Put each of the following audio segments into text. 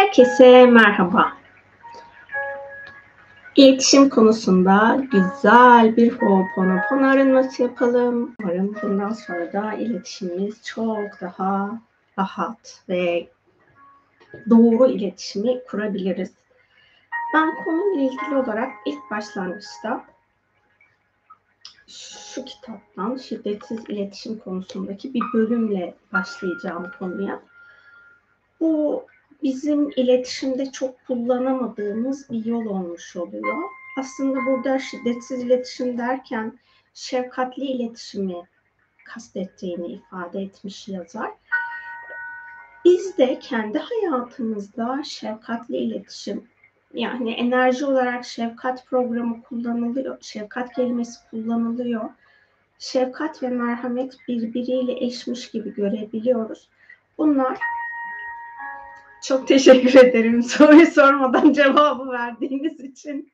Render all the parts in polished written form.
Herkese merhaba. İletişim konusunda güzel bir Ho'oponopono arınması yapalım. Umarım bundan sonra da iletişimimiz çok daha rahat ve doğru iletişimi kurabiliriz. Ben konuyla ilgili olarak ilk başlangıçta şu kitaptan şiddetsiz iletişim konusundaki bir bölümle başlayacağım konuya. Bu bizim iletişimde çok kullanamadığımız bir yol olmuş oluyor. Aslında burada şiddetsiz iletişim derken şefkatli iletişimi kastettiğini ifade etmiş yazar. Biz de kendi hayatımızda şefkatli iletişim, yani enerji olarak şefkat programı kullanılıyor, şefkat kelimesi kullanılıyor. Şefkat ve merhamet birbiriyle eşmiş gibi görebiliyoruz. Bunlar çok teşekkür ederim soruyu sormadan cevabı verdiğiniz için.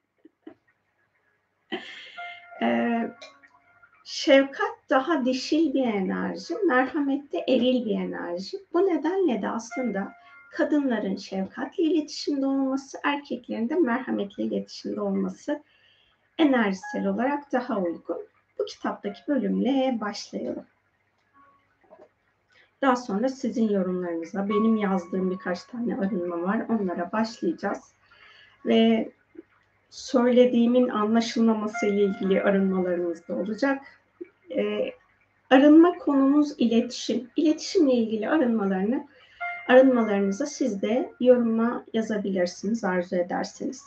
Şefkat daha dişil bir enerji, merhamet de eril bir enerji. Bu nedenle de aslında kadınların şefkatli iletişimde olması, erkeklerin de merhametli iletişimde olması enerjisel olarak daha uygun. Bu kitaptaki bölümle başlayalım. Daha sonra sizin yorumlarınıza, benim yazdığım birkaç tane arınma var, onlara başlayacağız. Ve söylediğimin anlaşılmaması ile ilgili arınmalarımız da olacak. Arınma konumuz iletişim. İletişimle ilgili arınmalarınızı siz de yoruma yazabilirsiniz arzu ederseniz.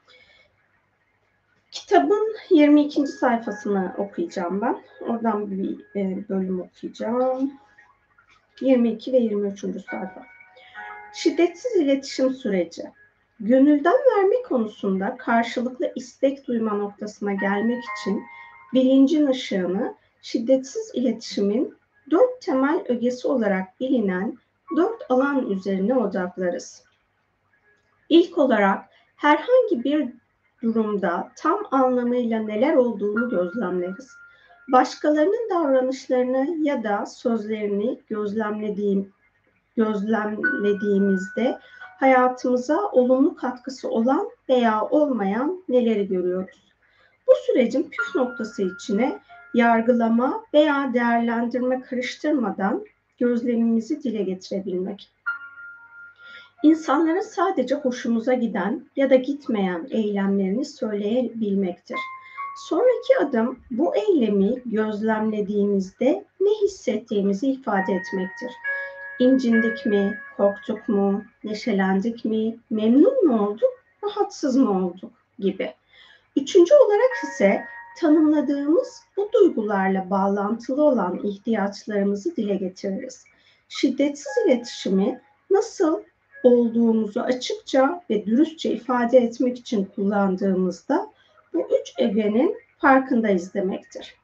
Kitabın 22. sayfasını okuyacağım ben. Oradan bir bölüm okuyacağım. 22 ve 23. sayfa. Şiddetsiz iletişim süreci. Gönülden verme konusunda karşılıklı istek duyma noktasına gelmek için bilincin ışığını şiddetsiz iletişimin 4 temel ögesi olarak bilinen 4 alan üzerine odaklarız. İlk olarak herhangi bir durumda tam anlamıyla neler olduğunu gözlemleriz. Başkalarının davranışlarını ya da sözlerini gözlemlediğimizde hayatımıza olumlu katkısı olan veya olmayan neleri görüyoruz? Bu sürecin püf noktası içine yargılama veya değerlendirme karıştırmadan gözlemimizi dile getirebilmek. İnsanların sadece hoşumuza giden ya da gitmeyen eylemlerini söyleyebilmektir. Sonraki adım bu eylemi gözlemlediğimizde ne hissettiğimizi ifade etmektir. İncindik mi, korktuk mu, neşelendik mi, memnun mu olduk, rahatsız mı olduk gibi. Üçüncü olarak ise tanımladığımız bu duygularla bağlantılı olan ihtiyaçlarımızı dile getiririz. Şiddetsiz iletişimi nasıl olduğumuzu açıkça ve dürüstçe ifade etmek için kullandığımızda bu üç ögenin farkındayız demektir.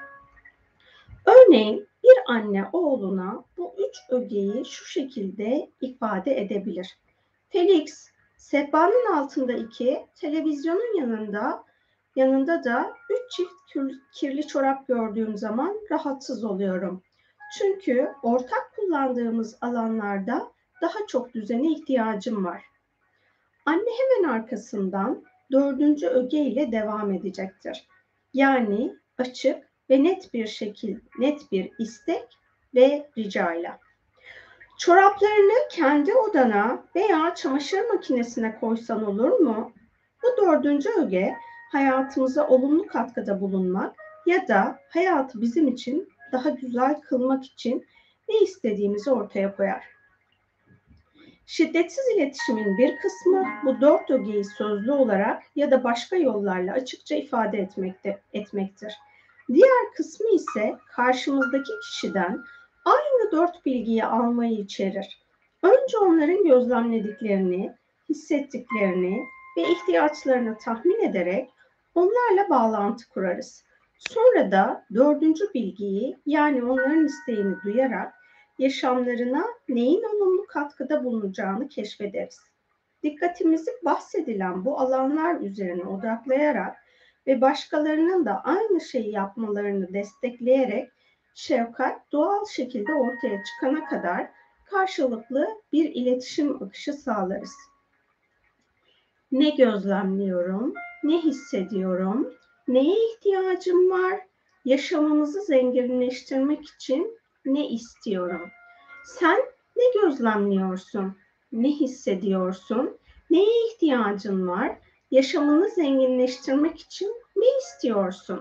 Örneğin bir anne oğluna bu üç ögeyi şu şekilde ifade edebilir. Felix, sehpanın altında 2, televizyonun yanında da 3 çift kirli çorap gördüğüm zaman rahatsız oluyorum. Çünkü ortak kullandığımız alanlarda daha çok düzene ihtiyacım var. Anne hemen arkasından 4. öge ile devam edecektir. Yani açık ve net bir istek ve ricayla. Çoraplarını kendi odana veya çamaşır makinesine koysan olur mu? Bu 4. öge hayatımıza olumlu katkıda bulunmak ya da hayatı bizim için daha güzel kılmak için ne istediğimizi ortaya koyar. Şiddetsiz iletişimin bir kısmı bu 4 ögeyi sözlü olarak ya da başka yollarla açıkça ifade etmektir. Diğer kısmı ise karşımızdaki kişiden aynı 4 bilgiyi almayı içerir. Önce onların gözlemlediklerini, hissettiklerini ve ihtiyaçlarını tahmin ederek onlarla bağlantı kurarız. Sonra da 4. bilgiyi, yani onların isteğini duyarak yaşamlarına neyin olumlu katkıda bulunacağını keşfederiz. Dikkatimizi bahsedilen bu alanlar üzerine odaklayarak ve başkalarının da aynı şeyi yapmalarını destekleyerek şefkat doğal şekilde ortaya çıkana kadar karşılıklı bir iletişim akışı sağlarız. Ne gözlemliyorum? Ne hissediyorum? Neye ihtiyacım var? Yaşamımızı zenginleştirmek için ne istiyorum? Sen ne gözlemliyorsun? Ne hissediyorsun? Neye ihtiyacın var? Yaşamını zenginleştirmek için ne istiyorsun?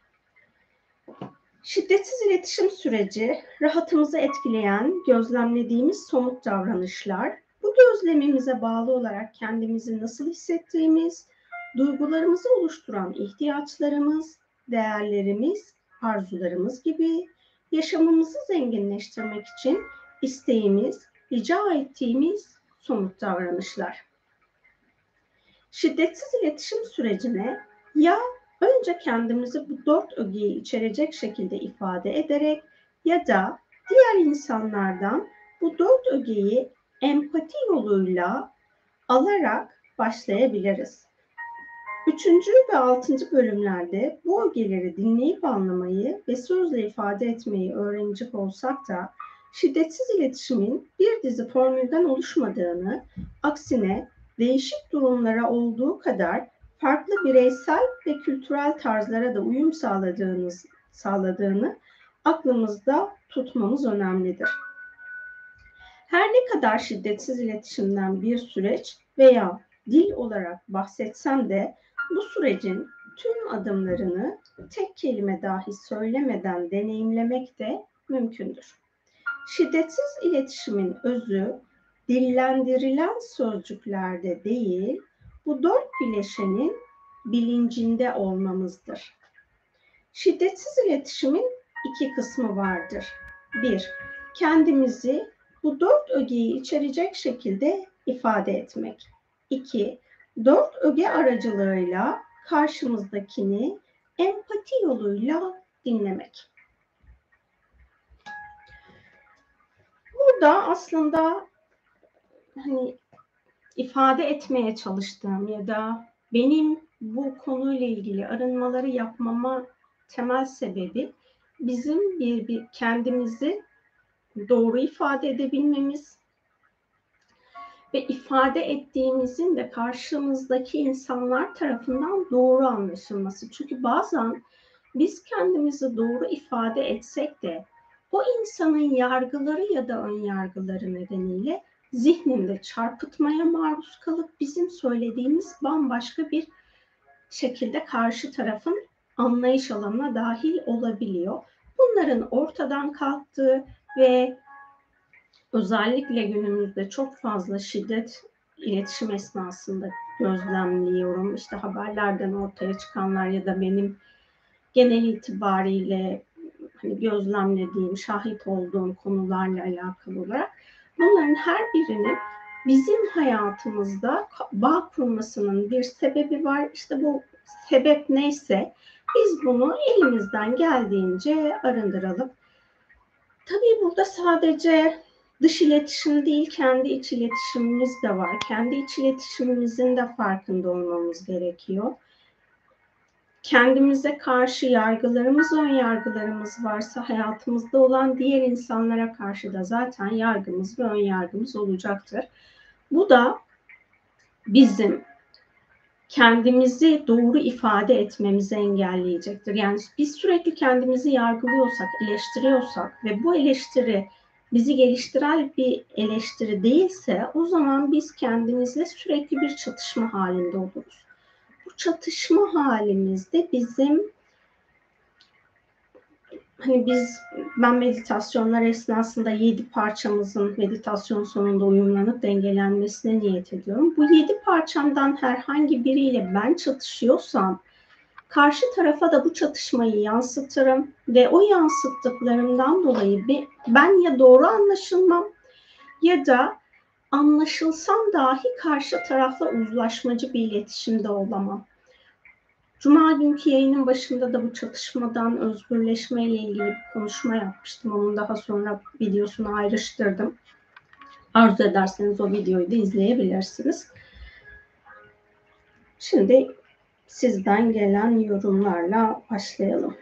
Şiddetsiz iletişim süreci, rahatımızı etkileyen, gözlemlediğimiz somut davranışlar, bu gözlemimize bağlı olarak kendimizi nasıl hissettiğimiz, duygularımızı oluşturan ihtiyaçlarımız, değerlerimiz, arzularımız gibi yaşamımızı zenginleştirmek için isteğimiz, rica ettiğimiz somut davranışlar. Şiddetsiz iletişim sürecine ya önce kendimizi bu 4 ögeyi içerecek şekilde ifade ederek ya da diğer insanlardan bu 4 ögeyi empati yoluyla alarak başlayabiliriz. 3. ve 6. bölümlerde bu ögeleri dinleyip anlamayı ve sözle ifade etmeyi öğrenecek olsak da şiddetsiz iletişimin bir dizi formülden oluşmadığını, aksine değişik durumlara olduğu kadar farklı bireysel ve kültürel tarzlara da uyum sağladığını aklımızda tutmamız önemlidir. Her ne kadar şiddetsiz iletişimden bir süreç veya dil olarak bahsetsem de bu sürecin tüm adımlarını tek kelime dahi söylemeden deneyimlemek de mümkündür. Şiddetsiz iletişimin özü dillendirilen sözcüklerde değil, bu 4 bileşenin bilincinde olmamızdır. Şiddetsiz iletişimin 2 kısmı vardır. 1. Kendimizi bu 4 ögeyi içerecek şekilde ifade etmek. 2. 4 öge aracılığıyla karşımızdakini empati yoluyla dinlemek. Burada aslında ifade etmeye çalıştığım ya da benim bu konuyla ilgili arınmaları yapmama temel sebebi bizim kendimizi doğru ifade edebilmemiz ve ifade ettiğimizin de karşımızdaki insanlar tarafından doğru anlaşılması. Çünkü bazen biz kendimizi doğru ifade etsek de o insanın yargıları ya da ön yargıları nedeniyle zihninde çarpıtmaya maruz kalıp bizim söylediğimiz bambaşka bir şekilde karşı tarafın anlayış alanına dahil olabiliyor. Bunların ortadan kalktığı ve özellikle günümüzde çok fazla şiddet iletişim esnasında gözlemliyorum. İşte haberlerden ortaya çıkanlar ya da benim genel itibariyle gözlemlediğim, şahit olduğum konularla alakalı olarak bunların her birinin bizim hayatımızda bağ kurmasının bir sebebi var. İşte bu sebep neyse biz bunu elimizden geldiğince arındıralım. Tabii burada sadece dış iletişim değil, kendi iç iletişimimiz de var. Kendi iç iletişimimizin de farkında olmamız gerekiyor. Kendimize karşı yargılarımız, ön yargılarımız varsa hayatımızda olan diğer insanlara karşı da zaten yargımız ve ön yargımız olacaktır. Bu da bizim kendimizi doğru ifade etmemizi engelleyecektir. Yani biz sürekli kendimizi yargılıyorsak, eleştiriyorsak ve bu eleştiri bizi geliştiren bir eleştiri değilse o zaman biz kendimizle sürekli bir çatışma halinde oluruz. Bu çatışma halimizde bizim ben meditasyonlar esnasında 7 parçamızın meditasyon sonunda uyumlanıp dengelenmesine niyet ediyorum. Bu 7 parçamdan herhangi biriyle ben çatışıyorsam karşı tarafa da bu çatışmayı yansıtırım ve o yansıttıklarımdan dolayı ben ya doğru anlaşılmam ya da anlaşılsam dahi karşı tarafla uzlaşmacı bir iletişimde olamam. Cuma günkü yayının başında da bu çatışmadan özgürleşmeyle ilgili bir konuşma yapmıştım. Onun daha sonra videosunu ayrıştırdım. Arzu ederseniz o videoyu da izleyebilirsiniz. Şimdi sizden gelen yorumlarla başlayalım.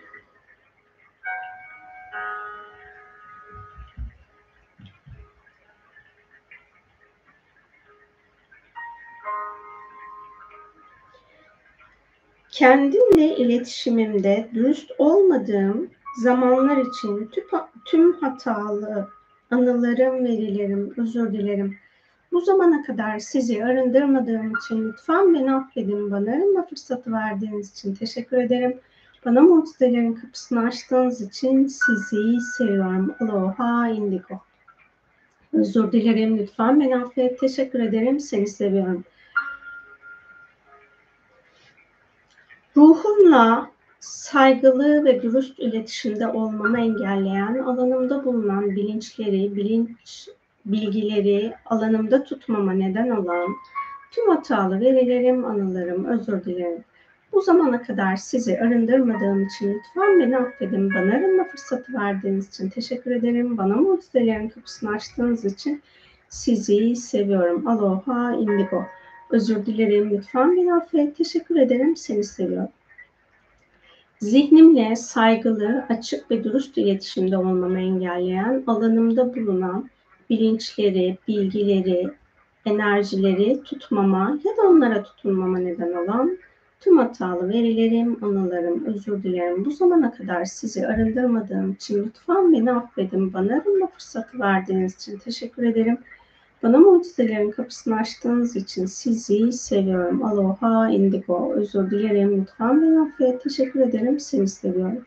Kendimle iletişimimde dürüst olmadığım zamanlar için tüm hatalı anılarım, verilerim, özür dilerim. Bu zamana kadar sizi arındırmadığım için lütfen beni affedin. Bana arınma fırsatı verdiğiniz için teşekkür ederim. Bana mucizelerin kapısını açtığınız için sizi seviyorum. Aloha indigo. Özür dilerim. Lütfen beni affet. Teşekkür ederim. Seni seviyorum. Ruhumla saygılı ve dürüst iletişimde olmamı engelleyen, alanımda bulunan bilgileri alanımda tutmama neden olan tüm hatalı verilerim, anılarım, özür dilerim. Bu zamana kadar sizi arındırmadığım için lütfen beni affedin. Bana arınma fırsatı verdiğiniz için teşekkür ederim. Bana mucizelerin kapısını açtığınız için sizi seviyorum. Aloha indigo. Özür dilerim. Lütfen beni affet. Teşekkür ederim. Seni seviyorum. Zihnimle saygılı, açık ve dürüst iletişimde olmamı engelleyen, alanımda bulunan bilinçleri, bilgileri, enerjileri tutmama ya da onlara tutunmama neden olan tüm hatalı verilerim, anılarım, özür dilerim. Bu zamana kadar sizi arındırmadığım için lütfen beni affedin. Bana arınma fırsatı verdiğiniz için teşekkür ederim. Bana mucizelerin kapısını açtığınız için sizi seviyorum. Aloha indigo. Özür dilerim. Lütfen beni affet. Teşekkür ederim. Seni seviyorum.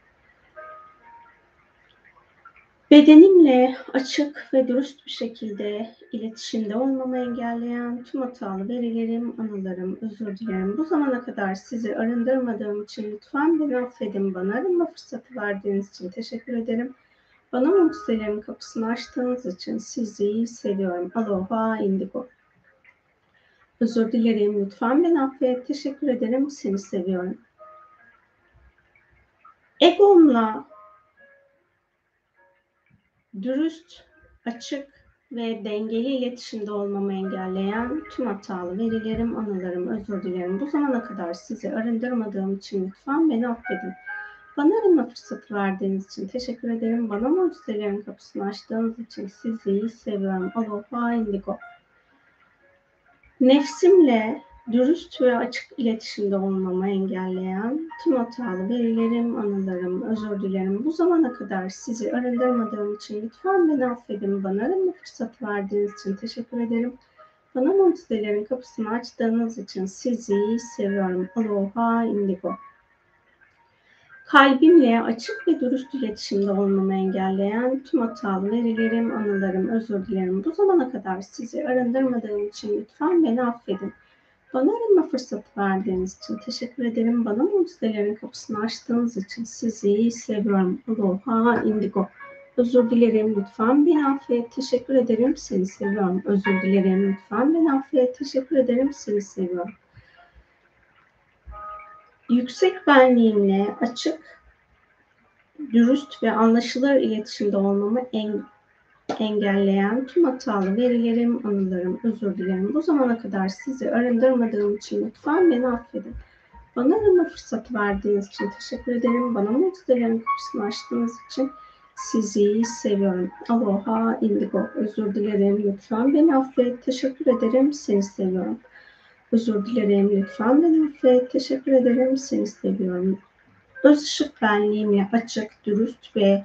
Bedenimle açık ve dürüst bir şekilde iletişimde olmamı engelleyen tüm hatalı verilerim, anılarım, özür dilerim. Bu zamana kadar sizi arındırmadığım için lütfen beni affedin. Bana arınma fırsatı verdiğiniz için teşekkür ederim. Bana mucizelerin kapısını açtığınız için sizi seviyorum. Aloha indigo. Özür dilerim. Lütfen beni affet. Teşekkür ederim. Seni seviyorum. Egomla dürüst, açık ve dengeli iletişimde olmamı engelleyen tüm hatalı verilerim, anılarım, özür dilerim. Bu zamana kadar sizi arındırmadığım için lütfen beni affedin. Bana arınma fırsatı verdiğiniz için teşekkür ederim. Bana mucizelerin kapısını açtığınız için sizi seviyorum. Aloha indigo. Nefsimle dürüst ve açık iletişimde olmamı engelleyen tüm hatalı verilerim, anılarım, özür dilerim. Bu zamana kadar sizi arındırmadığım için lütfen beni affedin. Bana arınma fırsatı verdiğiniz için teşekkür ederim. Bana mucizelerin kapısını açtığınız için sizi seviyorum. Aloha indigo. Kalbimle açık ve dürüst iletişimde olmamı engelleyen tüm hatalı verilerim, anılarım, özür dilerim. Bu zamana kadar sizi arındırmadığım için lütfen beni affedin. Bana arınma fırsatı verdiğiniz için teşekkür ederim. Bana mucizelerin kapısını açtığınız için sizi seviyorum. Aloha indigo. Özür dilerim. Lütfen beni affet. Teşekkür ederim. Seni seviyorum. Özür dilerim. Lütfen beni affet. Teşekkür ederim. Seni seviyorum. Yüksek benliğimle açık, dürüst ve anlaşılır iletişimde olmamı engelleyen tüm hatalı verilerim, anılarım, özür dilerim. Bu zamana kadar sizi arındırmadığım için lütfen beni affedin. Bana arınma fırsatı verdiğiniz için teşekkür ederim. Bana mucizelerin kapısını açtığınız için sizi seviyorum. Aloha indigo. Özür dilerim. Lütfen beni affet. Teşekkür ederim. Seni seviyorum. Özür dilerim. Lütfen beni affet. Teşekkür ederim. Seni seviyorum. Öz ışık benliğimle açık, dürüst ve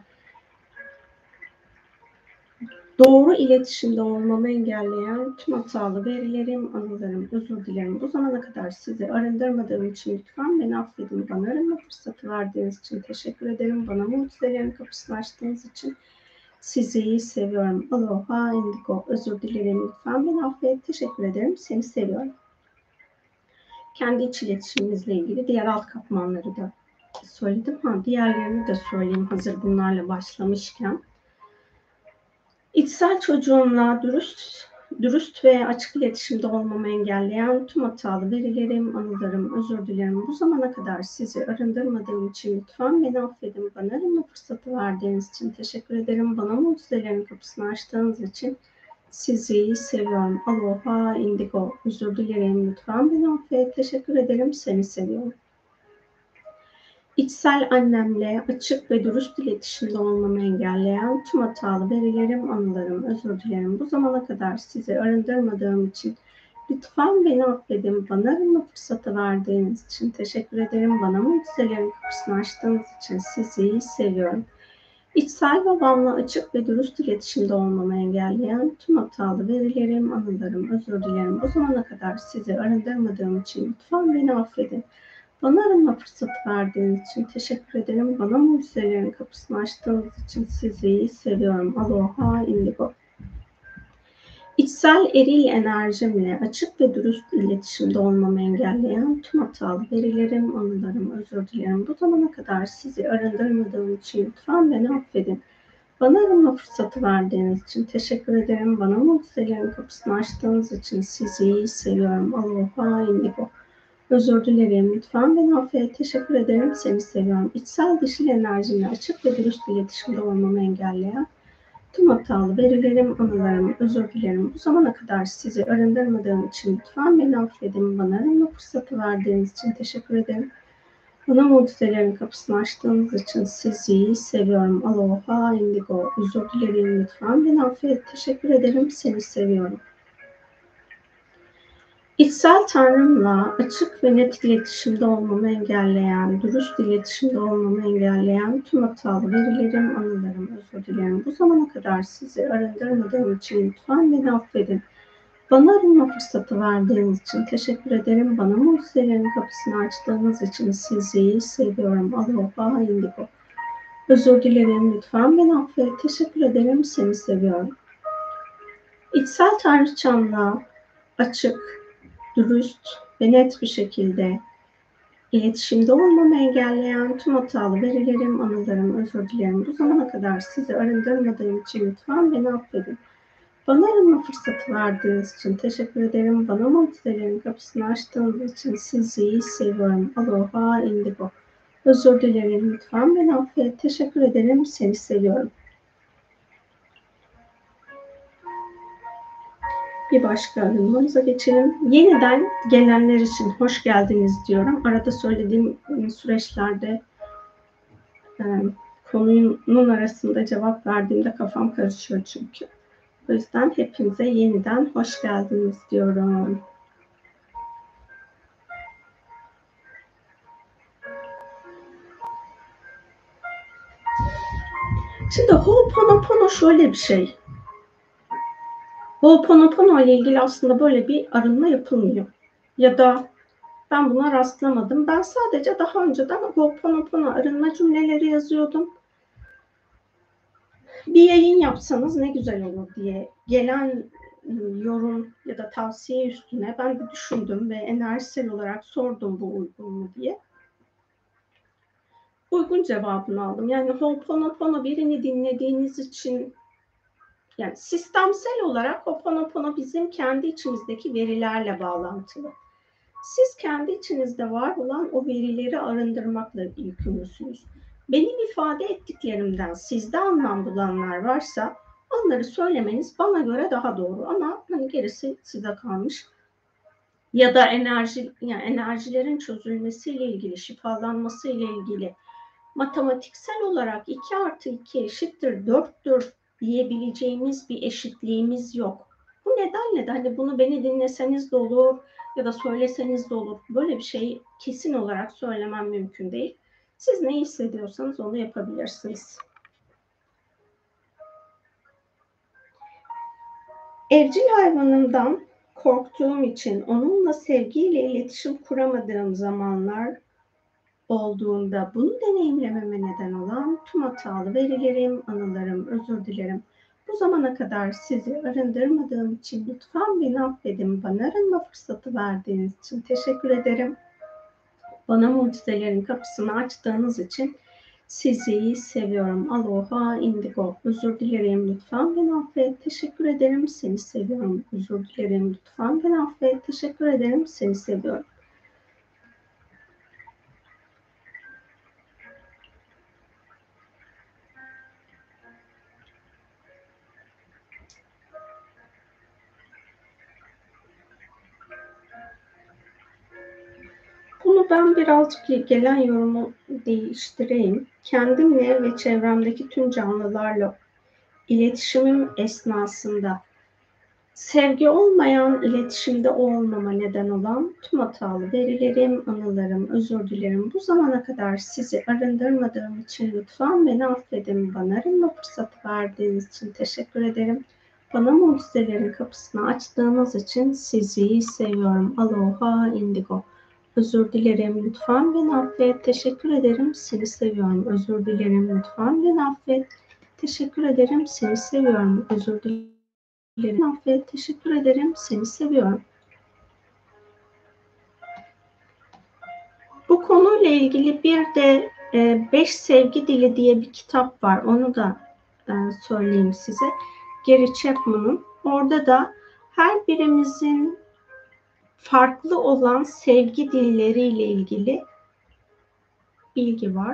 doğru iletişimde olmamı engelleyen tüm hatalı verilerim, anılarım, özür dilerim. Bu zamana kadar sizi arındırmadığım için lütfen beni affedin. Bana arınma fırsatı verdiğiniz için teşekkür ederim. Bana mucizelerin kapısını açtığınız için sizi seviyorum. Aloha indigo. Özür dilerim. Lütfen beni affet. Teşekkür ederim. Seni seviyorum. Kendi iç iletişimimizle ilgili diğer alt katmanları da söyledim. Diğerlerini de söyleyeyim hazır bunlarla başlamışken. İçsel çocuğumla dürüst ve açık iletişimde olmamı engelleyen tüm hatalı verilerim, anılarım, özür dilerim. Bu zamana kadar sizi arındırmadığım için lütfen beni affedin. Bana arınma fırsatı verdiğiniz için teşekkür ederim. Bana mucizelerin kapısını açtığınız için sizi seviyorum. Aloha indigo. Özür dilerim. Lütfen beni affet. Teşekkür ederim. Seni seviyorum. İçsel annemle açık ve dürüst iletişimde olmamı engelleyen tüm hatalı verilerim, anılarım, özür dilerim. Bu zamana kadar sizi arındırmadığım için Lütfen beni affedin. Bana arınma fırsatı verdiğiniz için teşekkür ederim. Bana mucizelerin kapısını açtığınız için sizi seviyorum. İçsel babamla açık ve dürüst iletişimde olmamı engelleyen tüm hatalı verilerim, anılarım, özür dilerim. Bu zamana kadar sizi arındırmadığım için lütfen beni affedin. Bana arınma fırsatı verdiğiniz için teşekkür ederim. Bana mucizelerin kapısını açtığınız için sizi seviyorum. Aloha Indigo. İçsel eril enerjimle açık ve dürüst iletişimde olmamı engelleyen tüm hatalı verilerim, anılarım, özür dilerim. Bu zamana kadar sizi arındırmadığım için lütfen beni affedin. Bana arınma fırsatı verdiğiniz için teşekkür ederim. Bana mucizelerin kapısını açtığınız için sizi seviyorum. Aloha Indigo. Özür dilerim. Lütfen beni affet. Teşekkür ederim. Seni seviyorum. İçsel dişil enerjimle açık ve dürüst iletişimde olmamı engelleyen tüm hatalı verilerim, anılarım, özür dilerim. Bu zamana kadar sizi arındırmadığım için lütfen beni affedin. Bana arınma fırsatı verdiğiniz için teşekkür ederim. Bana mucizelerin kapısını açtığınız için sizi seviyorum. Aloha Indigo. Özür dilerim. Lütfen beni affet. Teşekkür ederim. Seni seviyorum. İçsel Tanrımla açık ve net iletişimde olmamı engelleyen, dürüst iletişimde olmamı engelleyen tüm hatalı verilerim, anılarım, özür dilerim. Bu zamana kadar sizi arındırmadığım için lütfen beni affedin. Bana arınma fırsatı verdiğiniz için teşekkür ederim. Bana mucizelerin kapısını açtığınız için sizi seviyorum. Aloha Indigo. Özür dilerim. Lütfen beni affet. Teşekkür ederim. Seni seviyorum. İçsel Tanrıçamla açık, dürüst ve net bir şekilde iletişimde olmamı engelleyen tüm hatalı verilerim, anılarım, özür dilerim. Bu zamana kadar sizi arındırmadığım için lütfen beni affedin. Bana arınma fırsatı verdiğiniz için teşekkür ederim. Bana mucizelerin kapısını açtığınız için sizi seviyorum. Aloha Indigo. Özür dilerim. Lütfen beni affet. Teşekkür ederim. Seni seviyorum. Bir başka arınmamıza geçelim. Yeniden gelenler için hoş geldiniz diyorum. Arada söylediğim süreçlerde konunun arasında cevap verdiğimde kafam karışıyor çünkü. O yüzden hepinize yeniden hoş geldiniz diyorum. Şimdi Ho'oponopono şöyle bir şey. Ho'oponopono ile ilgili aslında böyle bir arınma yapılmıyor. Ya da ben buna rastlamadım. Ben sadece daha önceden Ho'oponopono arınma cümleleri yazıyordum. Bir yayın yapsanız ne güzel olur diye gelen yorum ya da tavsiye üstüne ben de düşündüm ve enerjisel olarak sordum bu uygun mu diye. Uygun cevabını aldım. Yani Ho'oponopono birini dinlediğiniz için, yani sistemsel olarak Ho'oponopono bizim kendi içimizdeki verilerle bağlantılı. Siz kendi içinizde var olan o verileri arındırmakla yükümlüsünüz. Benim ifade ettiklerimden sizde anlam bulanlar varsa onları söylemeniz bana göre daha doğru, ama hani gerisi size kalmış. Ya da enerjilerin çözülmesiyle ilgili, şifalanmasıyla ilgili matematiksel olarak 2 artı 2 eşittir 4'tür diyebileceğimiz bir eşitliğimiz yok. Bu nedenle de hani bunu beni dinleseniz de olur ya da söyleseniz de olur. Böyle bir şey kesin olarak söylemem mümkün değil. Siz ne hissediyorsanız onu yapabilirsiniz. Evcil hayvanımdan korktuğum için onunla sevgiyle iletişim kuramadığım zamanlar olduğunda bunu deneyimlememe neden olan tüm hatalı verilerim, anılarım, özür dilerim. Bu zamana kadar sizi arındırmadığım için lütfen beni affedin. Bana arınma fırsatı verdiğiniz için teşekkür ederim. Bana mucizelerin kapısını açtığınız için sizi seviyorum. Aloha Indigo. Özür dilerim. Lütfen beni affet. Teşekkür ederim. Seni seviyorum. Özür dilerim. Lütfen beni affet. Teşekkür ederim. Seni seviyorum. Bunu ben birazcık gelen yorumu değiştireyim. Kendimle ve çevremdeki tüm canlılarla iletişimim esnasında Sevgi olmayan, iletişimde olmama neden olan tüm hatalı verilerim, anılarım, özür dilerim. Bu zamana kadar sizi arındırmadığım için lütfen beni affedin. Bana arınma fırsatı verdiğiniz için teşekkür ederim. Bana mucizelerin kapısını açtığınız için sizi seviyorum. Aloha indigo. Özür dilerim, lütfen beni affet. Teşekkür ederim, seni seviyorum. Özür dilerim, lütfen beni affet. Teşekkür ederim, seni seviyorum. Özür dilerim. Affet, teşekkür ederim. Seni seviyorum. Bu konuyla ilgili bir de 5 Sevgi Dili diye bir kitap var. Onu da söyleyeyim size. Gary Chapman'ın. Orada da her birimizin farklı olan sevgi dilleriyle ilgili bilgi var.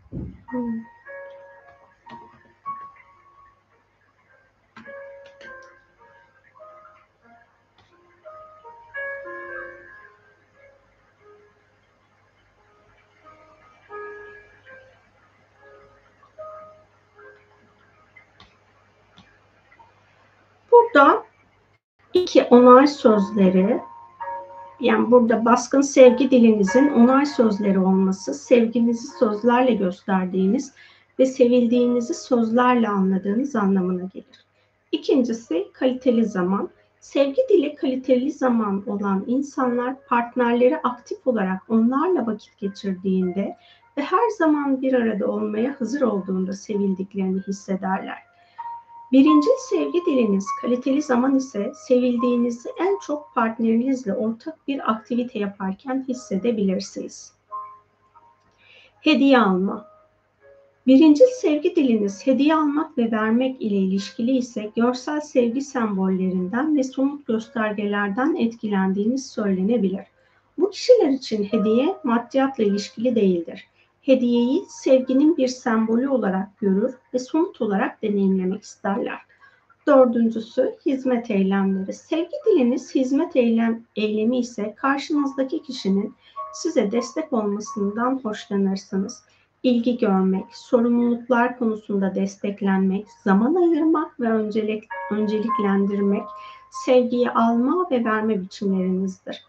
Burada 2 onay sözleri, yani burada baskın sevgi dilinizin onay sözleri olması, sevginizi sözlerle gösterdiğiniz ve sevildiğinizi sözlerle anladığınız anlamına gelir. İkincisi kaliteli zaman. Sevgi dili kaliteli zaman olan insanlar partnerleri aktif olarak onlarla vakit geçirdiğinde ve her zaman bir arada olmaya hazır olduğunda sevildiklerini hissederler. Birincil sevgi diliniz kaliteli zaman ise sevildiğinizi en çok partnerinizle ortak bir aktivite yaparken hissedebilirsiniz. Hediye alma. Birincil sevgi diliniz hediye almak ve vermek ile ilişkili ise görsel sevgi sembollerinden ve somut göstergelerden etkilendiğiniz söylenebilir. Bu kişiler için hediye maddiyatla ilişkili değildir. Hediyeyi sevginin bir sembolü olarak görür ve somut olarak deneyimlemek isterler. Dördüncüsü hizmet eylemleri. Sevgi diliniz hizmet eylemi ise karşınızdaki kişinin size destek olmasından hoşlanırsınız. İlgi görmek, sorumluluklar konusunda desteklenmek, zaman ayırmak ve önceliklendirmek sevgiyi alma ve verme biçimlerinizdir.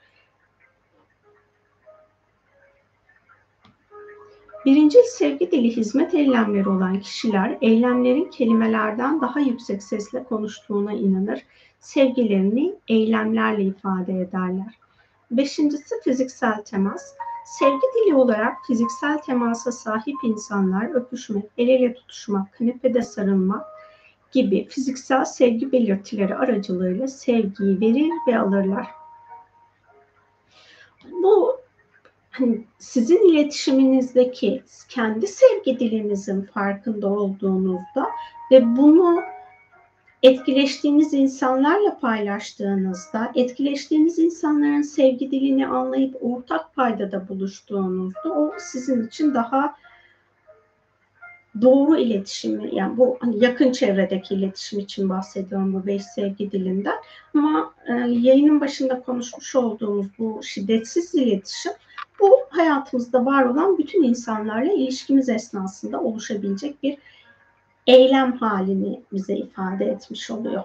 Birincil sevgi dili hizmet eylemleri olan kişiler eylemlerin kelimelerden daha yüksek sesle konuştuğuna inanır, sevgilerini eylemlerle ifade ederler. Beşincisi fiziksel temas. Sevgi dili olarak fiziksel temasa sahip insanlar öpüşmek, el ele tutuşmak, kanepede sarılmak gibi fiziksel sevgi belirtileri aracılığıyla sevgiyi verir ve alırlar. Bu sizin iletişiminizdeki kendi sevgi dilinizin farkında olduğunuzda ve bunu etkileştiğiniz insanlarla paylaştığınızda, etkileştiğiniz insanların sevgi dilini anlayıp ortak paydada buluştuğunuzda o sizin için daha doğru iletişimi, yani bu hani yakın çevredeki iletişim için bahsediyorum bu 5 sevgi dilinden. Ama yayının başında konuşmuş olduğumuz bu şiddetsiz iletişim, bu hayatımızda var olan bütün insanlarla ilişkimiz esnasında oluşabilecek bir eylem halini bize ifade etmiş oluyor.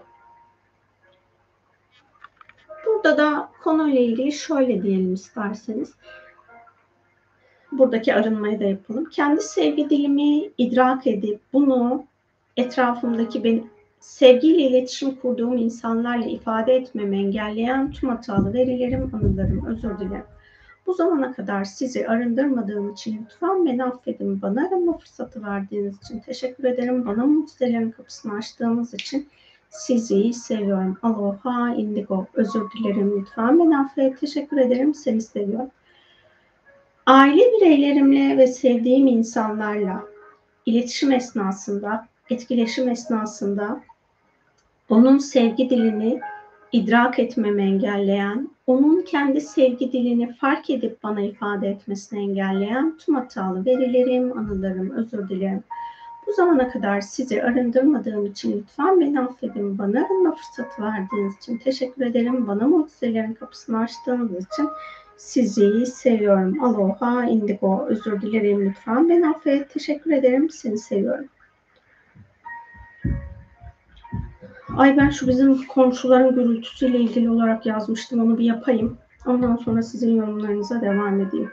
Burada da konuyla ilgili şöyle diyelim isterseniz. Buradaki arınmayı da yapalım. Kendi sevgi dilimi idrak edip bunu etrafımdaki benim sevgiyle iletişim kurduğum insanlarla ifade etmemi engelleyen tüm hatalı verilerim, anılarım, özür dilerim. Bu zamana kadar sizi arındırmadığım için lütfen beni affedin. Bana arınma fırsatı verdiğiniz için teşekkür ederim. Bana mucizelerin kapısını açtığınız için sizi seviyorum. Aloha indigo. Özür dilerim. Lütfen beni affet. Teşekkür ederim. Seni seviyorum. Aile bireylerimle ve sevdiğim insanlarla iletişim esnasında, etkileşim esnasında onun sevgi dilini idrak etmemi engelleyen, onun kendi sevgi dilini fark edip bana ifade etmesini engelleyen tüm hatalı verilerim, anılarım, özür dilerim. Bu zamana kadar sizi arındırmadığım için lütfen beni affedin. Bana arınma fırsatı verdiğiniz için teşekkür ederim. Bana mucizelerin kapısını açtığınız için sizi seviyorum. Aloha indigo. Özür dilerim. Lütfen beni affet. Teşekkür ederim. Seni seviyorum. Ay ben şu bizim komşuların gürültüsüyle ilgili olarak yazmıştım. Onu bir yapayım. Ondan sonra sizin yorumlarınıza devam edeyim.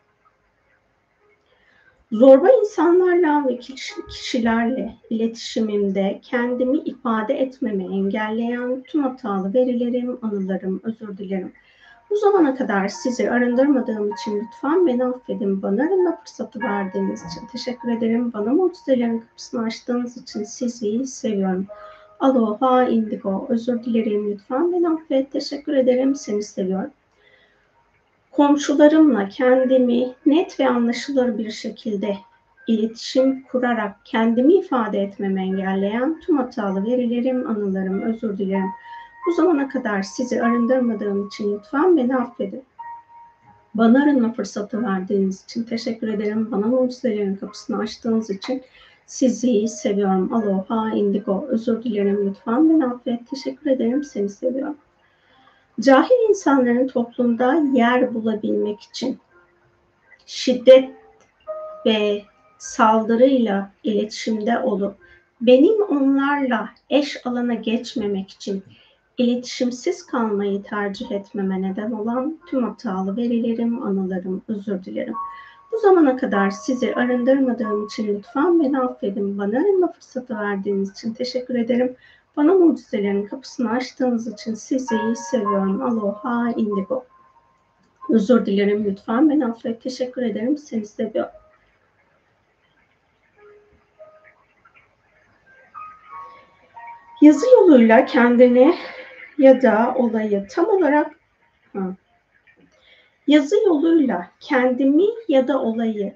Zorba insanlarla ve kişilerle iletişimimde kendimi ifade etmemi engelleyen tüm hatalı verilerim, anılarım, özür dilerim. Bu zamana kadar sizi arındırmadığım için lütfen beni affedin. Bana arınma fırsatı verdiğiniz için teşekkür ederim. Bana mucizelerin kapısını açtığınız için sizi seviyorum. Aloha indigo. Özür dilerim. Lütfen beni affet. Teşekkür ederim. Seni seviyorum. Komşularımla kendimi net ve anlaşılır bir şekilde iletişim kurarak kendimi ifade etmemi engelleyen tüm hatalı verilerim, anılarım, özür dilerim. Bu zamana kadar sizi arındırmadığım için lütfen beni affedin. Bana arınma fırsatı verdiğiniz için teşekkür ederim. Bana mucizelerin kapısını açtığınız için sizi seviyorum. Aloha indigo. Özür dilerim. Lütfen beni affet. Teşekkür ederim. Seni seviyorum. Cahil insanların toplumda yer bulabilmek için şiddet ve saldırıyla iletişimde olup benim onlarla eş alana geçmemek için iletişimsiz kalmayı tercih etmeme neden olan tüm hatalı verilerim, anılarım, özür dilerim. Bu zamana kadar sizi arındırmadığım için lütfen beni affedin. Bana arınma fırsatı verdiğiniz için teşekkür ederim. Bana mucizelerin kapısını açtığınız için sizi seviyorum. Aloha indigo. Özür dilerim lütfen beni affet. Teşekkür ederim. Seni seviyorum. Yazı yoluyla kendini ya da olayı tam olarak yazı yoluyla kendimi ya da olayı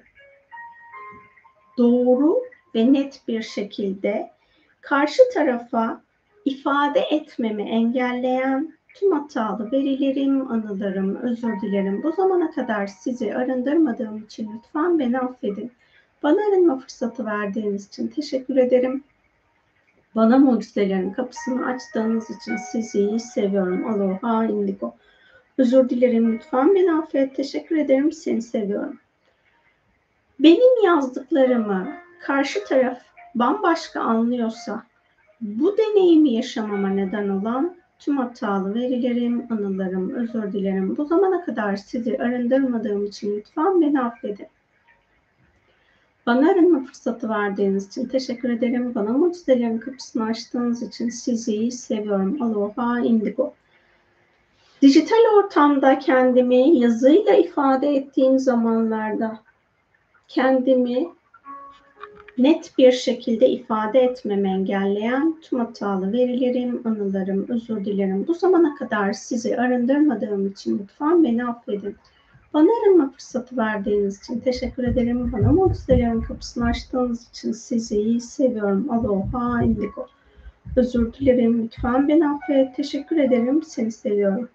doğru ve net bir şekilde karşı tarafa ifade etmemi engelleyen tüm hatalı verilerim, anılarım, özür dilerim. Bu zamana kadar sizi arındırmadığım için lütfen beni affedin. Bana arınma fırsatı verdiğiniz için teşekkür ederim. Bana mucizelerin kapısını açtığınız için sizi seviyorum. Aloha indigo. Özür dilerim lütfen beni affet. Teşekkür ederim. Seni seviyorum. Benim yazdıklarımı karşı taraf bambaşka anlıyorsa bu deneyimi yaşamama neden olan tüm hatalı verilerim, anılarım, özür dilerim. Bu zamana kadar sizi arındırmadığım için lütfen beni affedin. Bana arınma fırsatı verdiğiniz için teşekkür ederim. Bana mucizelerin kapısını açtığınız için sizi seviyorum. Aloha indigo. Dijital ortamda kendimi yazıyla ifade ettiğim zamanlarda kendimi net bir şekilde ifade etmemi engelleyen tüm hatalı verilerim, anılarım, özür dilerim. Bu zamana kadar sizi arındırmadığım için lütfen beni affedin. Bana arınma fırsatı verdiğiniz için teşekkür ederim. Bana mucizelerin kapısını açtığınız için sizi seviyorum. Aloha indigo. Özür dilerim. Lütfen beni affet. Teşekkür ederim. Seni seviyorum.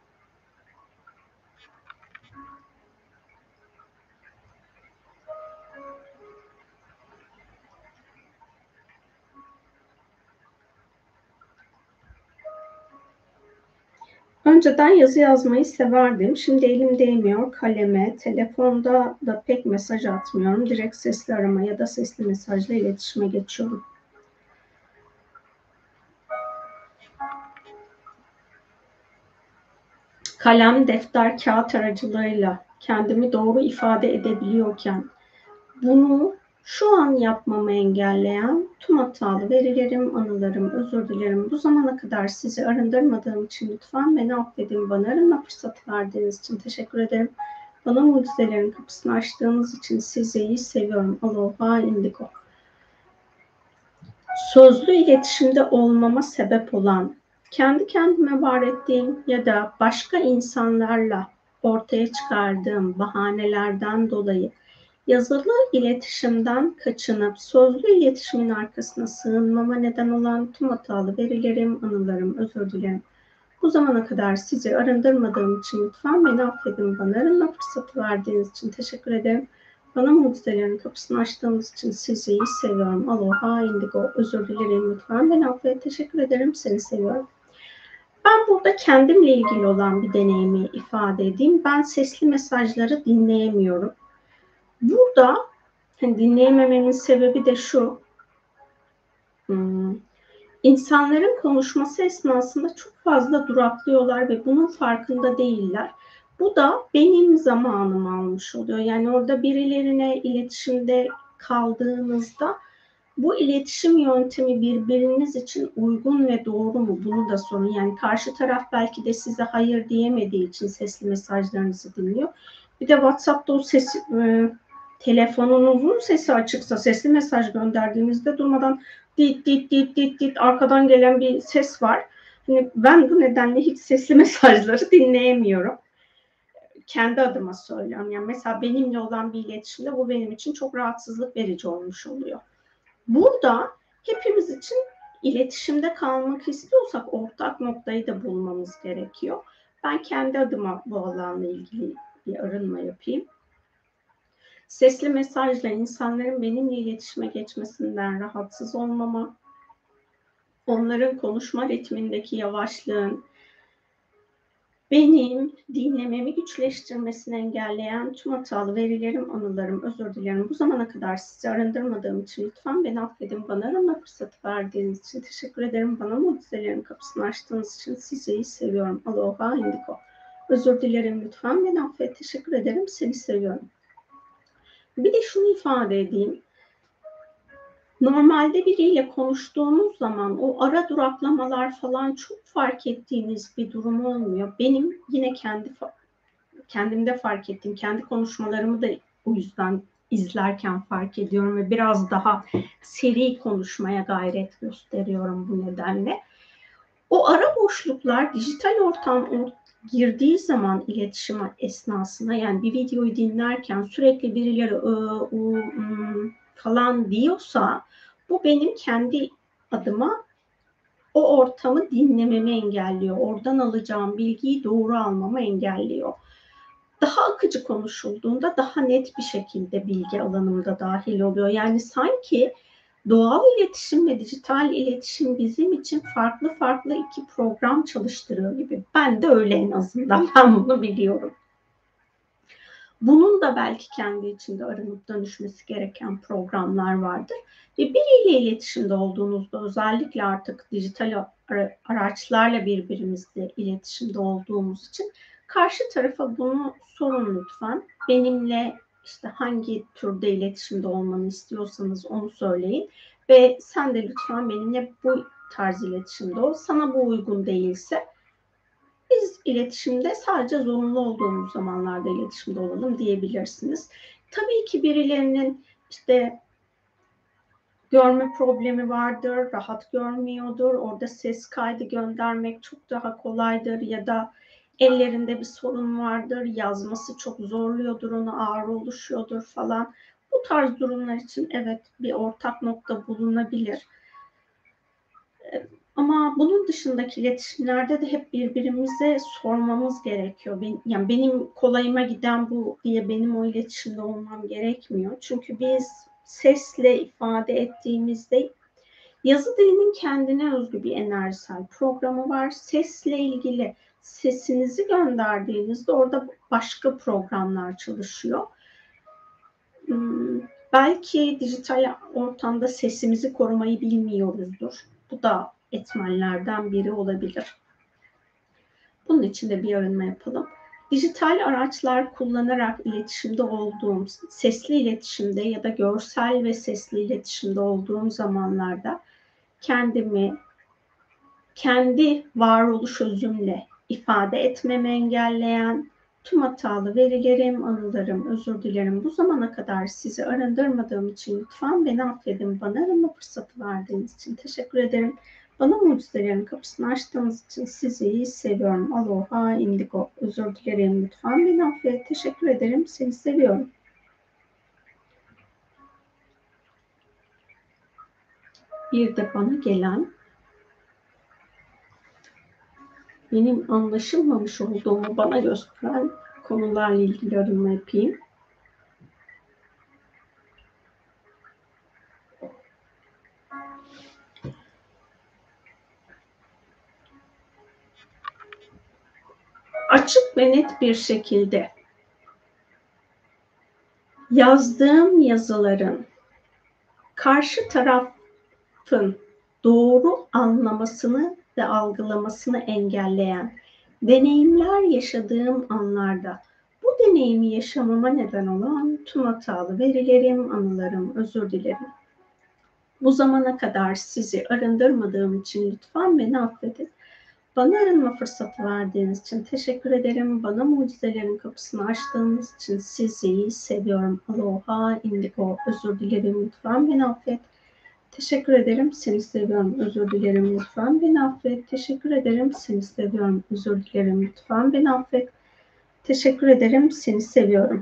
Önceden yazı yazmayı severdim. Şimdi elim değmiyor kaleme. Telefonda da pek mesaj atmıyorum. Direkt sesli arama ya da sesli mesajla iletişime geçiyorum. Kalem, defter, kağıt aracılığıyla kendimi doğru ifade edebiliyorken bunu şu an yapmamı engelleyen tüm hatalı verilerim, anılarım, özür dilerim. Bu zamana kadar sizi arındırmadığım için lütfen beni affedin. Bana arınma fırsatı verdiğiniz için teşekkür ederim. Bana mucizelerin kapısını açtığınız için sizi seviyorum. Aloha indigo. Sözlü iletişimde olmama sebep olan, kendi kendime var ettiğim ya da başka insanlarla ortaya çıkardığım bahanelerden dolayı yazılı iletişimden kaçınıp sözlü iletişimin arkasına sığınmama neden olan tüm hatalı verilerim, anılarım, özür dilerim. Bu zamana kadar sizi arındırmadığım için lütfen beni affedin. Bana arınma fırsatı verdiğiniz için teşekkür ederim. Bana mucizelerin kapısını açtığınız için sizi seviyorum. Aloha indigo. Özür dilerim. Lütfen beni affet. Teşekkür ederim. Seni seviyorum. Ben burada kendimle ilgili olan bir deneyimi ifade edeyim. Ben sesli mesajları dinleyemiyorum. Burada dinleyemememin sebebi de şu. İnsanların konuşması esnasında çok fazla duraklıyorlar ve bunun farkında değiller. Bu da benim zamanımı almış oluyor. Yani orada birilerine iletişimde kaldığınızda bu iletişim yöntemi birbiriniz için uygun ve doğru mu? Bunu da sorun. Yani karşı taraf belki de size hayır diyemediği için sesli mesajlarınızı dinliyor. Bir de WhatsApp'ta o sesi, telefonunuzun sesi açıksa sesli mesaj gönderdiğinizde durmadan dit dit dit dit dit arkadan gelen bir ses var. Hani ben bu nedenle hiç sesli mesajları dinleyemiyorum. Kendi adıma söylüyorum. Yani mesela benimle olan bir iletişimde bu benim için çok rahatsızlık verici olmuş oluyor. Burada hepimiz için iletişimde kalmak istiyorsak ortak noktayı da bulmamız gerekiyor. Ben kendi adıma bu alanla ilgili bir arınma yapayım. Sesli mesajla insanların benimle iletişime geçmesinden rahatsız olmama, onların konuşma ritmindeki yavaşlığın benim dinlememi güçleştirmesini engelleyen tüm hatalı verilerim, anılarım, özür dilerim. Bu zamana kadar sizi arındırmadığım için lütfen beni affedin. Bana arama fırsatı verdiğiniz için teşekkür ederim. Bana mucizelerin kapısını açtığınız için sizi seviyorum. Aloha Indigo. Özür dilerim, lütfen beni affet. Teşekkür ederim. Seni seviyorum. Bir de şunu ifade edeyim. Normalde biriyle konuştuğumuz zaman o ara duraklamalar falan çok fark ettiğiniz bir durum olmuyor. Benim yine kendimde fark ettiğim, kendi konuşmalarımı da o yüzden izlerken fark ediyorum ve biraz daha seri konuşmaya gayret gösteriyorum bu nedenle. O ara boşluklar dijital ortam girdiği zaman iletişim esnasında, yani bir videoyu dinlerken sürekli birileri falan diyorsa bu benim kendi adıma o ortamı dinlememi engelliyor. Oradan alacağım bilgiyi doğru almamı engelliyor. Daha akıcı konuşulduğunda daha net bir şekilde bilgi alanımda dahil oluyor. Yani sanki doğal iletişim ve dijital iletişim bizim için farklı farklı iki program çalıştırıyor gibi. Ben de öyle, en azından ben bunu biliyorum. Bunun da belki kendi içinde arınıp dönüşmesi gereken programlar vardır. Ve biriyle iletişimde olduğunuzda, özellikle artık dijital araçlarla birbirimizle iletişimde olduğumuz için karşı tarafa bunu sorun lütfen. Benimle işte hangi türde iletişimde olmanı istiyorsanız onu söyleyin. Ve sen de lütfen benimle bu tarz iletişimde ol. Sana bu uygun değilse biz iletişimde sadece zorunlu olduğumuz zamanlarda iletişimde olalım diyebilirsiniz. Tabii ki birilerinin işte görme problemi vardır, rahat görmüyordur. Orada ses kaydı göndermek çok daha kolaydır ya da ellerinde bir sorun vardır, yazması çok zorluyordur, ona ağır oluşuyordur falan. Bu tarz durumlar için evet bir ortak nokta bulunabilir. Ama bunun dışındaki iletişimlerde de hep birbirimize sormamız gerekiyor. Yani benim kolayıma giden bu diye benim o iletişimde olmam gerekmiyor. Çünkü biz sesle ifade ettiğimizde yazı dilinin kendine özgü bir enerjisel programı var. Sesle ilgili sesinizi gönderdiğinizde orada başka programlar çalışıyor. Belki dijital ortamda sesimizi korumayı bilmiyoruzdur. Bu da etmenlerden biri olabilir. Bunun için de bir arınma yapalım. Dijital araçlar kullanarak iletişimde olduğum, sesli iletişimde ya da görsel ve sesli iletişimde olduğum zamanlarda kendimi kendi varoluş özümle ifade etmemi engelleyen tüm hatalı verilerim, anılarım, özür dilerim. Bu zamana kadar sizi arındırmadığım için lütfen beni affedin. Bana arınma fırsatı verdiğiniz için teşekkür ederim. Bana mucizelerin kapısını açtığınız için sizi seviyorum. Aloha Indigo. Özür dilerim. Lütfen beni affet. Teşekkür ederim. Seni seviyorum. Bir de bana gelen benim anlaşılmamış olduğumu bana gösteren konularla ilgili arınma yapayım. Açık ve net bir şekilde yazdığım yazıların karşı tarafın doğru anlamasını ve algılamasını engelleyen deneyimler yaşadığım anlarda bu deneyimi yaşamama neden olan tüm hatalı verilerim, anılarım, özür dilerim. Bu zamana kadar sizi arındırmadığım için lütfen beni affedin. Bana arınma fırsatı verdiğiniz için teşekkür ederim. Bana mucizelerin kapısını açtığınız için sizi seviyorum. Aloha, indigo, özür dilerim. Lütfen beni affet. Teşekkür ederim. Seni seviyorum. Özür dilerim. Lütfen beni affet. Teşekkür ederim. Seni seviyorum. Özür dilerim. Lütfen beni affet. Teşekkür ederim. Seni seviyorum.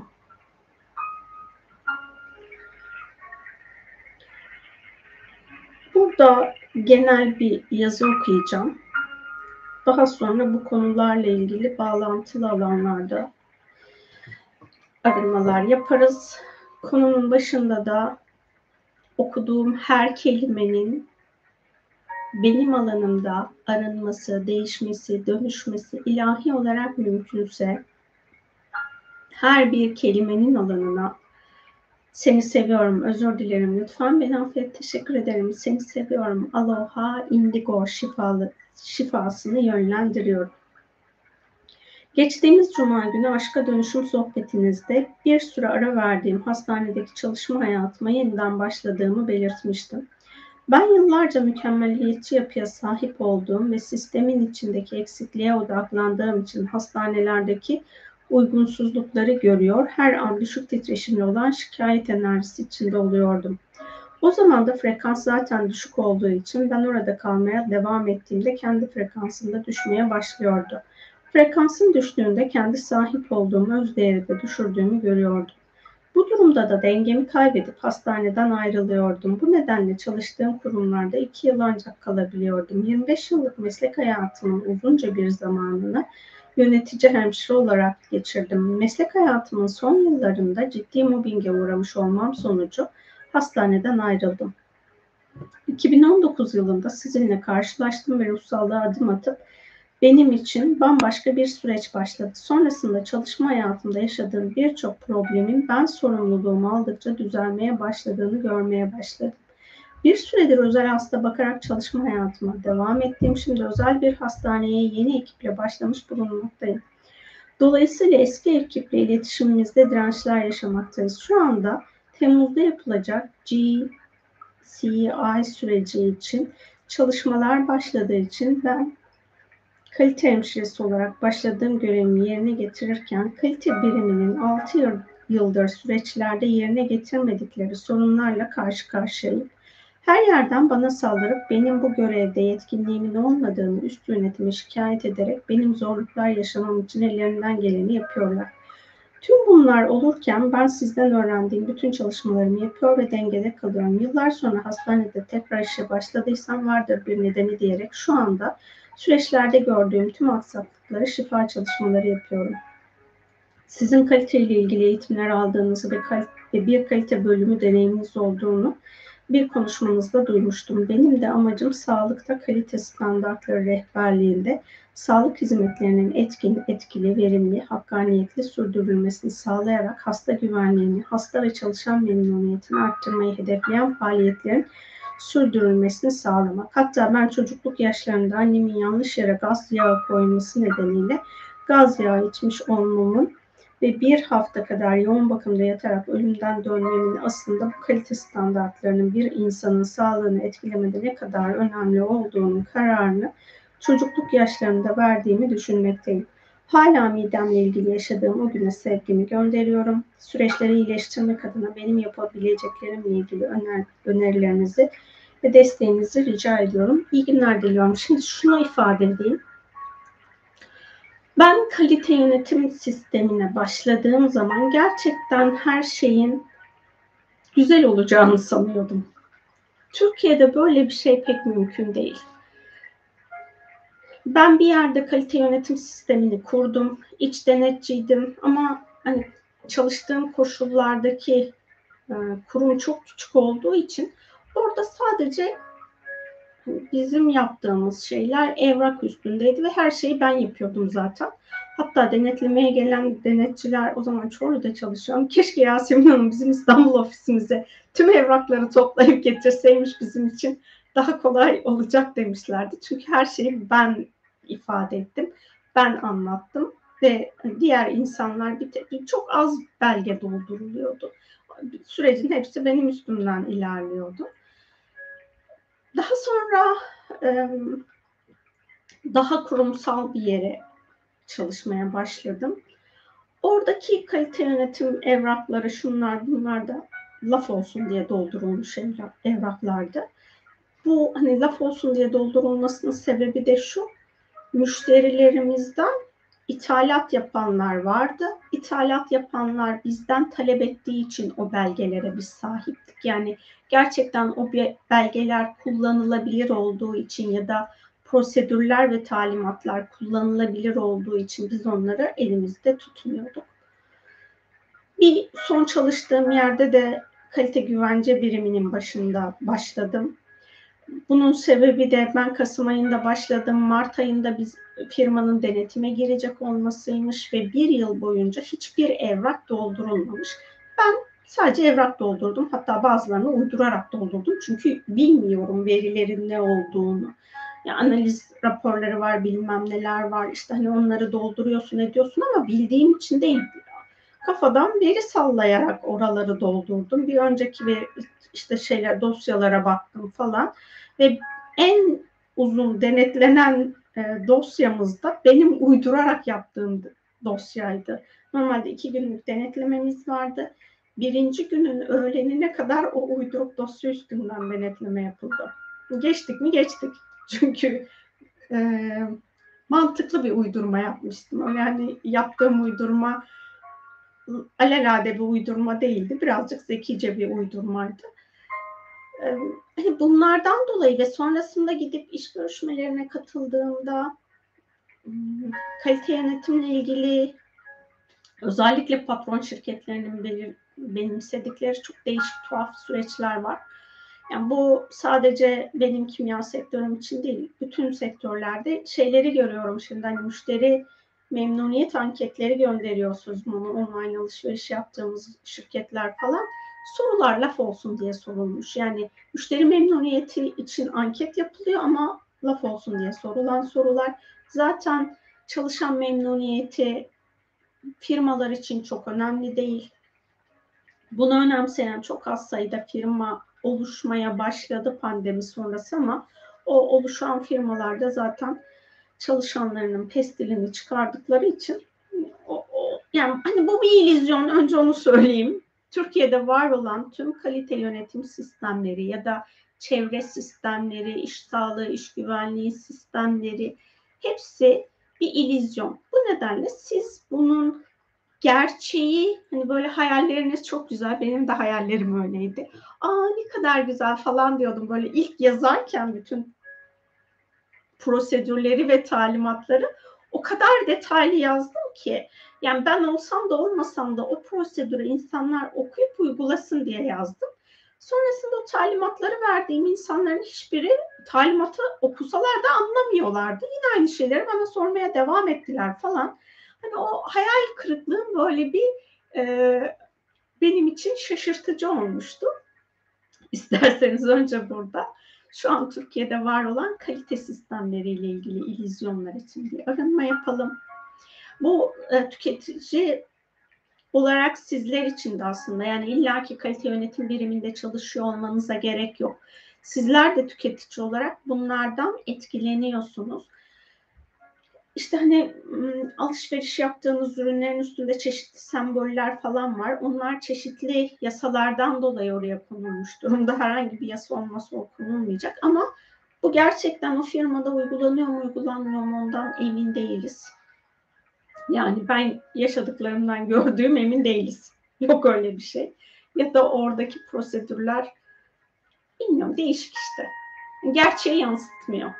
Burada genel bir yazı okuyacağım. Daha sonra bu konularla ilgili bağlantılı alanlarda aramalar yaparız. Konunun başında da okuduğum her kelimenin benim alanımda arınması, değişmesi, dönüşmesi ilahi olarak mümkünse her bir kelimenin alanına seni seviyorum, özür dilerim, lütfen beni affet, teşekkür ederim, seni seviyorum, aloha, indigo şifasını yönlendiriyorum. Geçtiğimiz Cuma günü aşka dönüşüm sohbetinizde bir süre ara verdiğim hastanedeki çalışma hayatıma yeniden başladığımı belirtmiştim. Ben yıllarca mükemmeliyetçi yapıya sahip olduğum ve sistemin içindeki eksikliğe odaklandığım için hastanelerdeki uygunsuzlukları görüyor, her an düşük titreşimli olan şikayet enerjisi içinde oluyordum. O zaman da frekans zaten düşük olduğu için ben orada kalmaya devam ettiğimde kendi frekansımda düşmeye başlıyordu. Frekansın düştüğünde kendi sahip olduğum öz değeri de düşürdüğümü görüyordum. Bu durumda da dengemi kaybedip hastaneden ayrılıyordum. Bu nedenle çalıştığım kurumlarda 2 yıl ancak kalabiliyordum. 25 yıllık meslek hayatımın uzunca bir zamanını yönetici hemşire olarak geçirdim. Meslek hayatımın son yıllarında ciddi mobbinge uğramış olmam sonucu hastaneden ayrıldım. 2019 yılında sizinle karşılaştım ve ruhsallığa adım atıp benim için bambaşka bir süreç başladı. Sonrasında çalışma hayatımda yaşadığım birçok problemin ben sorumluluğumu aldıkça düzelmeye başladığını görmeye başladım. Bir süredir özel hasta bakarak çalışma hayatıma devam ettiğim şimdi özel bir hastaneye yeni ekiple başlamış bulunmaktayım. Dolayısıyla eski ekiple iletişimimizde dirençler yaşamaktayız. Şu anda Temmuz'da yapılacak GCI süreci için çalışmalar başladığı için ben kalite hemşiresi olarak başladığım görevimi yerine getirirken kalite biriminin 6 yıldır süreçlerde yerine getirmedikleri sorunlarla karşı karşıyayım. Her yerden bana saldırıp benim bu görevde yetkinliğimin olmadığını üst yönetime şikayet ederek benim zorluklar yaşamam için ellerinden geleni yapıyorlar. Tüm bunlar olurken ben sizden öğrendiğim bütün çalışmalarımı yapıyor ve dengede kalıyorum. Yıllar sonra hastanede tekrar işe başladıysam vardır bir nedeni diyerek şu anda süreçlerde gördüğüm tüm aksaklıkları şifa çalışmaları yapıyorum. Sizin kaliteyle ilgili eğitimler aldığınızı ve bir kalite bölümü deneyiminiz olduğunu bir konuşmanızda duymuştum. Benim de amacım sağlıkta kalite standartları rehberliğinde sağlık hizmetlerinin etkin, etkili, verimli, hakkaniyetli sürdürülmesini sağlayarak hasta güvenliğini, hasta ve çalışan memnuniyetini arttırmayı hedefleyen faaliyetlerin sürdürülmesini sağlamak. Hatta ben çocukluk yaşlarında annemin yanlış yere gaz yağı koyması nedeniyle gaz yağı içmiş olmamın ve bir hafta kadar yoğun bakımda yatarak ölümden dönmemin aslında bu kalite standartlarının bir insanın sağlığını etkilemede ne kadar önemli olduğunun kararını çocukluk yaşlarında verdiğimi düşünmekteyim. Hala midemle ilgili yaşadığım o güne sevgimi gönderiyorum. Süreçleri iyileştirmek adına benim yapabileceklerimle ilgili önerilerinizi ve desteğinizi rica ediyorum. İyi günler diliyorum. Şimdi şunu ifade edeyim. Ben kalite yönetim sistemine başladığım zaman gerçekten her şeyin güzel olacağını sanıyordum. Türkiye'de böyle bir şey pek mümkün değil. Ben bir yerde kalite yönetim sistemini kurdum. İç denetçiydim ama hani çalıştığım koşullardaki kurum çok küçük olduğu için orada sadece bizim yaptığımız şeyler evrak üstündeydi ve her şeyi ben yapıyordum zaten. Hatta denetlemeye gelen denetçiler, o zaman Çorlu'da çalışıyorum. Keşke Yasemin Hanım bizim İstanbul ofisimize tüm evrakları toplayıp getirseymiş bizim için. daha kolay olacak demişlerdi. Çünkü her şeyi ben ifade ettim, ben anlattım ve diğer insanlar çok az belge dolduruluyordu. Sürecin hepsi benim üstümden ilerliyordu. Daha sonra daha kurumsal bir yere çalışmaya başladım. Oradaki kalite yönetim evrakları, şunlar bunlar da laf olsun diye doldurulmuş evraklardı. Bu hani laf olsun diye doldurulmasının sebebi de şu: müşterilerimizden ithalat yapanlar vardı. İthalat yapanlar bizden talep ettiği için o belgelere biz sahiptik. Yani gerçekten o belgeler kullanılabilir olduğu için ya da prosedürler ve talimatlar kullanılabilir olduğu için biz onları elimizde tutmuyorduk. Bir son çalıştığım yerde de kalite güvence biriminin başında başladım. Bunun sebebi de ben Kasım ayında başladım. Mart ayında biz firmanın denetime girecek olmasıymış ve bir yıl boyunca hiçbir evrak doldurulmamış. Ben sadece evrak doldurdum. Hatta bazılarını uydurarak doldurdum. Çünkü bilmiyorum verilerin ne olduğunu. Yani analiz raporları var, bilmem neler var. İşte hani onları dolduruyorsun, ediyorsun ama bildiğim için değil. Kafadan veri sallayarak oraları doldurdum. Bir önceki işte dosyalara baktım falan ve en uzun denetlenen dosyamız da benim uydurarak yaptığım dosyaydı. Normalde 2 günlük denetlememiz vardı. Birinci günün öğlenine kadar o uyduruk dosya üstünden denetleme yapıldı. Geçtik mi? Geçtik. Çünkü mantıklı bir uydurma yapmıştım. Yani yaptığım uydurma alelade bir uydurma değildi. Birazcık zekice bir uydurmaydı. Bunlardan dolayı ve sonrasında gidip iş görüşmelerine katıldığımda kalite yönetimle ilgili özellikle patron şirketlerinin benimsedikleri çok değişik, tuhaf süreçler var. Yani bu sadece benim kimya sektörüm için değil, bütün sektörlerde şeyleri görüyorum şimdi. Hani müşteri memnuniyet anketleri gönderiyorsunuz, bunu online alışveriş yaptığımız şirketler falan. Sorular laf olsun diye sorulmuş. Yani müşteri memnuniyeti için anket yapılıyor ama laf olsun diye sorulan sorular. Zaten çalışan memnuniyeti firmalar için çok önemli değil. Bunu önemseyen çok az sayıda firma oluşmaya başladı pandemi sonrası ama o oluşan firmalarda zaten çalışanlarının pestilini çıkardıkları için yani hani bu bir illüzyon, önce onu söyleyeyim. Türkiye'de var olan tüm kalite yönetim sistemleri ya da çevre sistemleri, iş sağlığı, iş güvenliği sistemleri hepsi bir illüzyon. Bu nedenle siz bunun gerçeği, hani böyle hayalleriniz çok güzel. Benim de hayallerim öyleydi. Ne kadar güzel falan diyordum böyle ilk yazarken bütün prosedürleri ve talimatları o kadar detaylı yazdım ki yani ben olsam da olmasam da o prosedürü insanlar okuyup uygulasın diye yazdım. Sonrasında o talimatları verdiğim insanların hiçbiri talimatı okusalar da anlamıyorlardı. Yine aynı şeyleri bana sormaya devam ettiler falan. Hani o hayal kırıklığı böyle bir benim için şaşırtıcı olmuştu. İsterseniz önce burada şu an Türkiye'de var olan kalite sistemleriyle ilgili illüzyonlar için bir arınma yapalım. Bu tüketici olarak sizler için de aslında yani illaki kalite yönetim biriminde çalışıyor olmanıza gerek yok. Sizler de tüketici olarak bunlardan etkileniyorsunuz. İşte hani alışveriş yaptığınız ürünlerin üstünde çeşitli semboller falan var. Onlar çeşitli yasalardan dolayı oraya konulmuş durumda. Herhangi bir yasa olmasa o konulmayacak. Ama bu gerçekten o firmada uygulanıyor mu uygulanmıyor mu ondan emin değiliz. Yani ben yaşadıklarımdan gördüğüm emin değiliz. Yok öyle bir şey. Ya da oradaki prosedürler bilmiyorum değişik işte. Gerçeği yansıtmıyor.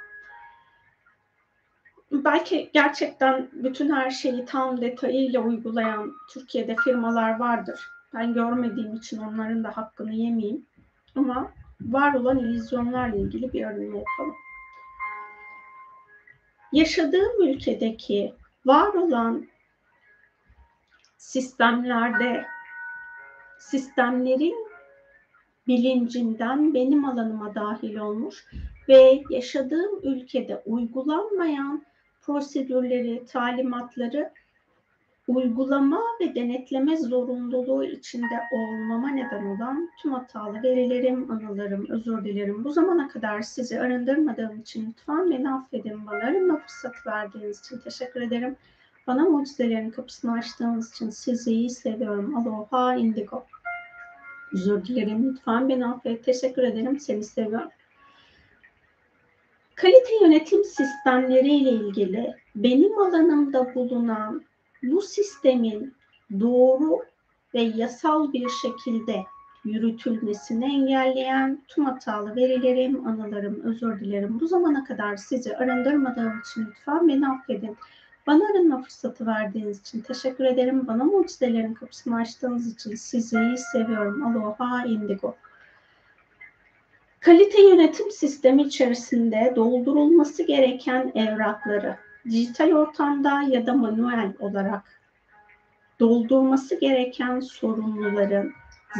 Belki gerçekten bütün her şeyi tam detayıyla uygulayan Türkiye'de firmalar vardır. Ben görmediğim için onların da hakkını yemeyeyim. Ama var olan illüzyonlarla ilgili bir arınma yapalım. Yaşadığım ülkedeki var olan sistemlerin bilincinden benim alanıma dahil olmuş ve yaşadığım ülkede uygulanmayan prosedürleri, talimatları uygulama ve denetleme zorunluluğu içinde olmama neden olan tüm hatalı verilerim, anılarım, özür dilerim. Bu zamana kadar sizi arındırmadığım için lütfen beni affedin. Bana arınma fırsatı verdiğiniz için teşekkür ederim. Bana mucizelerin kapısını açtığınız için sizi seviyorum. Aloha indigo. Özür dilerim. Lütfen beni affet. Teşekkür ederim. Seni seviyorum. Kalite yönetim sistemleriyle ilgili benim alanımda bulunan bu sistemin doğru ve yasal bir şekilde yürütülmesini engelleyen tüm hatalı verilerim, anılarım, özür dilerim. Bu zamana kadar sizi arındırmadığım için lütfen beni affedin. Bana arınma fırsatı verdiğiniz için teşekkür ederim. Bana mucizelerin kapısını açtığınız için sizi seviyorum. Aloha indigo. Kalite yönetim sistemi içerisinde doldurulması gereken evrakları dijital ortamda ya da manuel olarak doldurması gereken sorumluların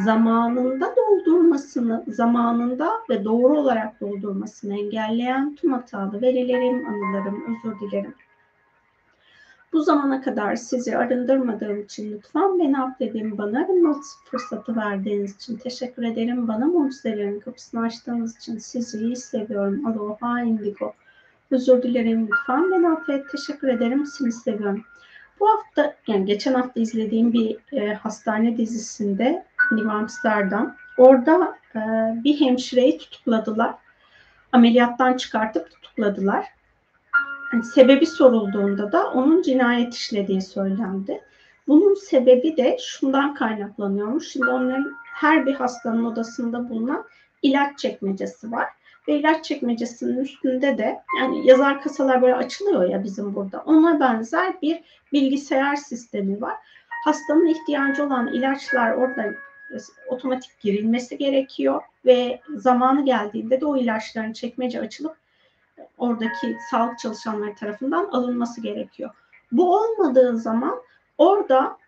zamanında ve doğru olarak doldurmasını engelleyen tüm hatalı verilerim, anılarım, özür dilerim. Bu zamana kadar sizi arındırmadığım için lütfen beni affedin. Bana arınma fırsatı verdiğiniz için teşekkür ederim. Bana mucizelerin kapısını açtığınız için sizi seviyorum. Aloha indigo. Özür dilerim. Lütfen beni affet. Teşekkür ederim. Seni seviyorum. Bu hafta, yani geçen hafta izlediğim bir hastane dizisinde New Amsterdam. Orada bir hemşireyi tutukladılar. Ameliyattan çıkartıp tutukladılar. Yani sebebi sorulduğunda da onun cinayet işlediği söylendi. Bunun sebebi de şundan kaynaklanıyormuş. Şimdi onların her bir hastanın odasında bulunan ilaç çekmecesi var. Ve ilaç çekmecesinin üstünde de yani yazar kasalar böyle açılıyor ya bizim burada. Ona benzer bir bilgisayar sistemi var. Hastanın ihtiyacı olan ilaçlar orada otomatik girilmesi gerekiyor ve zamanı geldiğinde de o ilaçların çekmece açılıp oradaki sağlık çalışanları tarafından alınması gerekiyor. Bu olmadığı zaman orada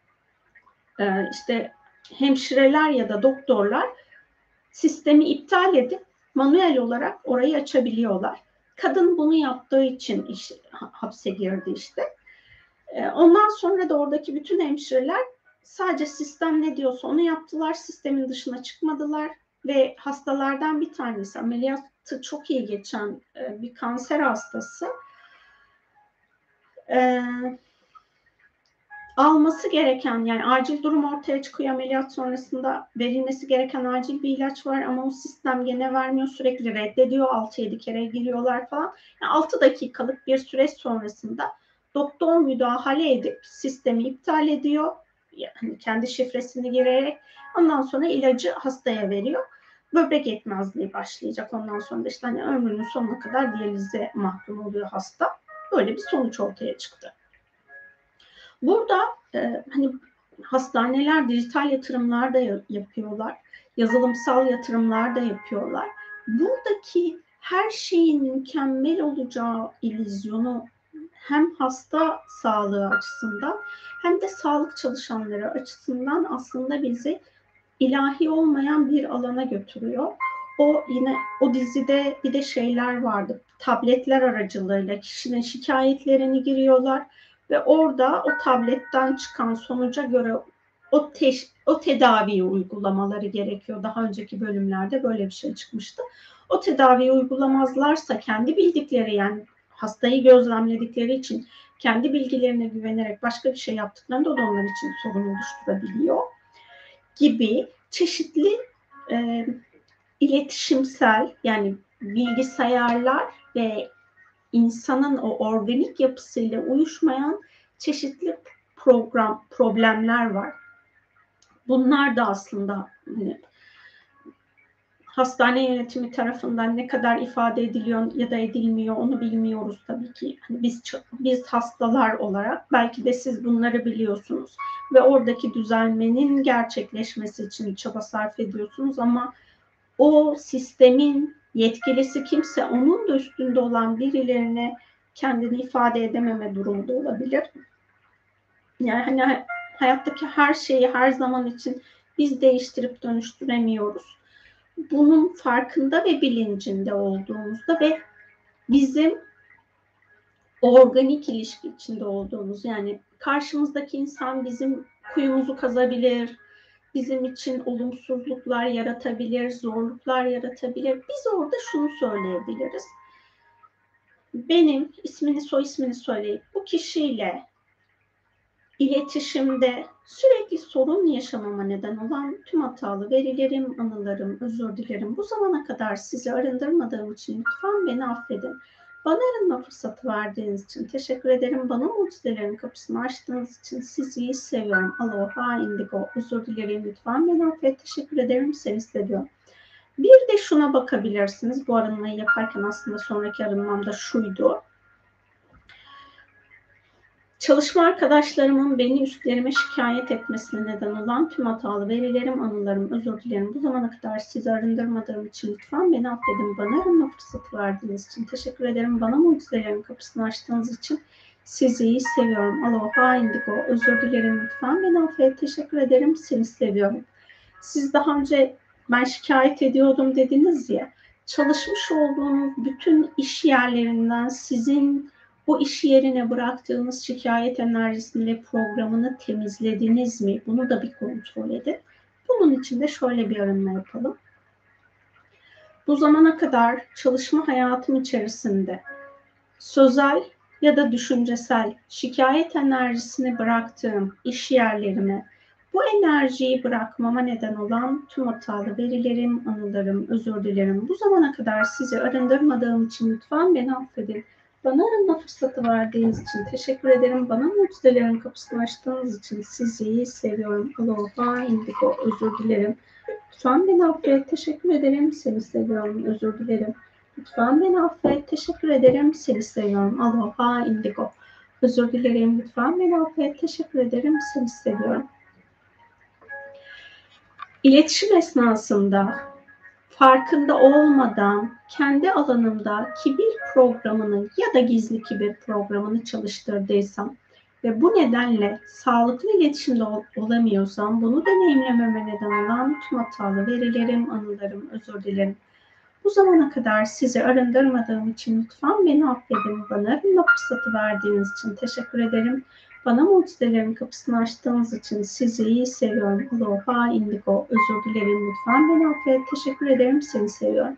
işte hemşireler ya da doktorlar sistemi iptal edip manuel olarak orayı açabiliyorlar. Kadın bunu yaptığı için hapse girdi işte. Ondan sonra da oradaki bütün hemşireler sadece sistem ne diyorsa onu yaptılar. Sistemin dışına çıkmadılar ve hastalardan bir tanesi ameliyatı çok iyi geçen bir kanser hastası alması gereken yani acil durum ortaya çıkıyor ameliyat sonrasında verilmesi gereken acil bir ilaç var ama o sistem gene vermiyor sürekli reddediyor 6-7 kere giriyorlar falan. Yani 6 dakikalık bir süreç sonrasında doktor müdahale edip sistemi iptal ediyor. Yani kendi şifresini girerek ondan sonra ilacı hastaya veriyor. Böbrek yetmezliği başlayacak. Ondan sonra da işte hani ömrünün sonuna kadar diyalize mahkum oluyor hasta. Böyle bir sonuç ortaya çıktı. Burada hani hastaneler dijital yatırımlar da yapıyorlar. Yazılımsal yatırımlar da yapıyorlar. Buradaki her şeyin mükemmel olacağı illüzyonu hem hasta sağlığı açısından hem de sağlık çalışanları açısından aslında bizi ilahi olmayan bir alana götürüyor. Yine o dizide bir de şeyler vardı. Tabletler aracılığıyla kişinin şikayetlerini giriyorlar ve orada o tabletten çıkan sonuca göre o tedaviyi uygulamaları gerekiyor. Daha önceki bölümlerde böyle bir şey çıkmıştı. O tedaviyi uygulamazlarsa kendi bildikleri yani hastayı gözlemledikleri için kendi bilgilerine güvenerek başka bir şey yaptıklarında o da onlar için sorun oluşturabiliyor gibi çeşitli iletişimsel yani bilgisayarlar ve insanın o organik yapısıyla uyuşmayan çeşitli problemler var. Bunlar da aslında hani, hastane yönetimi tarafından ne kadar ifade ediliyor ya da edilmiyor onu bilmiyoruz tabii ki. Hani biz hastalar olarak belki de siz bunları biliyorsunuz ve oradaki düzelmenin gerçekleşmesi için çaba sarf ediyorsunuz ama o sistemin yetkilisi kimse onun da üstünde olan birilerine kendini ifade edememe durumu da olabilir. Yani hani hayattaki her şeyi her zaman için biz değiştirip dönüştüremiyoruz. bunun farkında ve bilincinde olduğumuzda ve bizim organik ilişki içinde olduğumuz, yani karşımızdaki insan bizim kuyumuzu kazabilir, bizim için olumsuzluklar yaratabilir, zorluklar yaratabilir. Biz orada şunu söyleyebiliriz. Benim ismini, soy ismini söyleyip bu kişiyle iletişimde sürekli sorun yaşamama neden olan tüm hatalı verilerim, anılarım, özür dilerim. Bu zamana kadar sizi arındırmadığım için lütfen beni affedin. Bana arınma fırsatı verdiğiniz için teşekkür ederim. Bana mucizelerin kapısını açtığınız için sizi seviyorum. Aloha indigo. Özür dilerim. Lütfen beni affet. Teşekkür ederim. Seni seviyorum. Bir de şuna bakabilirsiniz. Bu arınmayı yaparken aslında sonraki arınmam da şuydu. Çalışma arkadaşlarımın beni üstlerime şikayet etmesine neden olan tüm hatalı verilerim, anılarım, özür dilerim. Bu zamana kadar sizi arındırmadığım için lütfen beni affedin. Bana arınma fırsatı verdiğiniz için teşekkür ederim. Bana mucizelerin kapısını açtığınız için sizi seviyorum. Aloha indigo. Özür dilerim. Lütfen beni affet. Teşekkür ederim. Seni seviyorum. Siz daha önce ben şikayet ediyordum dediniz ya. Çalışmış olduğunuz bütün iş yerlerinden sizin bu iş yerine bıraktığınız şikayet enerjisiyle programını temizlediniz mi? Bunu da bir kontrol edin. Bunun için de şöyle bir arınma yapalım. Bu zamana kadar çalışma hayatım içerisinde sözel ya da düşüncesel şikayet enerjisini bıraktığım iş yerlerime bu enerjiyi bırakmama neden olan tüm hatalı verilerim, anılarım, özür dilerim. Bu zamana kadar sizi arındırmadığım için lütfen beni affedin. Bana arınma fırsatı verdiğiniz için teşekkür ederim. Bana mucizelerin kapısını açtığınız için sizi seviyorum. Aloha indigo. Özür dilerim. Lütfen beni affet. Teşekkür ederim. Seni seviyorum. Özür dilerim. Lütfen beni affet. Teşekkür ederim. Seni seviyorum. Aloha indigo. Özür dilerim. Lütfen beni affet. Teşekkür ederim. Seni seviyorum. İletişim esnasında farkında olmadan kendi alanımda kibir programını ya da gizli kibir programını çalıştırdıysam ve bu nedenle sağlıklı iletişimde olamıyorsam bunu deneyimlememe neden olan tüm hatalı verilerim, anılarım, özür dilerim. Bu zamana kadar sizi arındırmadığım için lütfen beni affedin. Bana arınma fırsatı verdiğiniz için teşekkür ederim. Bana mucizelerin kapısını açtığınız için sizi iyi seviyorum. Aloha indigo. Özür dilerim. Lütfen beni affet. Teşekkür ederim. Seni seviyorum.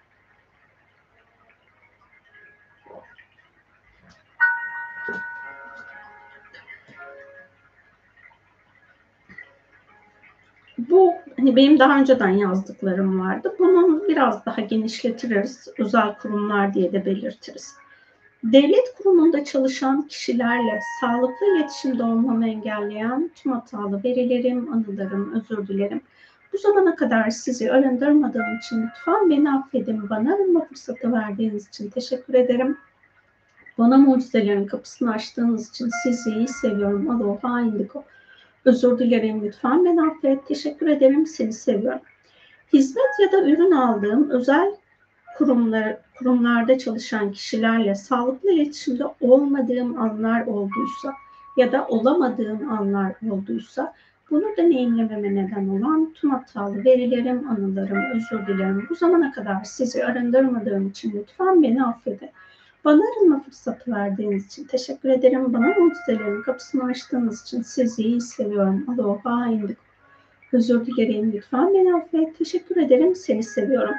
Bu benim daha önceden yazdıklarım vardı. Bunu biraz daha genişletiriz. Özel kurumlar diye de belirtiriz. Devlet kurumunda çalışan kişilerle sağlıklı iletişimde olmamı engelleyen tüm hatalı verilerim, anılarım, özür dilerim. Bu zamana kadar sizi arındırmadığım için lütfen beni affedin. Bana arınma fırsatı verdiğiniz için teşekkür ederim. Bana mucizelerin kapısını açtığınız için sizi iyi seviyorum. Aloha indigo. Özür dilerim. Lütfen beni affet. Teşekkür ederim. Seni seviyorum. Hizmet ya da ürün aldığım özel kurumlarda çalışan kişilerle sağlıklı iletişimde olmadığım anlar olduysa ya da olamadığım anlar olduysa bunu deneyimlememe neden olan tüm hatalı verilerim, anılarım, özür dilerim. Bu zamana kadar sizi arındırmadığım için lütfen beni affedin. Bana arınma fırsatı verdiğiniz için teşekkür ederim. Bana mucizelerin kapısını açtığınız için sizi iyi seviyorum. Aloha indigo. Özür dilerim. Lütfen beni affet. Teşekkür ederim. Seni seviyorum.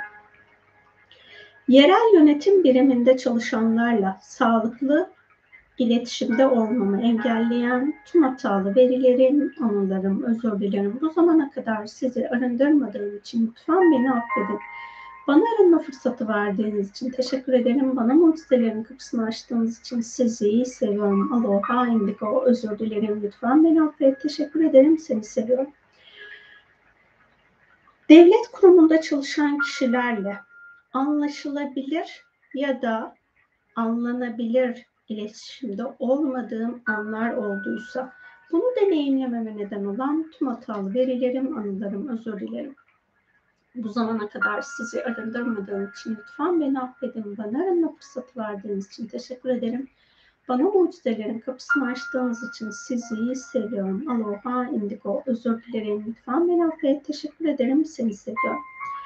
Yerel yönetim biriminde çalışanlarla sağlıklı iletişimde olmamı engelleyen tüm hatalı verilerim, anılarım, özür dilerim. Bu zamana kadar sizi arındırmadığım için lütfen beni affedin. Bana arınma fırsatı verdiğiniz için teşekkür ederim. Bana mucizelerin kapısını açtığınız için sizi iyi seviyorum. Aloha indigo. Özür dilerim. Lütfen beni affet. Teşekkür ederim. Seni seviyorum. Devlet kurumunda çalışan kişilerle anlaşılabilir ya da anlanabilir iletişimde olmadığım anlar olduysa bunu deneyimlememe neden olan tüm hatalı verilerim, anılarım, özür dilerim. Bu zamana kadar sizi arındırmadığım için lütfen beni affedin. Bana arınma fırsatı verdiğiniz için teşekkür ederim. Bana mucizelerin kapısını açtığınız için sizi iyi seviyorum. Aloha indigo. Özür dilerim. Lütfen beni affet. Teşekkür ederim. Seni seviyorum.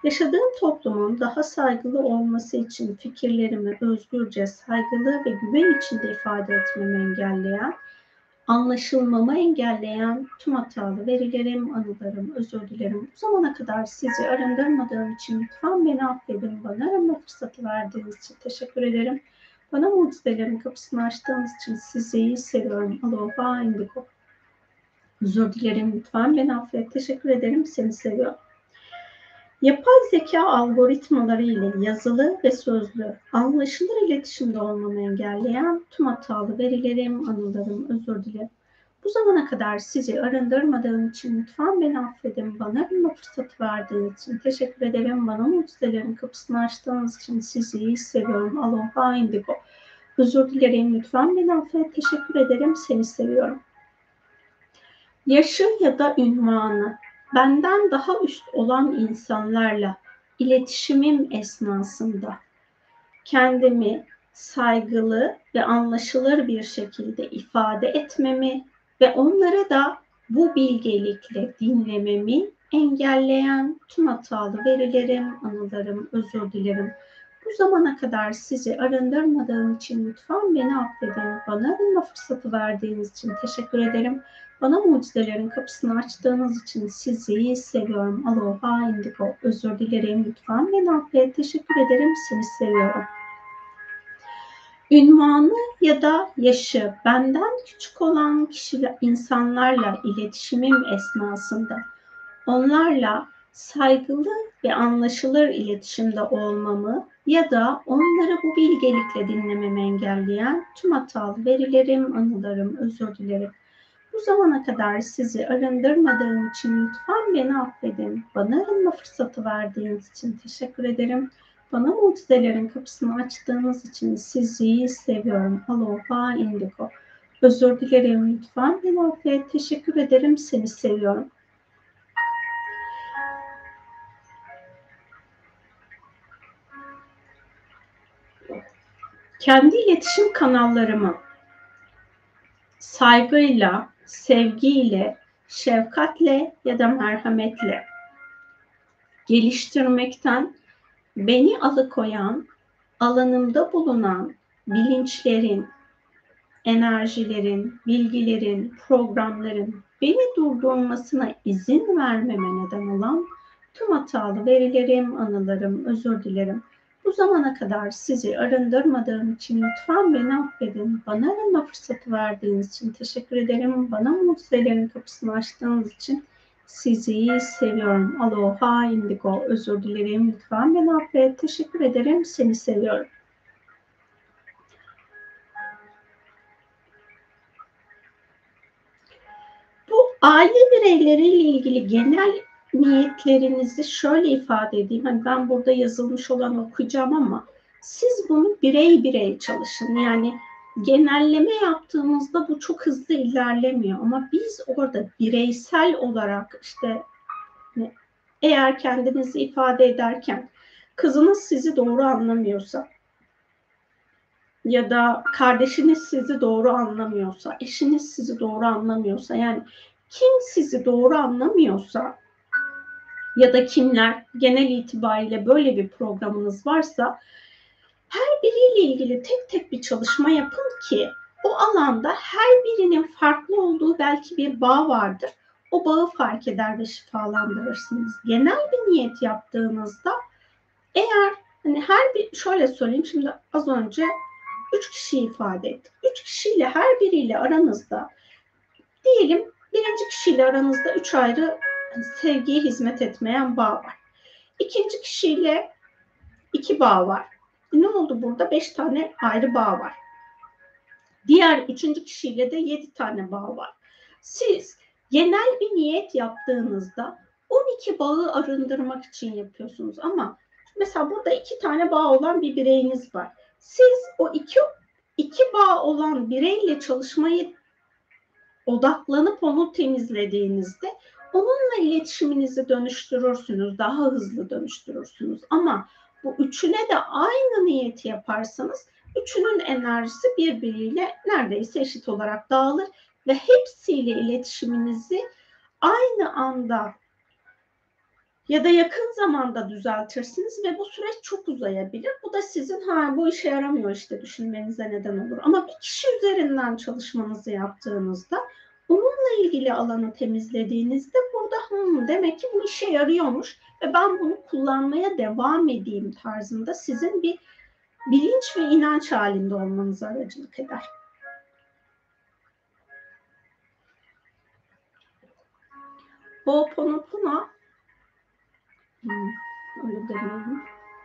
Yaşadığım toplumun daha saygılı olması için fikirlerimi özgürce, saygılı ve güven içinde ifade etmemi engelleyen, anlaşılmamı engelleyen tüm hatalı verilerim, anılarım, özür dilerim. Bu zamana kadar sizi arındırmadığım için lütfen beni affedin. Bana arınma fırsatı verdiğiniz için teşekkür ederim. Bana mucizelerin kapısını açtığınız için sizi iyi seviyorum. Aloha indigo. Özür dilerim, lütfen beni affet. Teşekkür ederim, seni seviyorum. Yapay zeka algoritmaları ile yazılı ve sözlü, anlaşılır iletişimde olmamı engelleyen tüm hatalı verilerim, anılarım, özür dilerim. Bu zamana kadar sizi arındırmadığım için lütfen beni affedin. Bana arınma fırsatı verdiğiniz için teşekkür ederim. Bana mucizelerin kapısını açtığınız için sizi iyi seviyorum. Aloha indigo. Özür dilerim. Lütfen beni affet. Teşekkür ederim. Seni seviyorum. Yaşı ya da ünvanı benden daha üst olan insanlarla iletişimim esnasında kendimi saygılı ve anlaşılır bir şekilde ifade etmemi ve onlara da bu bilgelikle dinlememi engelleyen tüm hatalı verilerim, anılarım, özür dilerim. Bu zamana kadar sizi arındırmadığım için lütfen beni affedin. Bana arınma fırsatı verdiğiniz için teşekkür ederim. Bana mucizelerin kapısını açtığınız için sizi seviyorum. Aloha indigo. Özür dilerim. Lütfen beni affet. Teşekkür ederim. Seni seviyorum. Ünvanı ya da yaşı benden küçük olan insanlarla iletişimim esnasında onlarla saygılı ve anlaşılır iletişimde olmamı ya da onları bu bilgelikle dinlememi engelleyen tüm hatalı verilerim, anılarım, özür dilerim. Bu zamana kadar sizi arındırmadığım için lütfen beni affedin. Bana arınma fırsatı verdiğiniz için teşekkür ederim. Bana mucizelerin kapısını açtığınız için sizi seviyorum. Aloha indigo. Özür dilerim, lütfen beni affet. Teşekkür ederim, seni seviyorum. Kendi iletişim kanallarımı saygıyla, sevgiyle, şefkatle ya da merhametle geliştirmekten beni alıkoyan, alanımda bulunan bilinçlerin, enerjilerin, bilgilerin, programların beni durdurmasına izin vermeme neden olan tüm hatalı verilerim, anılarım, özür dilerim. Bu zamana kadar sizi arındırmadığım için lütfen beni affedin. Bana arınma fırsatı verdiğiniz için teşekkür ederim. Bana mucizelerin kapısını açtığınız için sizi seviyorum. Aloha indigo. Özür dilerim. Lütfen beni affet. Teşekkür ederim. Seni seviyorum. Bu aile bireyleriyle ilgili genel niyetlerinizi şöyle ifade edeyim. Hani ben burada yazılmış olan okuyacağım ama siz bunu birey birey çalışın. Yani genelleme yaptığımızda bu çok hızlı ilerlemiyor. Ama biz orada bireysel olarak işte eğer kendinizi ifade ederken kızınız sizi doğru anlamıyorsa ya da kardeşiniz sizi doğru anlamıyorsa, eşiniz sizi doğru anlamıyorsa, yani kim sizi doğru anlamıyorsa ya da kimler genel itibariyle böyle bir programınız varsa her biriyle ilgili tek tek bir çalışma yapın ki o alanda her birinin farklı olduğu belki bir bağ vardır. O bağı fark eder ve şifalandırırsınız. Genel bir niyet yaptığınızda eğer hani her bir şöyle söyleyeyim şimdi az önce 3 kişi ifade ettik. 3 kişiyle her biriyle aranızda diyelim birinci kişiyle aranızda 3 ayrı sevgiye hizmet etmeyen bağ var. İkinci kişiyle 2 bağ var. Ne oldu burada? 5 tane ayrı bağ var. Diğer 3. kişiyle de 7 tane bağ var. Siz genel bir niyet yaptığınızda 12 bağı arındırmak için yapıyorsunuz ama mesela burada 2 tane bağ olan bir bireyiniz var. Siz o iki bağ olan bireyle çalışmayı odaklanıp onu temizlediğinizde onunla iletişiminizi dönüştürürsünüz. Daha hızlı dönüştürürsünüz. Ama bu üçüne de aynı niyeti yaparsanız üçünün enerjisi birbiriyle neredeyse eşit olarak dağılır ve hepsiyle iletişiminizi aynı anda Ya da yakın zamanda düzeltirsiniz ve bu süreç çok uzayabilir. Bu da sizin bu işe yaramıyor işte düşünmenize neden olur. Ama bir kişi üzerinden çalışmanızı yaptığınızda, onunla ilgili alanı temizlediğinizde burada demek ki bu işe yarıyormuş ve ben bunu kullanmaya devam edeyim tarzında sizin bir bilinç ve inanç halinde olmanıza aracılık eder. Ho'oponopono öyle demeyelim.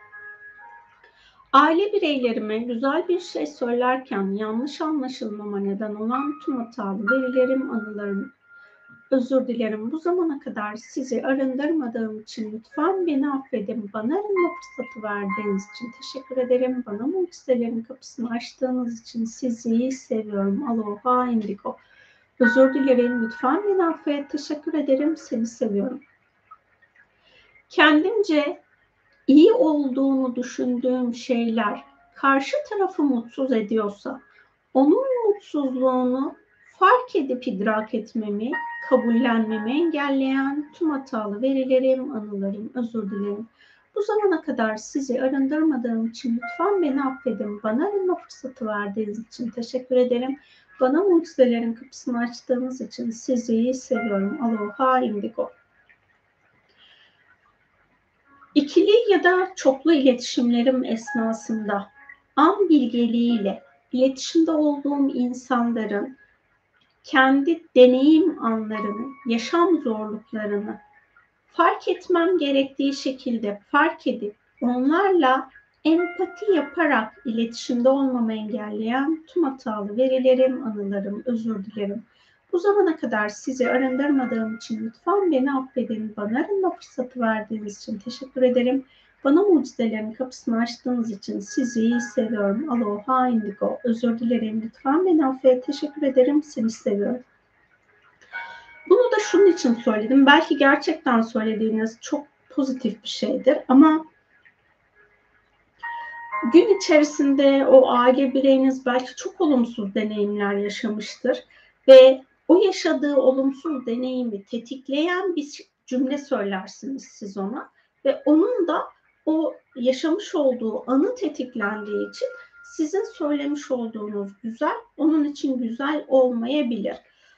Aile bireylerime güzel bir şey söylerken yanlış anlaşılmama neden olan tüm hatalı verilerim, anılarım, özür dilerim. Bu zamana kadar sizi arındırmadığım için lütfen beni affedin. Bana arınma fırsatı verdiğiniz için teşekkür ederim. Bana mucizelerin kapısını açtığınız için sizi seviyorum. Aloha indigo. Özür dilerim. Lütfen beni affet. Teşekkür ederim. Seni seviyorum. Kendimce iyi olduğunu düşündüğüm şeyler karşı tarafı mutsuz ediyorsa, onun mutsuzluğunu fark edip idrak etmemi, kabullenmemi engelleyen tüm hatalı verilerim, anılarım, özür dilerim. Bu zamana kadar sizi arındırmadığım için lütfen beni affedin. Bana arınma fırsatı verdiğiniz için teşekkür ederim. Bana mucizelerin kapısını açtığınız için sizi seviyorum. Aloha indigo. İkili ya da çoklu iletişimlerim esnasında an bilgeliğiyle iletişimde olduğum insanların kendi deneyim anlarını, yaşam zorluklarını fark etmem gerektiği şekilde fark edip onlarla empati yaparak iletişimde olmamı engelleyen tüm hatalı verilerim, anılarım, özür dilerim. Bu zamana kadar sizi arındırmadığım için lütfen beni affedin. Bana arınma fırsatı verdiğiniz için teşekkür ederim. Bana mucizelerin kapısını açtığınız için sizi seviyorum. Aloha indigo. Özür dilerim. Lütfen beni affet. Teşekkür ederim. Seni seviyorum. Bunu da şunun için söyledim. Belki gerçekten söylediğiniz çok pozitif bir şeydir ama gün içerisinde o aile bireyiniz belki çok olumsuz deneyimler yaşamıştır ve o yaşadığı olumsuz deneyimi tetikleyen bir cümle söylersiniz siz ona ve onun da o yaşamış olduğu anı tetiklendiği için sizin söylemiş olduğunuz güzel, onun için güzel olmayabilir.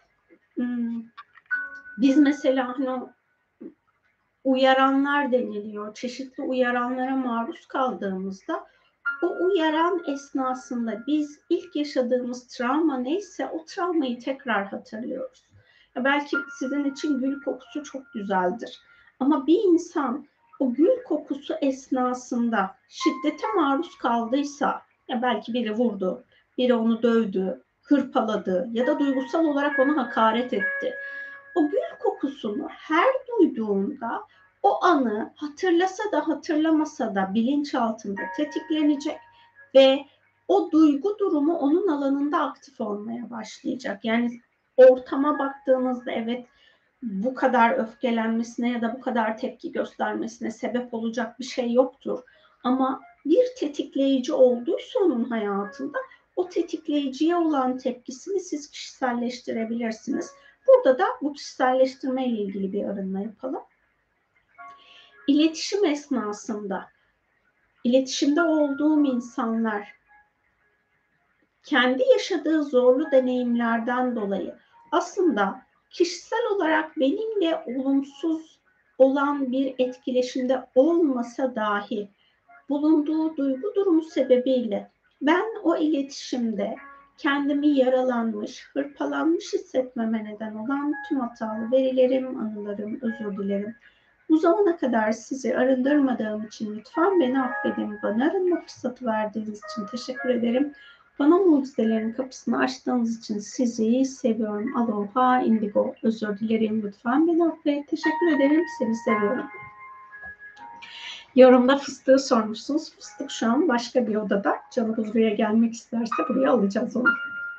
Biz mesela hani uyaranlar deniliyor. Çeşitli uyaranlara maruz kaldığımızda o uyaran esnasında biz ilk yaşadığımız travma neyse o travmayı tekrar hatırlıyoruz. Belki sizin için gül kokusu çok güzeldir. Ama bir insan o gül kokusu esnasında şiddete maruz kaldıysa, ya belki biri vurdu, biri onu dövdü, hırpaladı ya da duygusal olarak ona hakaret etti. O gül kokusunu her duyduğunda o anı hatırlasa da hatırlamasa da bilinçaltında tetiklenecek ve o duygu durumu onun alanında aktif olmaya başlayacak. Yani ortama baktığınızda evet bu kadar öfkelenmesine ya da bu kadar tepki göstermesine sebep olacak bir şey yoktur. Ama bir tetikleyici olduysa onun hayatında o tetikleyiciye olan tepkisini siz kişiselleştirebilirsiniz. Burada da bu kişiselleştirme ile ilgili bir arınma yapalım. İletişim esnasında, iletişimde olduğum insanlar kendi yaşadığı zorlu deneyimlerden dolayı aslında kişisel olarak benimle olumsuz olan bir etkileşimde olmasa dahi bulunduğu duygu durumu sebebiyle ben o iletişimde kendimi yaralanmış, hırpalanmış hissetmeme neden olan tüm hatalı verilerim, anılarım, özür dilerim. Bu zamana kadar sizi arındırmadığım için lütfen beni affedin. Bana arınma fırsatı verdiğiniz için teşekkür ederim. Bana mucizelerin kapısını açtığınız için sizi seviyorum. Aloha indigo. Özür dilerim. Lütfen beni affet. Teşekkür ederim. Seni seviyorum. Yorumda fıstığı sormuşsunuz. Fıstık şu an başka bir odada. Canı buraya gelmek isterse buraya alacağız onu.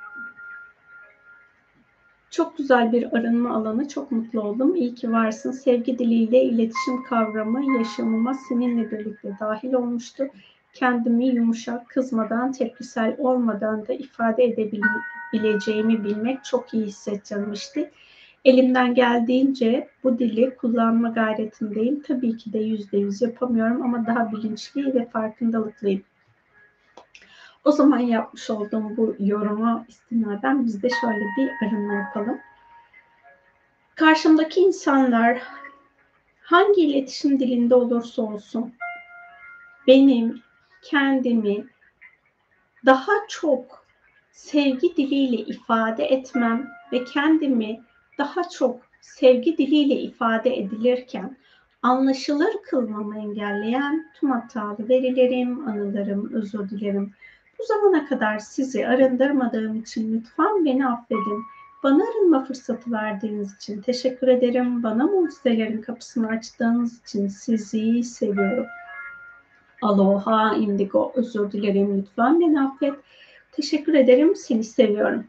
Çok güzel bir arınma alanı. Çok mutlu oldum. İyi ki varsın. Sevgi diliyle iletişim kavramı yaşamıma seninle birlikte dahil olmuştu. Kendimi yumuşak, kızmadan, tepkisel olmadan da ifade edebileceğimi bilmek çok iyi hissettirmişti. Elimden geldiğince bu dili kullanma gayretindeyim. Tabii ki de %100 yapamıyorum ama daha bilinçli ve farkındalıklıyım. O zaman yapmış olduğum bu yoruma istinaden biz de şöyle bir arınma yapalım. Karşımdaki insanlar hangi iletişim dilinde olursa olsun benim kendimi daha çok sevgi diliyle ifade etmem ve kendimi daha çok sevgi diliyle ifade edilirken anlaşılır kılmamı engelleyen tüm hatalı verilerim, anılarım, özür dilerim. Bu zamana kadar sizi arındırmadığım için lütfen beni affedin. Bana arınma fırsatı verdiğiniz için teşekkür ederim. Bana mucizelerin kapısını açtığınız için sizi seviyorum. Aloha Indigo, özür dilerim, lütfen beni affet. Teşekkür ederim, seni seviyorum.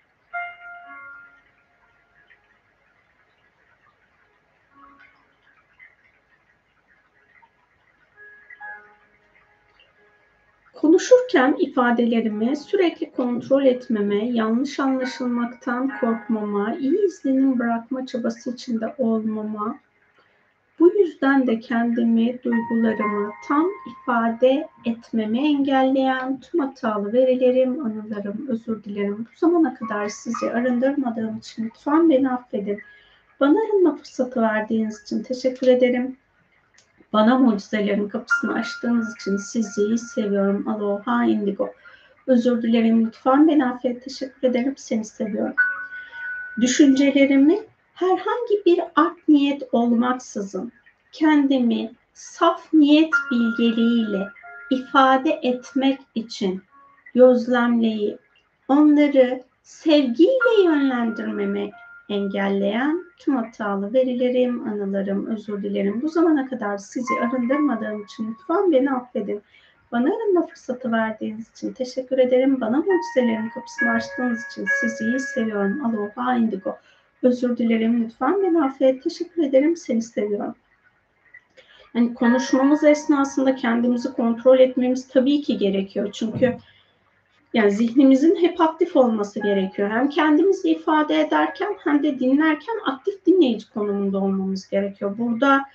Konuşurken ifadelerimi sürekli kontrol etmeme, yanlış anlaşılmaktan korkmama, iyi izlenim bırakma çabası içinde olmama, bu yüzden de kendimi, duygularımı tam ifade etmemi engelleyen tüm hatalı verilerim, anılarım, özür dilerim. Bu zamana kadar sizi arındırmadığım için lütfen beni affedin. Bana arınma fırsatı verdiğiniz için teşekkür ederim. Bana mucizelerin kapısını açtığınız için sizi seviyorum. Aloha Indigo. Özür dilerim, lütfen beni affet. Teşekkür ederim, seni seviyorum. Düşüncelerimi herhangi bir art niyet olmaksızın kendimi saf niyet bilgeliğiyle ifade etmek için gözlemleyip onları sevgiyle yönlendirmemi engelleyen tüm hatalı verilerim, anılarım, özür dilerim. Bu zamana kadar sizi arındırmadığım için lütfen beni affedin. Bana arınma fırsatı verdiğiniz için teşekkür ederim. Bana mucizelerin kapısını açtığınız için sizi seviyorum. Aloha Indigo. Özür dilerim. Lütfen beni affet. Teşekkür ederim. Seni seviyorum. Yani konuşmamız esnasında kendimizi kontrol etmemiz tabii ki gerekiyor. Çünkü yani zihnimizin hep aktif olması gerekiyor. Hem kendimizi ifade ederken hem de dinlerken aktif dinleyici konumunda olmamız gerekiyor. Burada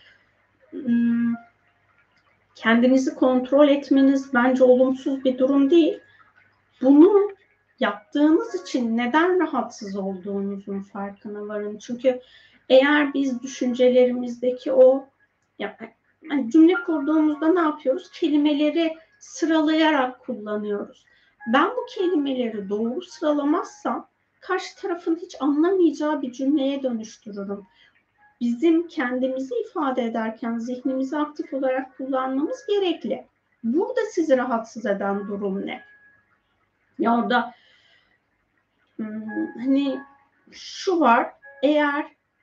kendinizi kontrol etmeniz bence olumsuz bir durum değil. Bunu yaptığınız için neden rahatsız olduğunuzun farkına varın. Çünkü eğer biz düşüncelerimizdeki o yani cümle kurduğumuzda ne yapıyoruz? Kelimeleri sıralayarak kullanıyoruz. Ben bu kelimeleri doğru sıralamazsam karşı tarafın hiç anlamayacağı bir cümleye dönüştürürüm. Bizim kendimizi ifade ederken zihnimizi aktif olarak kullanmamız gerekli. Burada sizi rahatsız eden durum ne? Ya orada hani şu var, eğer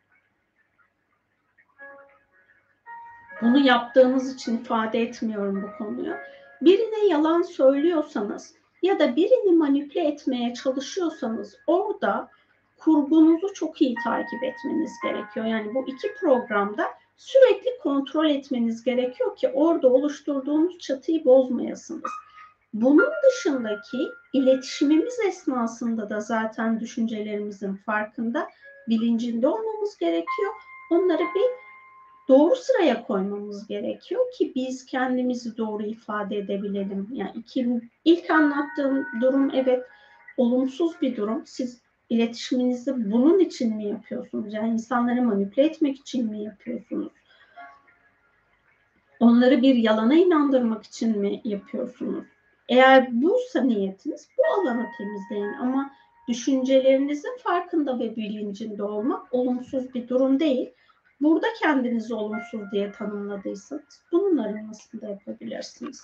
bunu yaptığınız için ifade etmiyorum bu konuyu. Birine yalan söylüyorsanız ya da birini manipüle etmeye çalışıyorsanız orada kurgunuzu çok iyi takip etmeniz gerekiyor. Yani bu iki programda sürekli kontrol etmeniz gerekiyor ki orada oluşturduğunuz çatıyı bozmayasınız. Bunun dışındaki iletişimimiz esnasında da zaten düşüncelerimizin farkında, bilincinde olmamız gerekiyor. Onları bir doğru sıraya koymamız gerekiyor ki biz kendimizi doğru ifade edebilelim. Yani ilk anlattığım durum evet olumsuz bir durum. Siz iletişiminizi bunun için mi yapıyorsunuz? Yani insanları manipüle etmek için mi yapıyorsunuz? Onları bir yalana inandırmak için mi yapıyorsunuz? Eğer buysa niyetiniz bu alanı temizleyin ama düşüncelerinizin farkında ve bilincinde olmak olumsuz bir durum değil. Burada kendinizi olumsuz diye tanımladıysanız bunun arınmasını da yapabilirsiniz.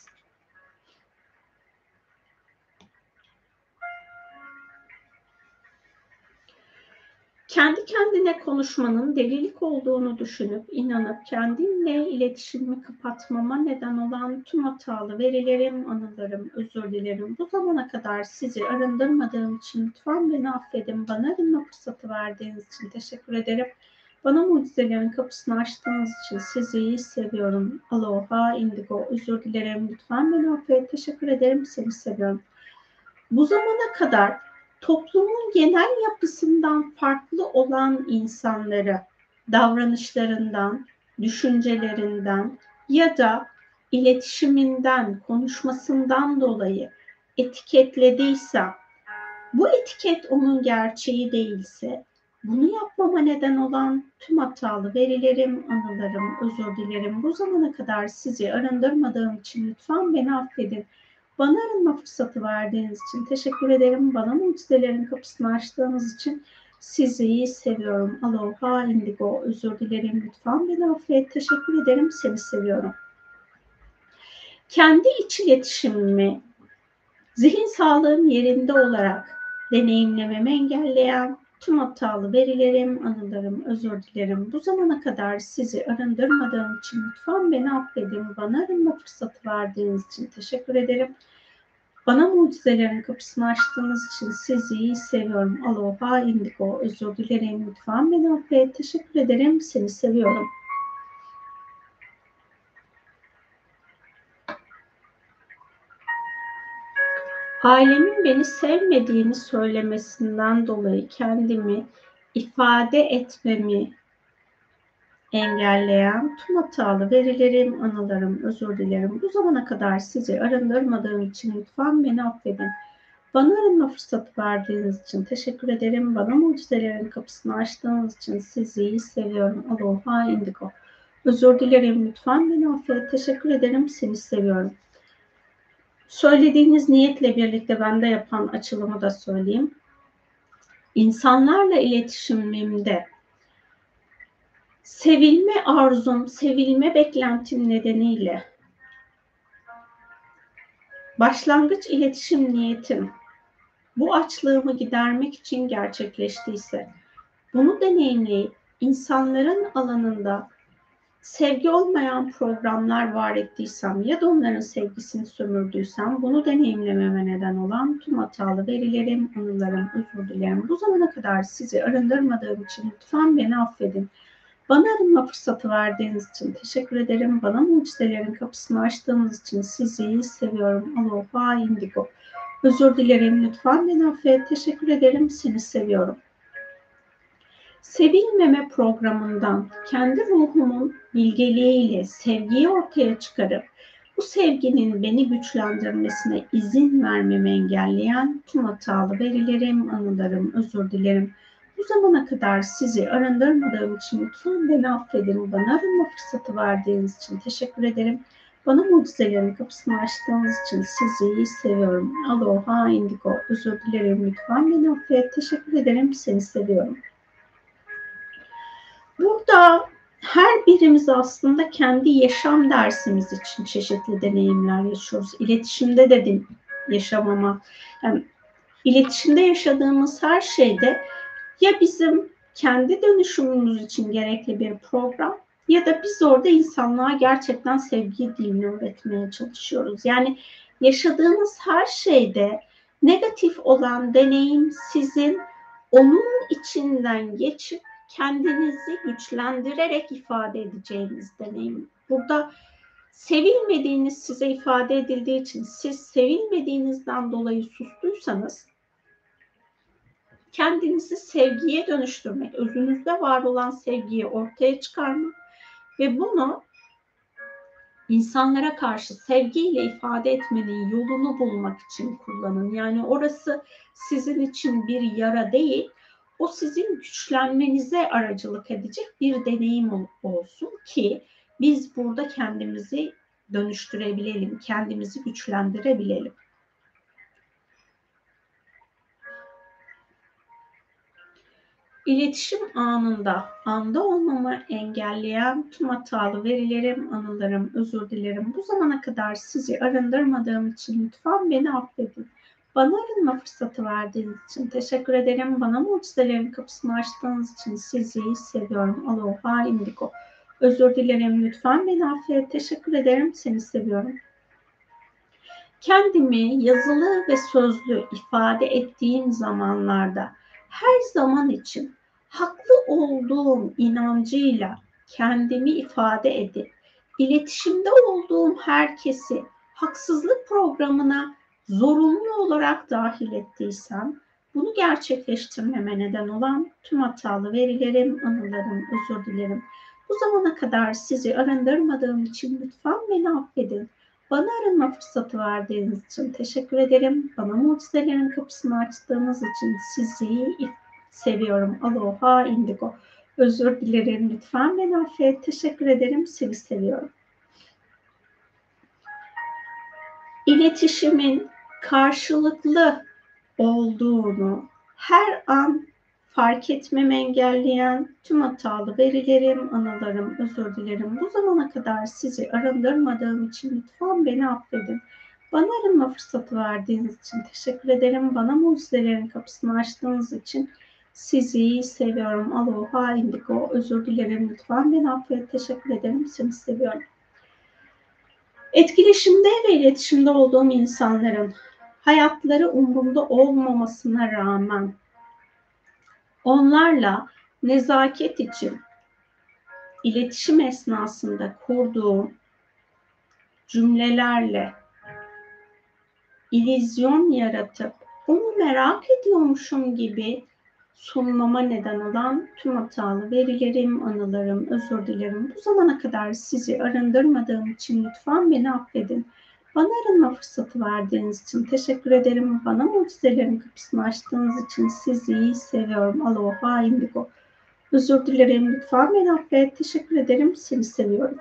Kendi kendine konuşmanın delilik olduğunu düşünüp, inanıp kendimle iletişimimi kapatmama neden olan tüm hatalı verilerim, anılarım, özür dilerim. Bu zamana kadar sizi arındırmadığım için lütfen beni affedin. Bana arınma fırsatı verdiğiniz için teşekkür ederim. Bana mucizelerin kapısını açtığınız için sizi seviyorum. Aloha Indigo, özür dilerim. Lütfen beni affet. Teşekkür ederim. Seni seviyorum. Bu zamana kadar toplumun genel yapısından farklı olan insanları davranışlarından, düşüncelerinden ya da iletişiminden, konuşmasından dolayı etiketlediysem, bu etiket onun gerçeği değilse, bunu yapmama neden olan tüm hatalı verilerim, anılarım, özür dilerim. Bu zamana kadar sizi arındırmadığım için lütfen beni affedin. Bana arınma fırsatı verdiğiniz için teşekkür ederim. Bana mucizelerin kapısını açtığınız için sizi seviyorum. Aloha indigo. Özür dilerim. Lütfen beni affet. Teşekkür ederim. Seni seviyorum. Kendi iç iletişimimi zihin sağlığım yerinde olarak deneyimlememi engelleyen tüm hatalı verilerim, anılarım, özür dilerim. Bu zamana kadar sizi arındırmadığım için lütfen beni affedin. Bana arınma fırsatı verdiğiniz için teşekkür ederim. Bana mucizelerin kapısını açtığınız için sizi seviyorum. Aloha indigo. Özür dilerim. Lütfen beni affet. Teşekkür ederim. Seni seviyorum. Ailemin beni sevmediğini söylemesinden dolayı kendimi ifade etmemi engelleyen tüm hatalı verilerim, anılarım, özür dilerim. Bu zamana kadar sizi arındırmadığım için lütfen beni affedin. Bana arınma fırsatı verdiğiniz için teşekkür ederim. Bana mucizelerin kapısını açtığınız için sizi seviyorum. Aloha indigo. Özür dilerim. Lütfen beni affet. Teşekkür ederim. Seni seviyorum. Söylediğiniz niyetle birlikte bende yapan açılımı da söyleyeyim. İnsanlarla iletişimimde sevilme arzum, sevilme beklentim nedeniyle başlangıç iletişim niyetim bu açlığımı gidermek için gerçekleştiyse, bunu deneyimleyip insanların alanında sevgi olmayan programlar var ettiysem ya da onların sevgisini sömürdüysem, bunu deneyimlememe neden olan tüm hatalı verilerim, anılarım, özür dilerim. Bu zamana kadar sizi arındırmadığım için lütfen beni affedin. Bana arınma fırsatı verdiğiniz için teşekkür ederim. Bana mucizelerin kapısını açtığınız için sizi seviyorum. Aloha indigo. Özür dilerim. Lütfen beni affet. Teşekkür ederim. Seni seviyorum. Sevilmeme programından kendi ruhumun bilgeliğiyle sevgiyi ortaya çıkarıp bu sevginin beni güçlendirmesine izin vermemi engelleyen tüm hatalı verilerim, anılarım, özür dilerim. Bu zamana kadar sizi arındırmadığım için lütfen beni affedin. Bana arınma fırsatı verdiğiniz için teşekkür ederim. Bana mucizelerin kapısını açtığınız için sizi seviyorum. Aloha indigo. Özür dilerim. Lütfen beni affet. Teşekkür ederim. Seni seviyorum. Burada her birimiz aslında kendi yaşam dersimiz için çeşitli deneyimler yaşıyoruz. İletişimde de yaşamama, yani iletişimde yaşadığımız her şeyde ya bizim kendi dönüşümümüz için gerekli bir program ya da biz orada insanlığa gerçekten sevgi dilini öğretmeye çalışıyoruz. Yani yaşadığınız her şeyde negatif olan deneyim sizin onun içinden geçip kendinizi güçlendirerek ifade edeceğiniz deneyim. Burada sevilmediğiniz size ifade edildiği için siz sevilmediğinizden dolayı sustuysanız kendinizi sevgiye dönüştürmek, özünüzde var olan sevgiyi ortaya çıkarmak ve bunu insanlara karşı sevgiyle ifade etmenin yolunu bulmak için kullanın. Yani orası sizin için bir yara değil, o sizin güçlenmenize aracılık edecek bir deneyim olsun ki biz burada kendimizi dönüştürebilelim, kendimizi güçlendirebilelim. İletişim anda olmamı engelleyen tüm hatalı verilerim, anılarım, özür dilerim. Bu zamana kadar sizi arındırmadığım için lütfen beni affedin. Bana arınma fırsatı verdiğiniz için teşekkür ederim. Bana mucizelerin kapısını açtığınız için sizi seviyorum. Aloha indigo. Özür dilerim. Lütfen beni affet. Teşekkür ederim. Seni seviyorum. Kendimi yazılı ve sözlü ifade ettiğim zamanlarda her zaman için haklı olduğum inancıyla kendimi ifade edip iletişimde olduğum herkesi haksızlık programına zorunlu olarak dahil ettiysem Bunu gerçekleştirmeme neden olan tüm hatalı verilerim, anılarım, özür dilerim. Bu zamana kadar sizi arındırmadığım için lütfen beni affedin. Bana arınma fırsatı verdiğiniz için teşekkür ederim. Bana mucizelerin kapısını açtığınız için sizi seviyorum. Aloha indigo. Özür dilerim. Lütfen beni affet. Teşekkür ederim. Seni seviyorum. İletişimin karşılıklı olduğunu her an fark etmemi engelleyen tüm hatalı verilerim, anılarım, özür dilerim. Bu zamana kadar sizi arındırmadığım için lütfen beni affedin. Bana arınma fırsatı verdiğiniz için teşekkür ederim. Bana mucizelerin kapısını açtığınız için sizi seviyorum. Aloha indigo. Özür dilerim. Lütfen beni affet. Teşekkür ederim. Seni seviyorum. Etkileşimde ve iletişimde olduğum insanların hayatları umurumda olmamasına rağmen onlarla nezaket için iletişim esnasında kurduğum cümlelerle illüzyon yaratıp onu merak ediyormuşum gibi sunmama neden olan tüm hatalı verilerim, anılarım, özür dilerim. Bu zamana kadar sizi arındırmadığım için lütfen beni affedin. Bana arınma fırsatı verdiğiniz için teşekkür ederim. Bana mucizelerin kapısını açtığınız için sizi seviyorum. Aloha indigo. Özür dilerim. Lütfen beni affet. Teşekkür ederim. Seni seviyorum.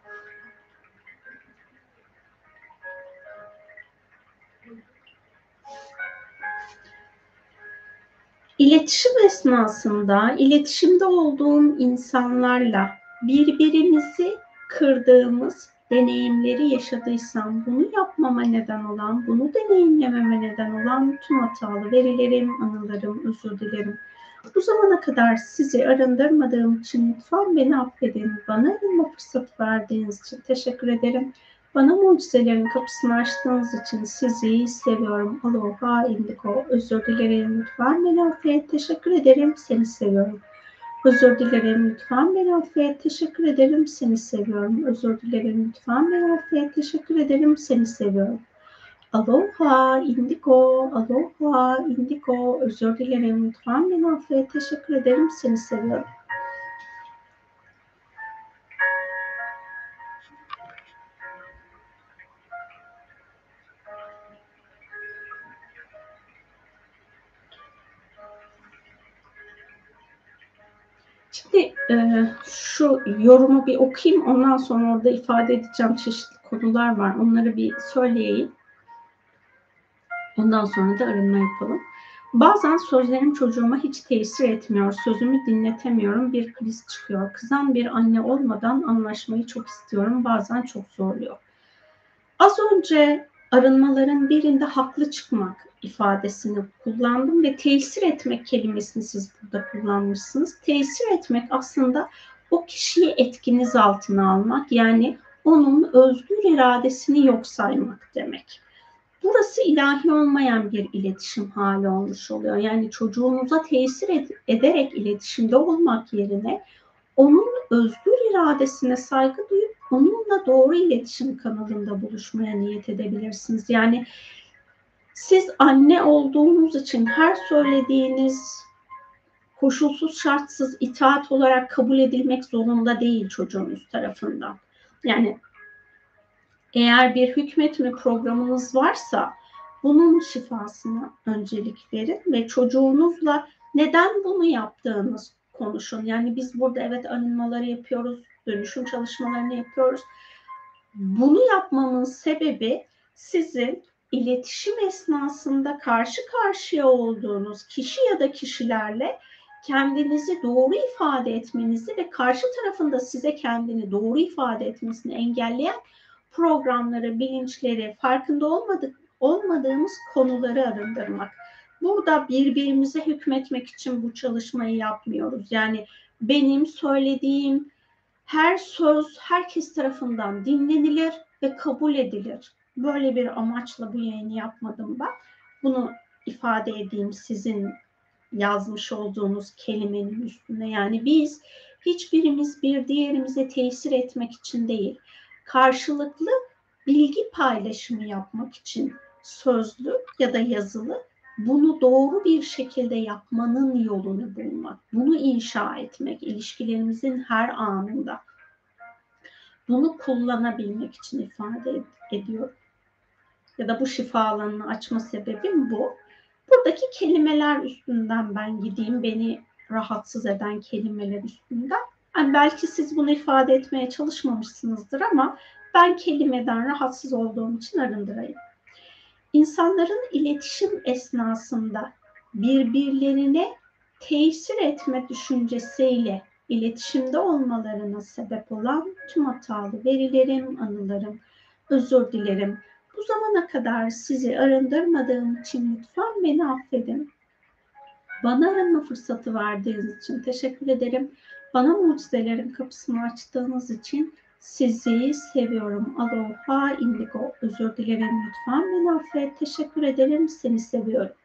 İletişim esnasında, iletişimde olduğum insanlarla birbirimizi kırdığımız deneyimleri yaşadıysam, bunu yapmama neden olan, bunu deneyimlememe neden olan tüm hatalı verilerim, anılarım, özür dilerim. Bu zamana kadar sizi arındırmadığım için lütfen beni affedin. Bana arınma fırsatı verdiğiniz için teşekkür ederim. Bana mucizelerin kapısını açtığınız için sizi seviyorum. Aloha indigo. Özür dilerim. Lütfen beni affet. Teşekkür ederim. Seni seviyorum. Özür dilerim. Lütfen beni affet. Teşekkür ederim. Seni seviyorum. Özür dilerim. Lütfen beni affet. Teşekkür ederim. Seni seviyorum. Aloha indigo. Aloha indigo. Özür dilerim. Lütfen beni affet. Teşekkür ederim. Seni seviyorum. Şimdi şu yorumu bir okuyayım. Ondan sonra orada ifade edeceğim çeşitli konular var. Onları bir söyleyeyim. Ondan sonra da arınma yapalım. Bazen sözlerim çocuğuma hiç tesir etmiyor. Sözümü dinletemiyorum. Bir kriz çıkıyor. Kızan bir anne olmadan anlaşmayı çok istiyorum. Bazen çok zorluyor. Az önce arınmaların birinde haklı çıkmak ifadesini kullandım ve tesir etmek kelimesini siz burada kullanmışsınız. Tesir etmek aslında o kişiyi etkiniz altına almak, yani onun özgür iradesini yok saymak demek. Burası ilahi olmayan bir iletişim hali olmuş oluyor. Yani çocuğunuza tesir ederek iletişimde olmak yerine onun özgür iradesine saygı duyup onunla doğru iletişim kanalında buluşmaya niyet edebilirsiniz. Yani siz anne olduğunuz için her söylediğiniz koşulsuz şartsız itaat olarak kabul edilmek zorunda değil çocuğunuz tarafından. Yani eğer bir hükmetme programınız varsa bunun şifasına öncelik verin ve çocuğunuzla neden bunu yaptığınız konuşun. Yani biz burada evet arınmaları yapıyoruz, dönüşüm çalışmalarını yapıyoruz. Bunu yapmamın sebebi sizin iletişim esnasında karşı karşıya olduğunuz kişi ya da kişilerle kendinizi doğru ifade etmenizi ve karşı tarafında size kendini doğru ifade etmesini engelleyen programları, bilinçleri, farkında olmadığımız konuları arındırmak. Burada birbirimize hükmetmek için bu çalışmayı yapmıyoruz. Yani benim söylediğim her söz herkes tarafından dinlenilir ve kabul edilir. Böyle bir amaçla bu yayını yapmadım ben. Bunu ifade edeyim sizin yazmış olduğunuz kelimenin üstüne. Yani biz hiçbirimiz bir diğerimize tesir etmek için değil, karşılıklı bilgi paylaşımı yapmak için sözlü ya da yazılı bunu doğru bir şekilde yapmanın yolunu bulmak, bunu inşa etmek, ilişkilerimizin her anında bunu kullanabilmek için ifade ediyorum. Ya da bu şifa alanını açma sebebim bu. Buradaki kelimeler üstünden ben gideyim, beni rahatsız eden kelimeler üstünden. Yani belki siz bunu ifade etmeye çalışmamışsınızdır ama ben kelimeden rahatsız olduğum için arındırayım. İnsanların iletişim esnasında birbirlerine tesir etme düşüncesiyle iletişimde olmalarına sebep olan tüm hatalı verilerim, anılarım, özür dilerim. Bu zamana kadar sizi arındırmadığım için lütfen beni affedin. Bana arınma fırsatı verdiğiniz için teşekkür ederim. Bana mucizelerin kapısını açtığınız için sizi seviyorum. Aloha indigo. Özür dilerim, lütfen beni affet. Teşekkür ederim. Seni seviyorum.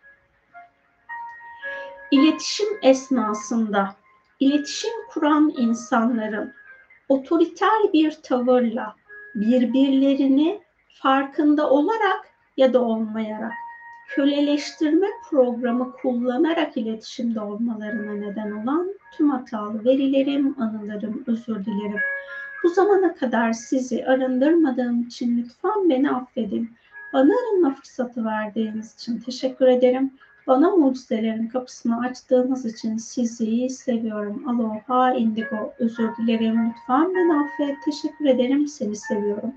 İletişim esnasında iletişim kuran insanların otoriter bir tavırla birbirlerini farkında olarak ya da olmayarak köleleştirme programı kullanarak iletişimde olmalarına neden olan tüm hatalı verilerim, anılarım, özür dilerim. Bu zamana kadar sizi arındırmadığım için lütfen beni affedin. Bana arınma fırsatı verdiğiniz için teşekkür ederim. Bana mucizelerin kapısını açtığınız için sizi seviyorum. Aloha indigo. Özür dilerim. Lütfen beni affet. Teşekkür ederim. Seni seviyorum.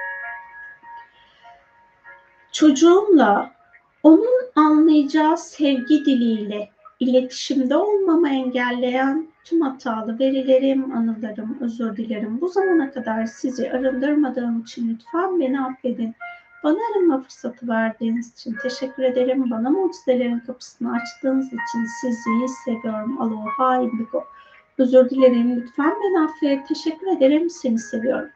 Çocuğumla onun anlayacağı sevgi diliyle iletişimde olmamı engelleyen tüm hatalı verilerim, anılarım, özür dilerim. Bu zamana kadar sizi arındırmadığım için lütfen beni affedin. Bana arınma fırsatı verdiğiniz için teşekkür ederim. Bana mucizelerin kapısını açtığınız için sizi seviyorum. Aloha indigo. Özür dilerim. Lütfen beni affet. Teşekkür ederim. Seni seviyorum.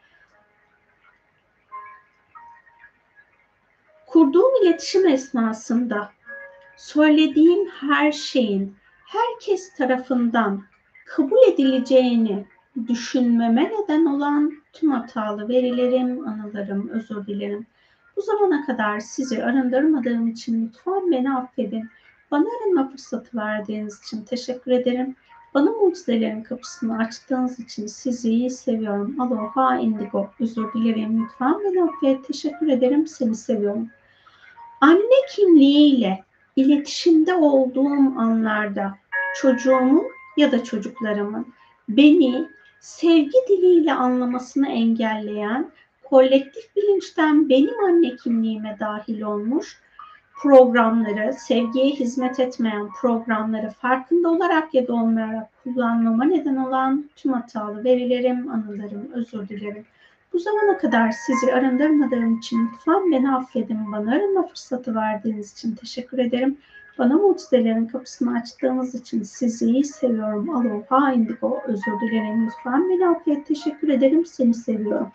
Kurduğum iletişim esnasında söylediğim her şeyin herkes tarafından kabul edileceğini düşünmeme neden olan tüm hatalı verilerim, anılarım, özür dilerim. Bu zamana kadar sizi arındırmadığım için lütfen beni affedin. Bana arınma fırsatı verdiğiniz için teşekkür ederim. Bana mucizelerin kapısını açtığınız için sizi seviyorum. Aloha indigo. Özür dilerim. Lütfen beni affet. Teşekkür ederim. Seni seviyorum. Anne kimliğiyle iletişimde olduğum anlarda çocuğumun ya da çocuklarımın beni sevgi diliyle anlamasını engelleyen, kolektif bilinçten benim anne kimliğime dahil olmuş programları, sevgiye hizmet etmeyen programları farkında olarak ya da olmayarak kullanmama neden olan tüm hatalı verilerim, anılarım, özür dilerim. Bu zamana kadar sizi arındırmadığım için lütfen beni affedin. Bana arınma fırsatı verdiğiniz için teşekkür ederim. Bana mucizelerin kapısını açtığınız için sizi seviyorum. Aloha indigo. Özür dilerim. Lütfen beni affet. Teşekkür ederim. Seni seviyorum.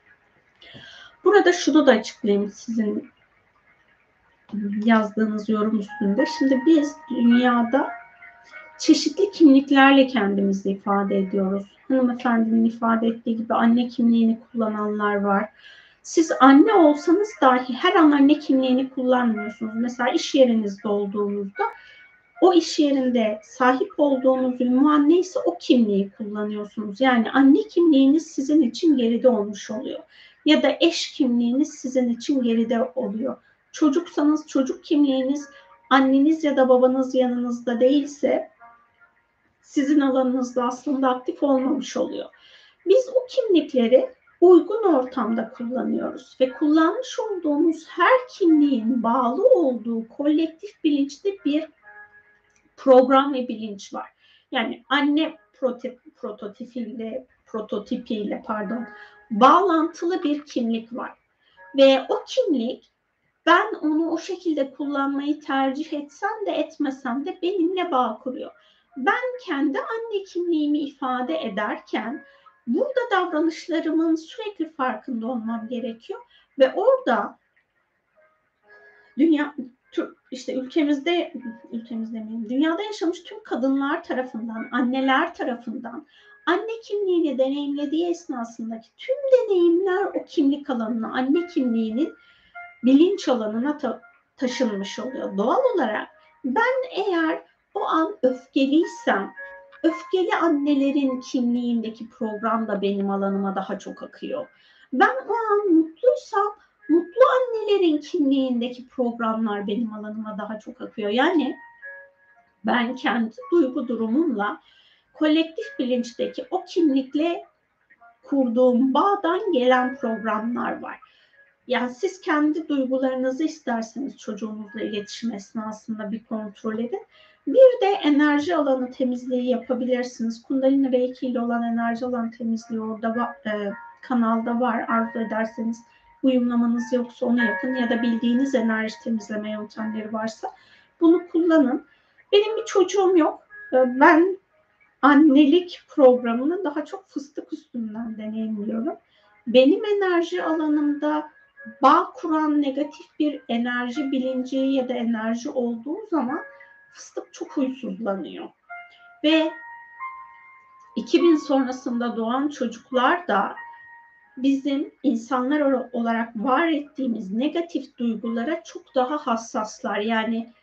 Burada şunu da açıklayayım sizin yazdığınız yorum üstünde. Şimdi biz dünyada çeşitli kimliklerle kendimizi ifade ediyoruz. Hanımefendinin ifade ettiği gibi anne kimliğini kullananlar var. Siz anne olsanız dahi her an anne kimliğini kullanmıyorsunuz. Mesela iş yerinizde olduğunuzda o iş yerinde sahip olduğunuz ünvan neyse o kimliği kullanıyorsunuz. Yani anne kimliğiniz sizin için geride olmuş oluyor. Ya da eş kimliğiniz sizin için geride oluyor. Çocuksanız çocuk kimliğiniz anneniz ya da babanız yanınızda değilse sizin alanınızda aslında aktif olmamış oluyor. Biz o kimlikleri uygun ortamda kullanıyoruz ve kullanmış olduğumuz her kimliğin bağlı olduğu kolektif bilinçte bir program ve bilinç var. Yani anne prototipiyle bağlantılı bir kimlik var. Ve o kimlik ben onu o şekilde kullanmayı tercih etsem de etmesem de benimle bağ kuruyor. Ben kendi anne kimliğimi ifade ederken burada davranışlarımın sürekli farkında olmam gerekiyor ve orada dünyada yaşamış tüm kadınlar tarafından, anneler tarafından anne kimliğini deneyimlediği esnasındaki tüm deneyimler o kimlik alanına, anne kimliğinin bilinç alanına taşınmış oluyor. Doğal olarak ben eğer o an öfkeliysem, öfkeli annelerin kimliğindeki program da benim alanıma daha çok akıyor. Ben o an mutluysam, mutlu annelerin kimliğindeki programlar benim alanıma daha çok akıyor. Yani ben kendi duygu durumumla kolektif bilinçteki o kimlikle kurduğum bağdan gelen programlar var. Yani siz kendi duygularınızı isterseniz çocuğunuzla iletişim esnasında bir kontrol edin. Bir de enerji alanı temizliği yapabilirsiniz. Kundalini Reiki ile olan enerji alanı temizliği orada kanalda var. Arzu ederseniz uyumlamanız yoksa onu yapın ya da bildiğiniz enerji temizleme yöntemleri varsa bunu kullanın. Benim bir çocuğum yok. Ben annelik programını daha çok fıstık üstünden deneyimliyorum. Benim enerji alanımda bağ kuran negatif bir enerji bilinci ya da enerji olduğu zaman fıstık çok huysuzlanıyor. Ve 2000 sonrasında doğan çocuklar da bizim insanlar olarak var ettiğimiz negatif duygulara çok daha hassaslar. Yani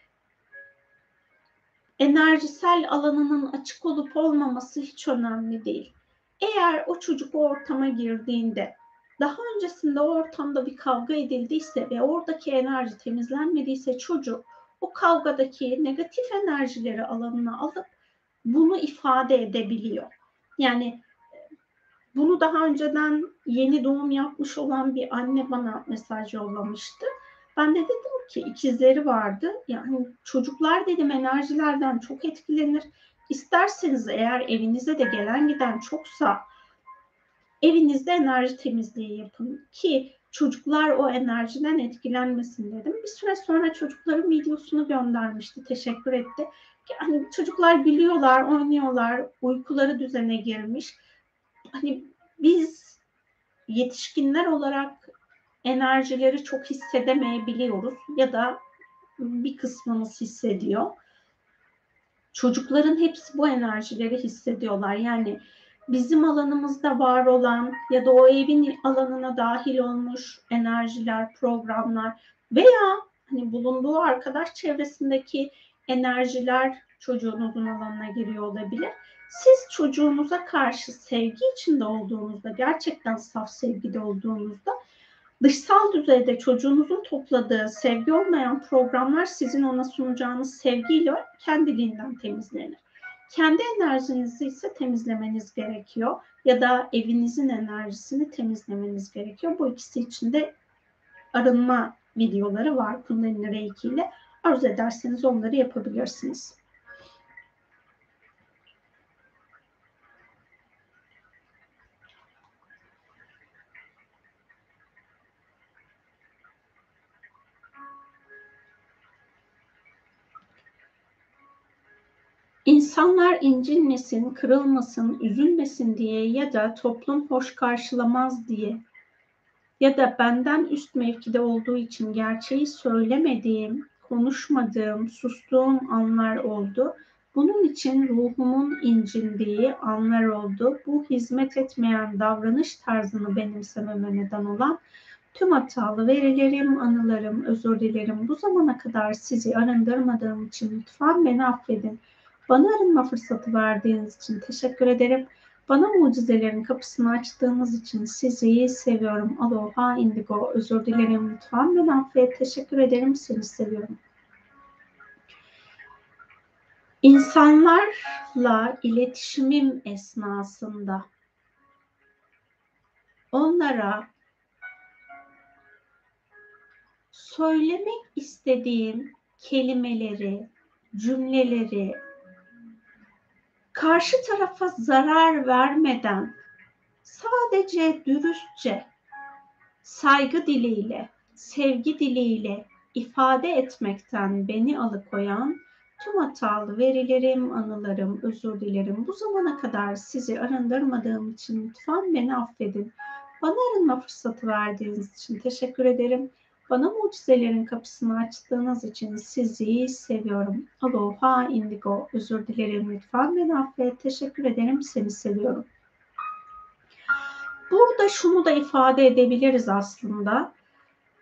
enerjisel alanının açık olup olmaması hiç önemli değil. Eğer o çocuk o ortama girdiğinde daha öncesinde o ortamda bir kavga edildiyse ve oradaki enerji temizlenmediyse çocuk o kavgadaki negatif enerjileri alanına alıp bunu ifade edebiliyor. Yani bunu daha önceden yeni doğum yapmış olan bir anne bana mesaj yollamıştı. Ben de dedim ki ikizleri vardı. Yani çocuklar dedim enerjilerden çok etkilenir. İsterseniz eğer evinize de gelen giden çoksa evinizde enerji temizliği yapın ki çocuklar o enerjiden etkilenmesin dedim. Bir süre sonra çocukların videosunu göndermişti. Teşekkür etti. Yani çocuklar gülüyorlar, oynuyorlar, uykuları düzene girmiş. Hani biz yetişkinler olarak enerjileri çok hissedemeyebiliyoruz ya da bir kısmımız hissediyor. Çocukların hepsi bu enerjileri hissediyorlar. Yani bizim alanımızda var olan ya da o evin alanına dahil olmuş enerjiler, programlar veya hani bulunduğu arkadaş çevresindeki enerjiler çocuğunuzun alanına giriyor olabilir. Siz çocuğunuza karşı sevgi içinde olduğunuzda, gerçekten saf sevgide olduğunuzda dışsal düzeyde çocuğunuzun topladığı sevgi olmayan programlar sizin ona sunacağınız sevgiyle kendiliğinden temizlenir. Kendi enerjinizi ise temizlemeniz gerekiyor ya da evinizin enerjisini temizlemeniz gerekiyor. Bu ikisi için de arınma videoları var Kundalini Reiki ile. Arzu ederseniz onları yapabilirsiniz. İnsanlar incinmesin, kırılmasın, üzülmesin diye ya da toplum hoş karşılamaz diye ya da benden üst mevkide olduğu için gerçeği söylemediğim, konuşmadığım, sustuğum anlar oldu. Bunun için ruhumun incindiği anlar oldu. Bu hizmet etmeyen davranış tarzını benimsememe neden olan tüm hatalı verilerim, anılarım, özür dilerim. Bu zamana kadar sizi arındırmadığım için lütfen beni affedin. Bana arınma fırsatı verdiğiniz için teşekkür ederim. Bana mucizelerin kapısını açtığınız için sizi seviyorum. Aloha indigo. Özür dilerim. Lütfen beni affet. Teşekkür ederim. Seni seviyorum. İnsanlarla iletişimim esnasında onlara söylemek istediğim kelimeleri, cümleleri karşı tarafa zarar vermeden sadece dürüstçe, saygı diliyle, sevgi diliyle ifade etmekten beni alıkoyan tüm hatalı verilerim, anılarım, özür dilerim. Bu zamana kadar sizi arındırmadığım için lütfen beni affedin. Bana arınma fırsatı verdiğiniz için teşekkür ederim. Bana mucizelerin kapısını açtığınız için sizi seviyorum. Aloha indigo. Özür dilerim. Lütfen beni affet. Teşekkür ederim. Seni seviyorum. Burada şunu da ifade edebiliriz aslında.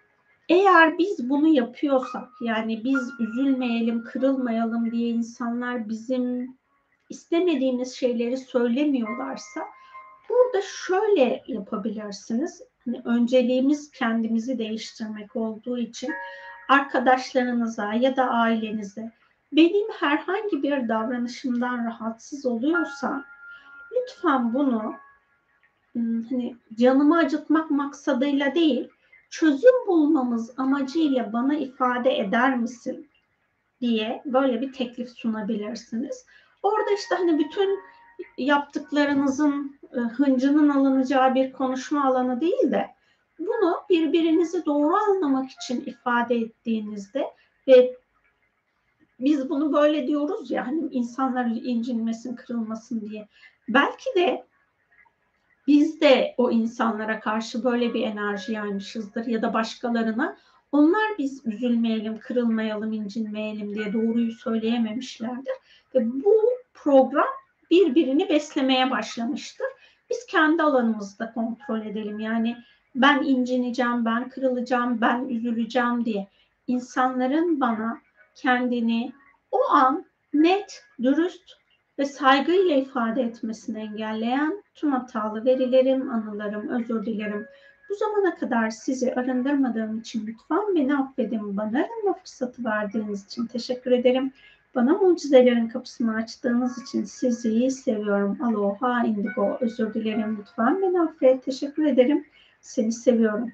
Eğer biz bunu yapıyorsak, yani biz üzülmeyelim, kırılmayalım diye insanlar bizim istemediğimiz şeyleri söylemiyorlarsa, burada şöyle yapabilirsiniz. Hani önceliğimiz kendimizi değiştirmek olduğu için arkadaşlarınıza ya da ailenize, benim herhangi bir davranışımdan rahatsız oluyorsa lütfen bunu hani canımı acıtmak maksadıyla değil, çözüm bulmamız amacıyla bana ifade eder misin diye böyle bir teklif sunabilirsiniz. Orada işte hani bütün yaptıklarınızın hıncının alınacağı bir konuşma alanı değil de bunu birbirinizi doğru anlamak için ifade ettiğinizde ve biz bunu böyle diyoruz ya, hani insanlar incinmesin, kırılmasın diye. Belki de biz de o insanlara karşı böyle bir enerji yaymışızdır ya da başkalarına. Onlar biz üzülmeyelim, kırılmayalım, incinmeyelim diye doğruyu söyleyememişlerdir. Ve bu program birbirini beslemeye başlamıştır. Biz kendi alanımızda kontrol edelim. Yani ben incineceğim, ben kırılacağım, ben üzüleceğim diye. İnsanların bana kendini o an net, dürüst ve saygıyla ifade etmesini engelleyen tüm hatalı verilerim, anılarım, özür dilerim. Bu zamana kadar sizi arındırmadığım için lütfen beni affedin. Bana arınma fırsatı verdiğiniz için teşekkür ederim. Bana mucizelerin kapısını açtığınız için sizi seviyorum. Aloha indigo. Özür dilerim. Lütfen beni affet. Teşekkür ederim. Seni seviyorum.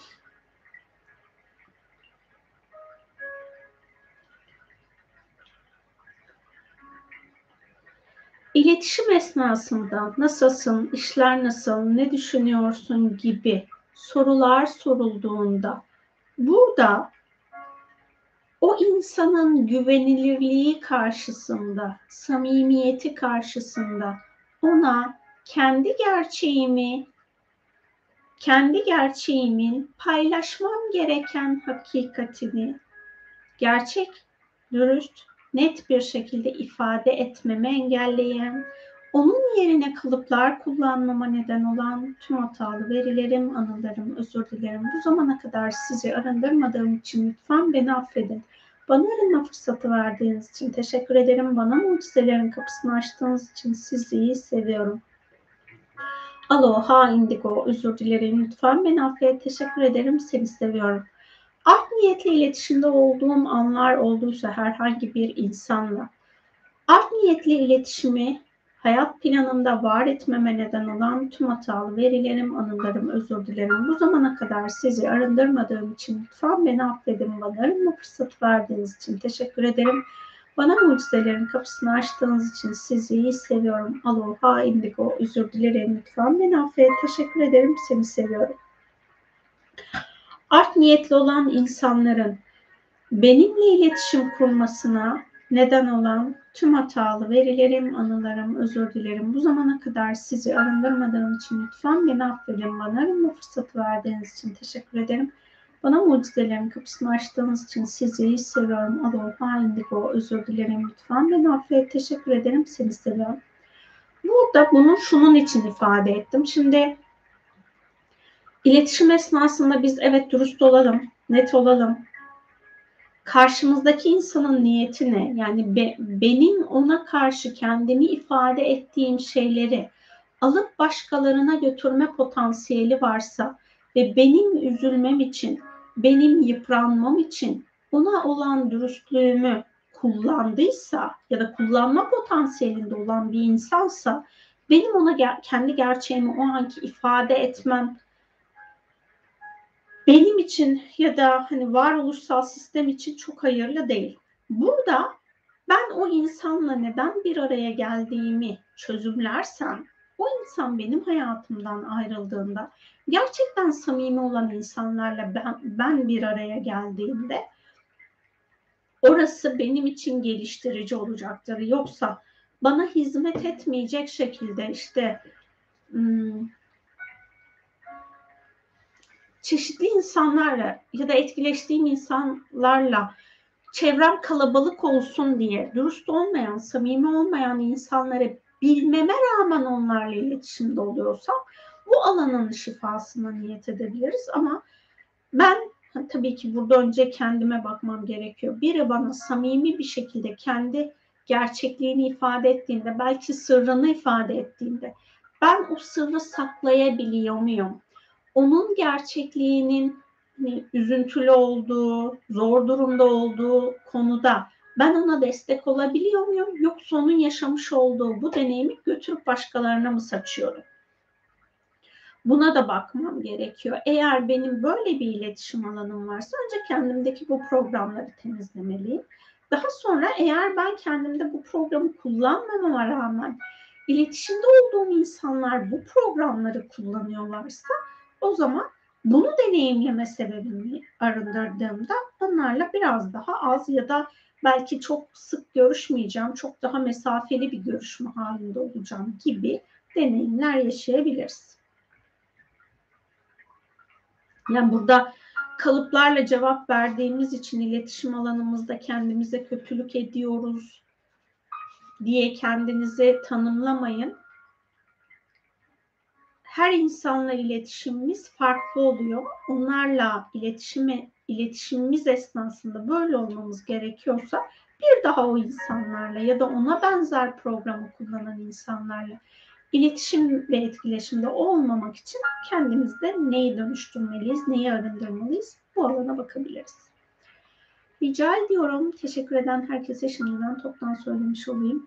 İletişim esnasında nasılsın, işler nasıl, ne düşünüyorsun gibi sorular sorulduğunda burada o insanın güvenilirliği karşısında, samimiyeti karşısında ona kendi gerçeğimin paylaşmam gereken hakikatini gerçek, dürüst, net bir şekilde ifade etmemi engelleyen, onun yerine kalıplar kullanmama neden olan tüm hatalı verilerim, anılarım, özür dilerim. Bu zamana kadar sizi arındırmadığım için lütfen beni affedin. Bana arınma fırsatı verdiğiniz için teşekkür ederim. Bana mucizelerin kapısını açtığınız için sizi seviyorum. Aloha indigo, özür dilerim. Lütfen beni affet. Teşekkür ederim. Seni seviyorum. Art niyetle iletişimde olduğum anlar olduysa herhangi bir insanla, art niyetli iletişimi hayat planında var etmeme neden olan tüm hatalı verilerim, anılarım, özür dilerim. Bu zamana kadar sizi arındırmadığım için lütfen beni affedin. Bana arınma fırsatı verdiğiniz için teşekkür ederim. Bana mucizelerin kapısını açtığınız için sizi seviyorum. Aloha indigo, özür dilerim. Lütfen beni affet. Teşekkür ederim. Seni seviyorum. Art niyetli olan insanların benimle iletişim kurmasına neden olan tüm hatalı verilerim, anılarım, özür dilerim. Bu zamana kadar sizi arındırmadığım için lütfen beni affedin. Bana arınma fırsatı verdiğiniz için teşekkür ederim. Bana mucizelerin kapısını açtığınız için sizi seviyorum. Aloha indigo, özür dilerim. Lütfen beni affet. Teşekkür ederim. Seni seviyorum. Burada bunu şunun için ifade ettim. Şimdi iletişim esnasında biz evet dürüst olalım, net olalım. Karşımızdaki insanın niyeti ne? Yani benim ona karşı kendimi ifade ettiğim şeyleri alıp başkalarına götürme potansiyeli varsa ve benim üzülmem için, benim yıpranmam için ona olan dürüstlüğümü kullandıysa ya da kullanma potansiyelinde olan bir insansa benim ona kendi gerçeğimi o anki ifade etmem benim için ya da hani varoluşsal sistem için çok hayırlı değil. Burada ben o insanla neden bir araya geldiğimi çözümlersem, o insan benim hayatımdan ayrıldığında, gerçekten samimi olan insanlarla ben bir araya geldiğimde orası benim için geliştirici olacaktır. Yoksa bana hizmet etmeyecek şekilde işte çeşitli insanlarla ya da etkileştiğim insanlarla çevrem kalabalık olsun diye dürüst olmayan, samimi olmayan insanları bilmeme rağmen onlarla iletişimde oluyorsam bu alanın şifasına niyet edebiliriz. Ama ben tabii ki burada önce kendime bakmam gerekiyor. Biri bana samimi bir şekilde kendi gerçekliğini ifade ettiğinde, belki sırrını ifade ettiğinde ben o sırrı saklayabiliyor muyum? Onun gerçekliğinin hani, üzüntülü olduğu, zor durumda olduğu konuda ben ona destek olabiliyor muyum? Yoksa onun yaşamış olduğu bu deneyimi götürüp başkalarına mı saçıyorum? Buna da bakmam gerekiyor. Eğer benim böyle bir iletişim alanım varsa önce kendimdeki bu programları temizlemeliyim. Daha sonra eğer ben kendimde bu programı kullanmamama rağmen iletişimde olduğum insanlar bu programları kullanıyorlarsa o zaman bunu deneyimleme sebebini arındırdığımda onlarla biraz daha az ya da belki çok sık görüşmeyeceğim, çok daha mesafeli bir görüşme halinde olacağım gibi deneyimler yaşayabiliriz. Yani burada kalıplarla cevap verdiğimiz için iletişim alanımızda kendimize kötülük ediyoruz diye kendinizi tanımlamayın. Her insanla iletişimimiz farklı oluyor. Onlarla iletişimimiz esnasında böyle olmamız gerekiyorsa bir daha o insanlarla ya da ona benzer programı kullanan insanlarla iletişim ve etkileşimde olmamak için kendimizde neyi dönüştürmeliyiz, neyi arındırmalıyız bu alana bakabiliriz. Rica ediyorum. Teşekkür eden herkese şimdiden toptan söylemiş olayım.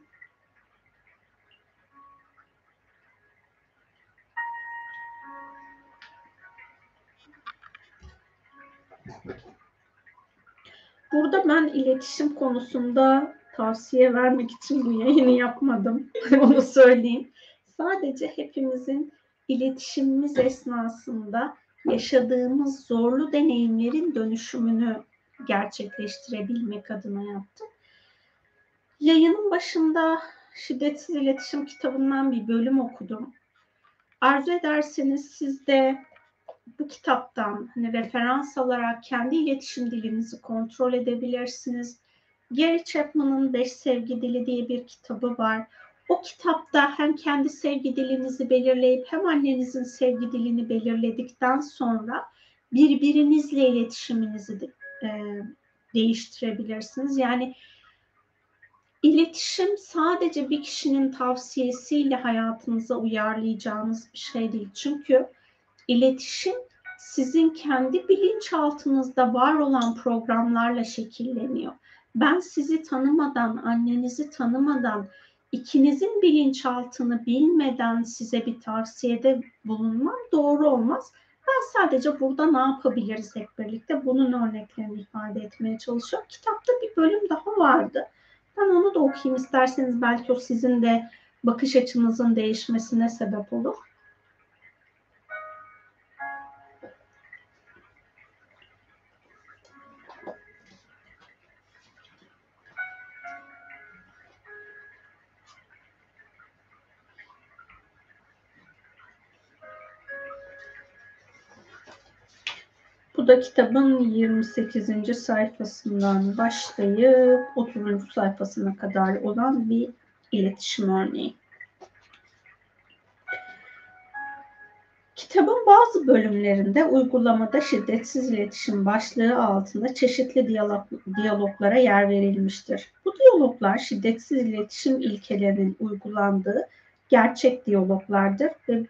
Burada ben iletişim konusunda tavsiye vermek için bu yayını yapmadım. Onu söyleyeyim. Sadece hepimizin iletişimimiz esnasında yaşadığımız zorlu deneyimlerin dönüşümünü gerçekleştirebilmek adına yaptım. Yayının başında Şiddetsiz İletişim kitabından bir bölüm okudum. Arzu ederseniz siz de bu kitaptan hani referans alarak kendi iletişim dilinizi kontrol edebilirsiniz. Gary Chapman'ın 5 Sevgi Dili diye bir kitabı var. O kitapta hem kendi sevgi dilinizi belirleyip hem annenizin sevgi dilini belirledikten sonra birbirinizle iletişiminizi değiştirebilirsiniz. Yani İletişim sadece bir kişinin tavsiyesiyle hayatınıza uyarlayacağınız bir şey değil. Çünkü iletişim sizin kendi bilinçaltınızda var olan programlarla şekilleniyor. Ben sizi tanımadan, annenizi tanımadan, ikinizin bilinçaltını bilmeden size bir tavsiyede bulunmam doğru olmaz. Ben sadece burada ne yapabiliriz hep birlikte bunun örneklerini ifade etmeye çalışıyorum. Kitapta bir bölüm daha vardı. Ben onu da okuyayım isterseniz belki o sizin de bakış açınızın değişmesine sebep olur. Bu da kitabın 28. sayfasından başlayıp 30. sayfasına kadar olan bir iletişim örneği. Kitabın bazı bölümlerinde uygulamada şiddetsiz iletişim başlığı altında çeşitli diyaloglara yer verilmiştir. Bu diyaloglar şiddetsiz iletişim ilkelerinin uygulandığı gerçek diyaloglardır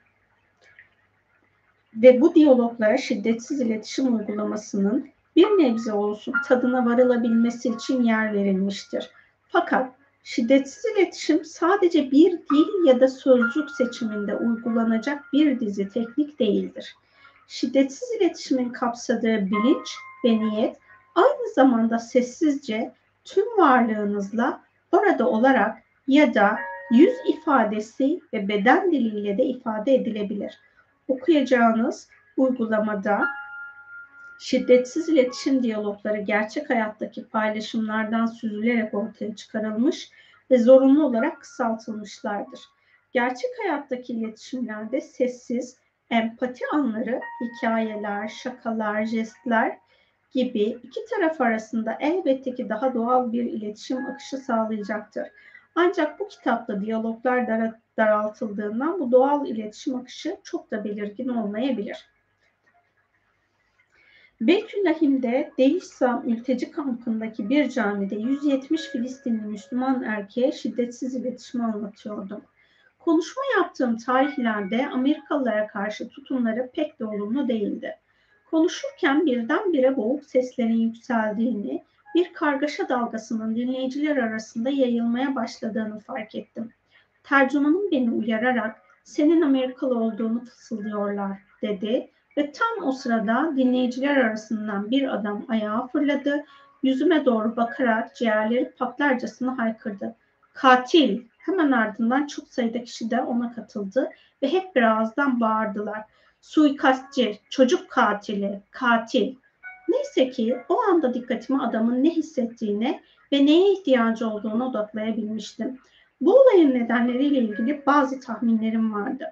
ve bu diyaloglara şiddetsiz iletişim uygulamasının bir nebze olsun tadına varılabilmesi için yer verilmiştir. Fakat şiddetsiz iletişim sadece bir dil ya da sözcük seçiminde uygulanacak bir dizi teknik değildir. Şiddetsiz iletişimin kapsadığı bilinç ve niyet aynı zamanda sessizce tüm varlığınızla orada olarak ya da yüz ifadesi ve beden diliyle de ifade edilebilir. Okuyacağınız uygulamada şiddetsiz iletişim diyalogları gerçek hayattaki paylaşımlardan süzülerek ortaya çıkarılmış ve zorunlu olarak kısaltılmışlardır. Gerçek hayattaki iletişimlerde sessiz, empati anları, hikayeler, şakalar, jestler gibi iki taraf arasında elbette ki daha doğal bir iletişim akışı sağlayacaktır. Ancak bu kitapta diyaloglar daraltıldığından bu doğal iletişim akışı çok da belirgin olmayabilir. Beytüllahim'de Deişsa mülteci kampındaki bir camide 170 Filistinli Müslüman erkeğe şiddetsiz iletişimi anlatıyordum. Konuşma yaptığım tarihlerde Amerikalılara karşı tutumları pek de olumlu değildi. Konuşurken birdenbire boğuk seslerin yükseldiğini, bir kargaşa dalgasının dinleyiciler arasında yayılmaya başladığını fark ettim. Tercümanım beni uyararak senin Amerikalı olduğunu fısıldıyorlar dedi ve tam o sırada dinleyiciler arasından bir adam ayağa fırladı, yüzüme doğru bakarak ciğerleri patlarcasına haykırdı. Katil! Hemen ardından çok sayıda kişi de ona katıldı ve hep bir ağızdan bağırdılar. Suikastçı, çocuk katili, katil. Neyse ki o anda dikkatimi adamın ne hissettiğine ve neye ihtiyacı olduğuna odaklayabilmiştim. Bu olayın nedenleriyle ilgili bazı tahminlerim vardı.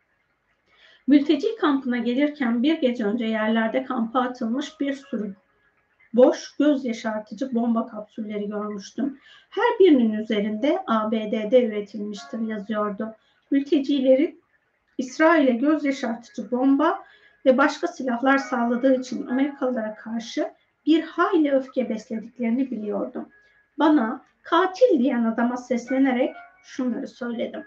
Mülteci kampına gelirken bir gece önce yerlerde kampa atılmış bir sürü boş, göz yaşartıcı bomba kapsülleri görmüştüm. Her birinin üzerinde ABD'de üretilmiştir yazıyordu. Mültecilerin İsrail'e göz yaşartıcı bomba ve başka silahlar sağladığı için Amerikalılara karşı bir hayli öfke beslediklerini biliyordum. Bana katil diyen adama seslenerek şunları söyledim.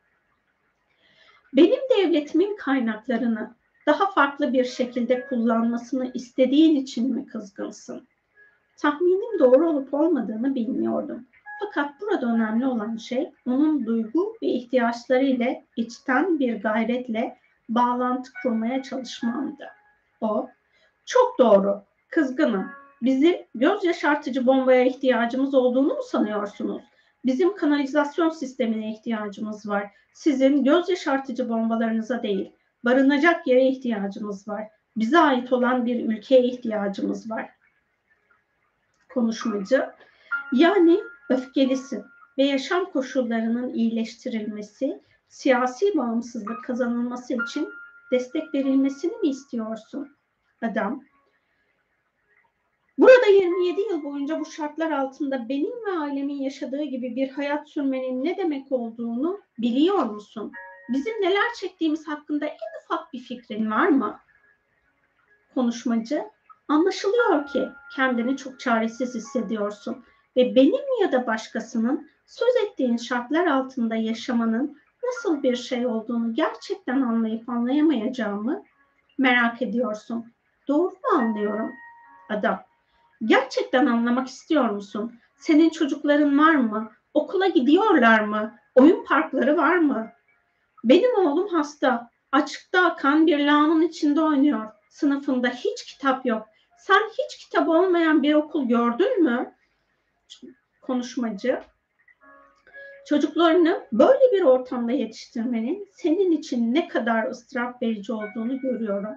Benim devletimin kaynaklarını daha farklı bir şekilde kullanmasını istediğin için mi kızgınsın? Tahminim doğru olup olmadığını bilmiyordum. Fakat burada önemli olan şey onun duygu ve ihtiyaçları ile içten bir gayretle bağlantı kurmaya çalışmamdı. O, çok doğru, kızgınım. Bizim göz yaşartıcı bombaya ihtiyacımız olduğunu mu sanıyorsunuz? Bizim kanalizasyon sistemine ihtiyacımız var. Sizin göz yaşartıcı bombalarınıza değil, barınacak yere ihtiyacımız var. Bize ait olan bir ülkeye ihtiyacımız var. Konuşmacı, yani öfkelisin ve yaşam koşullarının iyileştirilmesi, siyasi bağımsızlık kazanılması için destek verilmesini mi istiyorsun? Adam, burada 27 yıl boyunca bu şartlar altında benim ve ailemin yaşadığı gibi bir hayat sürmenin ne demek olduğunu biliyor musun? Bizim neler çektiğimiz hakkında en ufak bir fikrin var mı? Konuşmacı, anlaşılıyor ki kendini çok çaresiz hissediyorsun ve benim ya da başkasının söz ettiğin şartlar altında yaşamanın nasıl bir şey olduğunu gerçekten anlayıp anlayamayacağımı merak ediyorsun. Doğru mu anlıyorum? Adam, gerçekten anlamak istiyor musun? Senin çocukların var mı? Okula gidiyorlar mı? Oyun parkları var mı? Benim oğlum hasta. Açıkta akan bir lağımın içinde oynuyor. Sınıfında hiç kitap yok. Sen hiç kitap olmayan bir okul gördün mü? Konuşmacı, çocuklarını böyle bir ortamda yetiştirmenin senin için ne kadar ıstırap verici olduğunu görüyorum.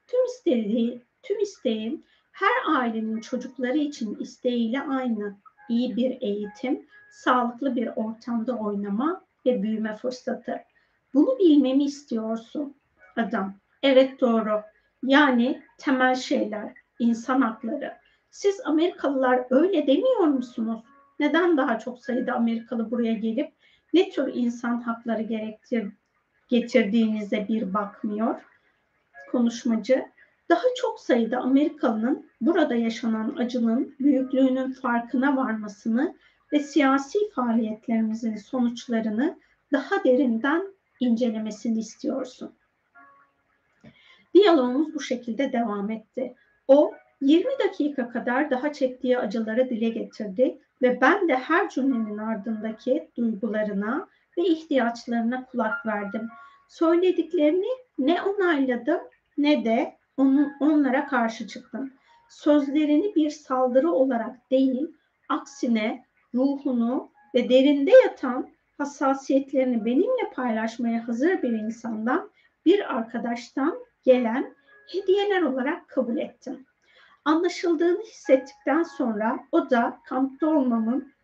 Tüm isteğim her ailenin çocukları için isteğiyle aynı. İyi bir eğitim, sağlıklı bir ortamda oynama ve büyüme fırsatı. Bunu bilmemi istiyorsun. Adam, evet doğru. Yani temel şeyler, insan hakları. Siz Amerikalılar öyle demiyor musunuz? Neden daha çok sayıda Amerikalı buraya gelip ne tür insan hakları getirdiğinize bir bakmıyor? Konuşmacı, daha çok sayıda Amerikalının burada yaşanan acının büyüklüğünün farkına varmasını ve siyasi faaliyetlerimizin sonuçlarını daha derinden incelemesini istiyorsun. Diyalogumuz bu şekilde devam etti. O 20 dakika kadar daha çektiği acıları dile getirdi ve ben de her cümlenin ardındaki duygularına ve ihtiyaçlarına kulak verdim. Söylediklerini ne onayladım ne de onlara karşı çıktım. Sözlerini bir saldırı olarak değil, aksine ruhunu ve derinde yatan hassasiyetlerini benimle paylaşmaya hazır bir insandan, bir arkadaştan gelen hediyeler olarak kabul ettim. Anlaşıldığını hissettikten sonra o da kampta olmamın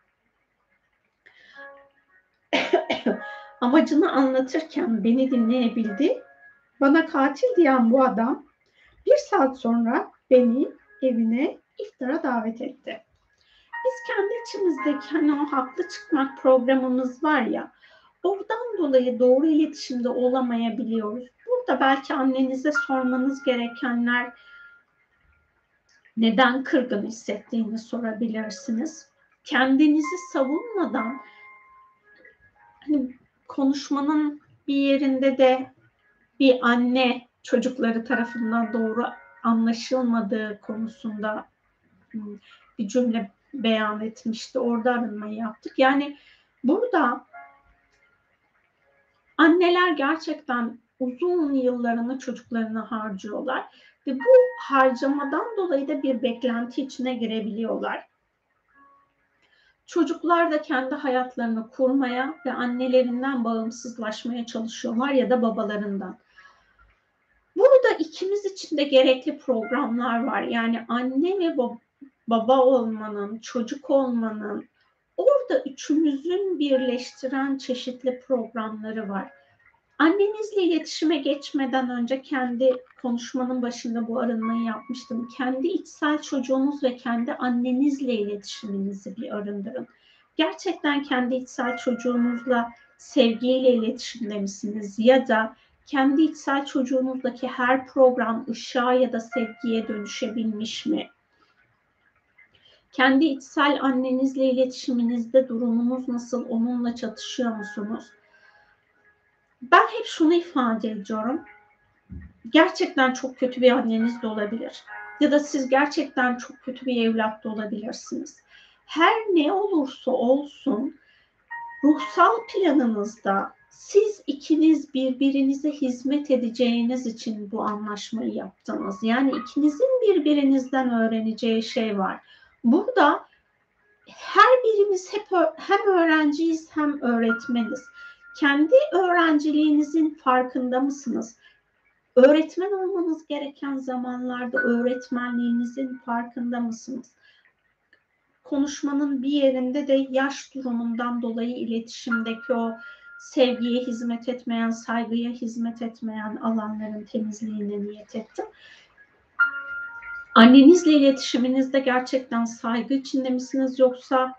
amacını anlatırken beni dinleyebildi. Bana katil diyen bu adam bir saat sonra beni evine iftara davet etti. Biz kendi içimizdeki hani o haklı çıkmak programımız var ya, oradan dolayı doğru iletişimde olamayabiliyoruz. Burada belki annenize sormanız gerekenler neden kırgın hissettiğini sorabilirsiniz. Kendinizi savunmadan, hani konuşmanın bir yerinde de bir anne çocukları tarafından doğru anlaşılmadığı konusunda bir cümle beyan etmişti. Orada arınmayı yaptık. Yani burada anneler gerçekten uzun yıllarını çocuklarına harcıyorlar ve bu harcamadan dolayı da bir beklenti içine girebiliyorlar. Çocuklar da kendi hayatlarını kurmaya ve annelerinden bağımsızlaşmaya çalışıyorlar ya da babalarından. Burada ikimiz için de gerekli programlar var. Yani anne ve baba olmanın, çocuk olmanın, orada üçümüzün birleştiren çeşitli programları var. Annenizle iletişime geçmeden önce kendi konuşmanın başında bu arınmayı yapmıştım. Kendi içsel çocuğunuz ve kendi annenizle iletişiminizi bir arındırın. Gerçekten kendi içsel çocuğunuzla sevgiyle iletişimde misiniz? Ya da kendi içsel çocuğunuzdaki her program ışığa ya da sevgiye dönüşebilmiş mi? Kendi içsel annenizle iletişiminizde durumunuz nasıl? Onunla çatışıyor musunuz? Ben hep şunu ifade ediyorum. Gerçekten çok kötü bir anneniz de olabilir. Ya da siz gerçekten çok kötü bir evlat da olabilirsiniz. Her ne olursa olsun ruhsal planınızda siz ikiniz birbirinize hizmet edeceğiniz için bu anlaşmayı yaptınız. Yani ikinizin birbirinizden öğreneceği şey var. Burada her birimiz hem öğrenciyiz hem öğretmeniz. Kendi öğrenciliğinizin farkında mısınız? Öğretmen olmanız gereken zamanlarda öğretmenliğinizin farkında mısınız? Konuşmanın bir yerinde de yaş durumundan dolayı iletişimdeki o sevgiye hizmet etmeyen, saygıya hizmet etmeyen alanların temizliğine niyet ettim. Annenizle iletişiminizde gerçekten saygı içinde misiniz, yoksa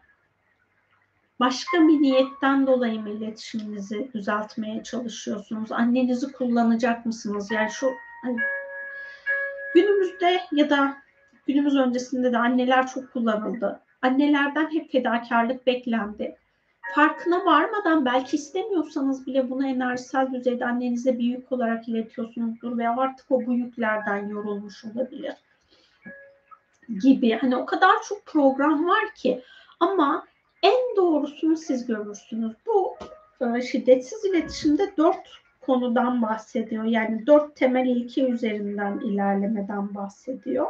başka bir niyetten dolayı mı iletişiminizi düzeltmeye çalışıyorsunuz? Annenizi kullanacak mısınız? Yani şu hani, günümüzde ya da günümüz öncesinde de anneler çok kullanıldı. Annelerden hep fedakarlık beklendi. Farkına varmadan, belki istemiyorsanız bile bunu enerjisel düzeyde annenize bir yük olarak iletiyorsunuzdur ve artık o bu yüklerden yorulmuş olabilir gibi. Hani o kadar çok program var ki, ama en doğrusunu siz görürsünüz. Bu şiddetsiz iletişimde 4 konudan bahsediyor. Yani 4 temel ilke üzerinden ilerlemeden bahsediyor.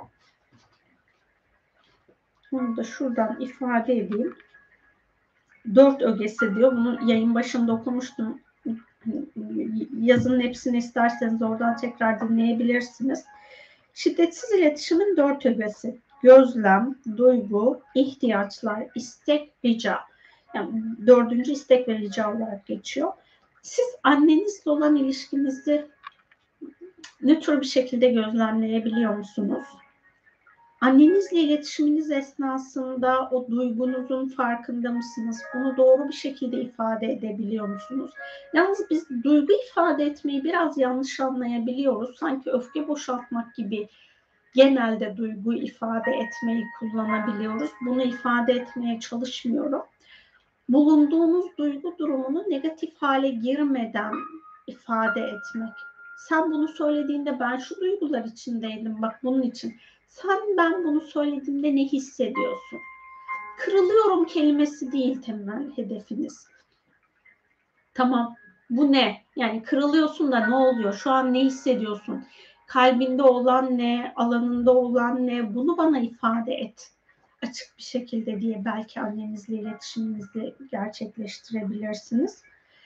Bunu da şuradan ifade edeyim. 4 ögesi diyor. Bunu yayın başında okumuştum. Yazının hepsini isterseniz oradan tekrar dinleyebilirsiniz. Şiddetsiz iletişimin 4 ögesi: gözlem, duygu, ihtiyaçlar, istek, rica. Yani 4. istek ve rica olarak geçiyor. Siz annenizle olan ilişkinizi ne tür bir şekilde gözlemleyebiliyor musunuz? Annenizle iletişiminiz esnasında o duygunuzun farkında mısınız? Bunu doğru bir şekilde ifade edebiliyor musunuz? Yalnız biz duygu ifade etmeyi biraz yanlış anlayabiliyoruz. Sanki öfke boşaltmak gibi genelde duygu ifade etmeyi kullanabiliyoruz. Bunu ifade etmeye çalışmıyorum. Bulunduğunuz duygu durumunu negatif hale girmeden ifade etmek. Sen bunu söylediğinde ben şu duygular içindeydim, bak bunun için. Sen ben bunu söylediğimde ne hissediyorsun? Kırılıyorum kelimesi değil temel hedefiniz. Tamam, bu ne? Yani kırılıyorsun da ne oluyor? Şu an ne hissediyorsun? Kalbinde olan ne? Alanında olan ne? Bunu bana ifade et açık bir şekilde diye belki annenizle iletişiminizi gerçekleştirebilirsiniz.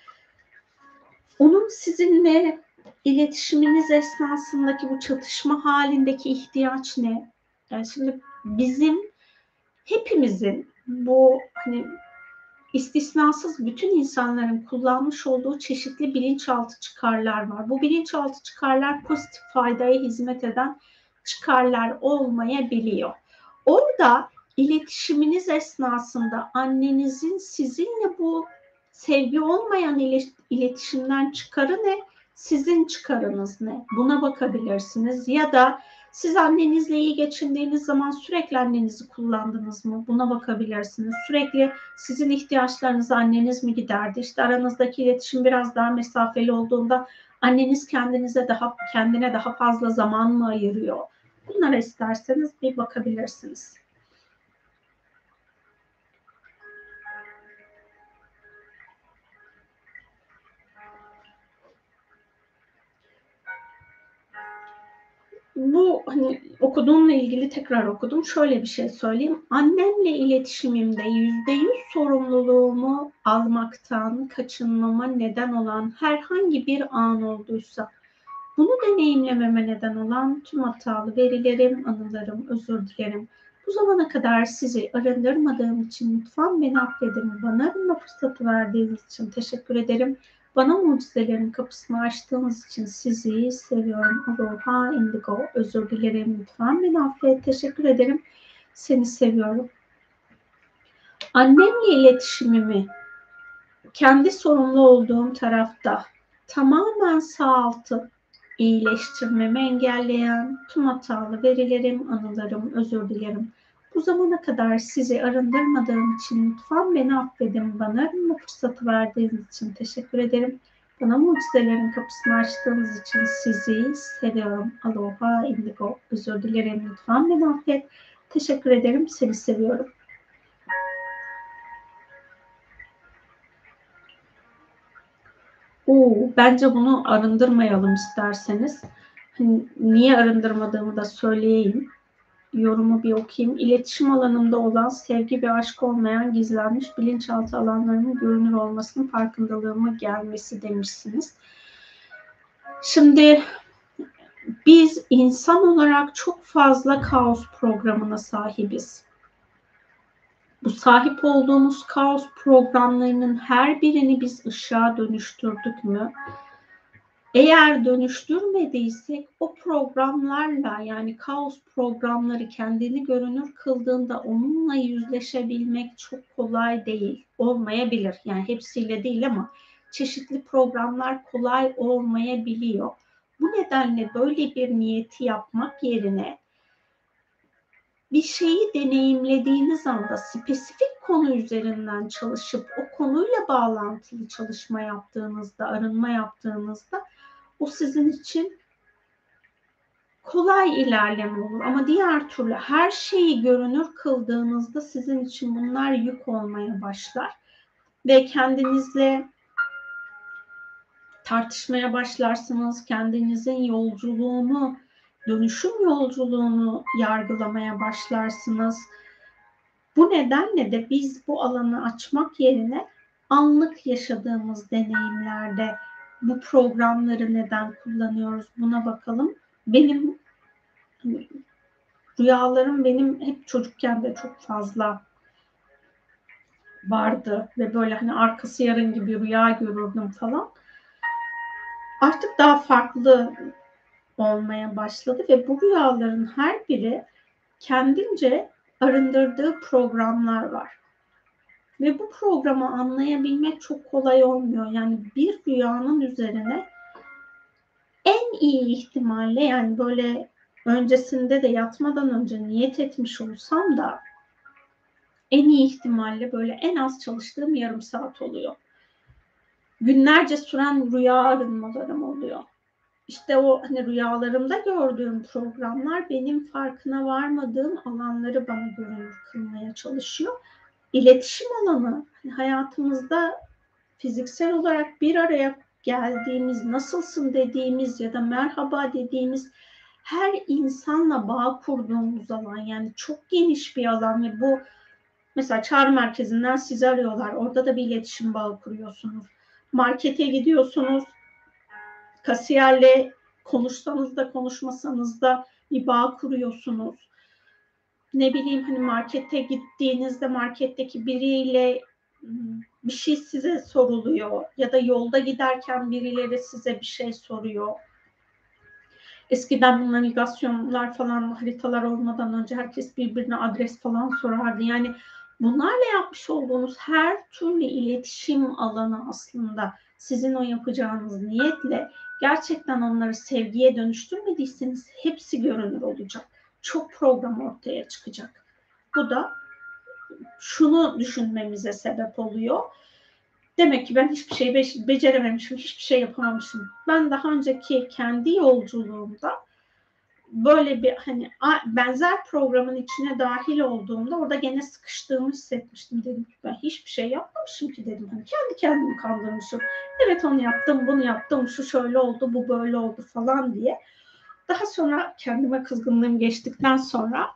Onun sizinle iletişiminiz esnasındaki bu çatışma halindeki ihtiyaç ne? Yani şimdi bizim hepimizin bu hani istisnasız bütün insanların kullanmış olduğu çeşitli bilinçaltı çıkarlar var. Bu bilinçaltı çıkarlar pozitif faydaya hizmet eden çıkarlar olmayabiliyor. Orada iletişiminiz esnasında annenizin sizinle bu sevgi olmayan iletişimden çıkarı ne? Sizin çıkarınız ne? Buna bakabilirsiniz. Ya da Siz annenizle iyi geçindiğiniz zaman sürekli annenizi kullandınız mı? Buna bakabilirsiniz. Sürekli sizin ihtiyaçlarınızı anneniz mi giderdi? İşte aranızdaki iletişim biraz daha mesafeli olduğunda anneniz kendine daha fazla zaman mı ayırıyor? Bunlara isterseniz bir bakabilirsiniz. Bu hani okuduğumla ilgili tekrar okudum. Şöyle bir şey söyleyeyim. Annemle iletişimimde %100 sorumluluğumu almaktan kaçınmama neden olan herhangi bir an olduysa, bunu deneyimlememe neden olan tüm hatalı verilerim, anılarım, özür dilerim. Bu zamana kadar sizi arındırmadığım için lütfen beni affedin. Bana arınma fırsatı verdiğiniz için teşekkür ederim. Bana mucizelerin kapısını açtığınız için sizi seviyorum. Aloha Indigo. Özür dilerim. Lütfen beni affet. Teşekkür ederim. Seni seviyorum. Annemle iletişimimi kendi sorumlu olduğum tarafta tamamen sağaltıp iyileştirmemi engelleyen tüm hatalı verilerim, anılarım, özür dilerim. Bu zamana kadar sizi arındırmadığım için lütfen beni affedin. Bana arınma fırsatı verdiğiniz için teşekkür ederim. Bana mucizelerin kapısını açtığınız için sizi seviyorum. Aloha Indigo. Özür dilerim. Lütfen beni affet. Teşekkür ederim. Seni seviyorum. Bence bunu arındırmayalım isterseniz. Hani niye arındırmadığımı da söyleyeyim. Yorumu bir okuyayım. İletişim alanımda olan sevgi ve aşk olmayan gizlenmiş bilinçaltı alanlarının görünür olmasının farkındalığıma gelmesi demişsiniz. Şimdi biz insan olarak çok fazla kaos programına sahibiz. Bu sahip olduğumuz kaos programlarının her birini biz ışığa dönüştürdük mü? Eğer dönüştürmediysek o programlarla, yani kaos programları kendini görünür kıldığında onunla yüzleşebilmek çok kolay değil, olmayabilir. Yani hepsiyle değil ama çeşitli programlar kolay olmayabiliyor. Bu nedenle böyle bir niyeti yapmak yerine bir şeyi deneyimlediğiniz anda spesifik konu üzerinden çalışıp o konuyla bağlantılı çalışma yaptığınızda, arınma yaptığınızda o sizin için kolay ilerleme olur. Ama diğer türlü her şeyi görünür kıldığınızda sizin için bunlar yük olmaya başlar. Ve kendinizle tartışmaya başlarsınız. Kendinizin yolculuğunu, dönüşüm yolculuğunu yargılamaya başlarsınız. Bu nedenle de biz bu alanı açmak yerine anlık yaşadığımız deneyimlerde bu programları neden kullanıyoruz, buna bakalım. Benim rüyalarım hep çocukken de çok fazla vardı ve böyle hani arkası yarın gibi rüya görürdüm falan. Artık daha farklı olmaya başladı ve bu rüyaların her biri kendince arındırdığı programlar var. Ve bu programı anlayabilmek çok kolay olmuyor. Yani bir rüyanın üzerine en iyi ihtimalle, yani böyle öncesinde de yatmadan önce niyet etmiş olsam da en iyi ihtimalle böyle en az çalıştığım yarım saat oluyor. Günlerce süren rüya arınmalarım oluyor. İşte o hani rüyalarımda gördüğüm programlar benim farkına varmadığım alanları bana görünür kılmaya çalışıyor. İletişim alanı, hani hayatımızda fiziksel olarak bir araya geldiğimiz, nasılsın dediğimiz ya da merhaba dediğimiz her insanla bağ kurduğumuz alan, yani çok geniş bir alan ve bu mesela çağrı merkezinden sizi arıyorlar. Orada da bir iletişim bağı kuruyorsunuz. Markete gidiyorsunuz. Kasiyerle konuşsanız da konuşmasanız da bir bağ kuruyorsunuz. Ne bileyim, hani markete gittiğinizde marketteki biriyle bir şey size soruluyor ya da yolda giderken birileri size bir şey soruyor. Eskiden bu navigasyonlar falan, haritalar olmadan önce herkes birbirine adres falan sorardı. Yani Bunlarla yapmış olduğunuz her türlü iletişim alanı aslında sizin o yapacağınız niyetle gerçekten onları sevgiye dönüştürmediyseniz hepsi görünür olacak. Çok program ortaya çıkacak. Bu da şunu düşünmemize sebep oluyor. Demek ki ben hiçbir şey becerememişim, hiçbir şey yapamamışım. Ben daha önceki kendi yolculuğumda böyle bir hani benzer programın içine dahil olduğumda orada gene sıkıştığımı hissetmiştim. Dedim ben hiçbir şey yapmamışım ki dedim. Hani kendi kendimi kandırmışım. Evet onu yaptım, bunu yaptım, şu şöyle oldu, bu böyle oldu falan diye. Daha sonra kendime kızgınlığım geçtikten sonra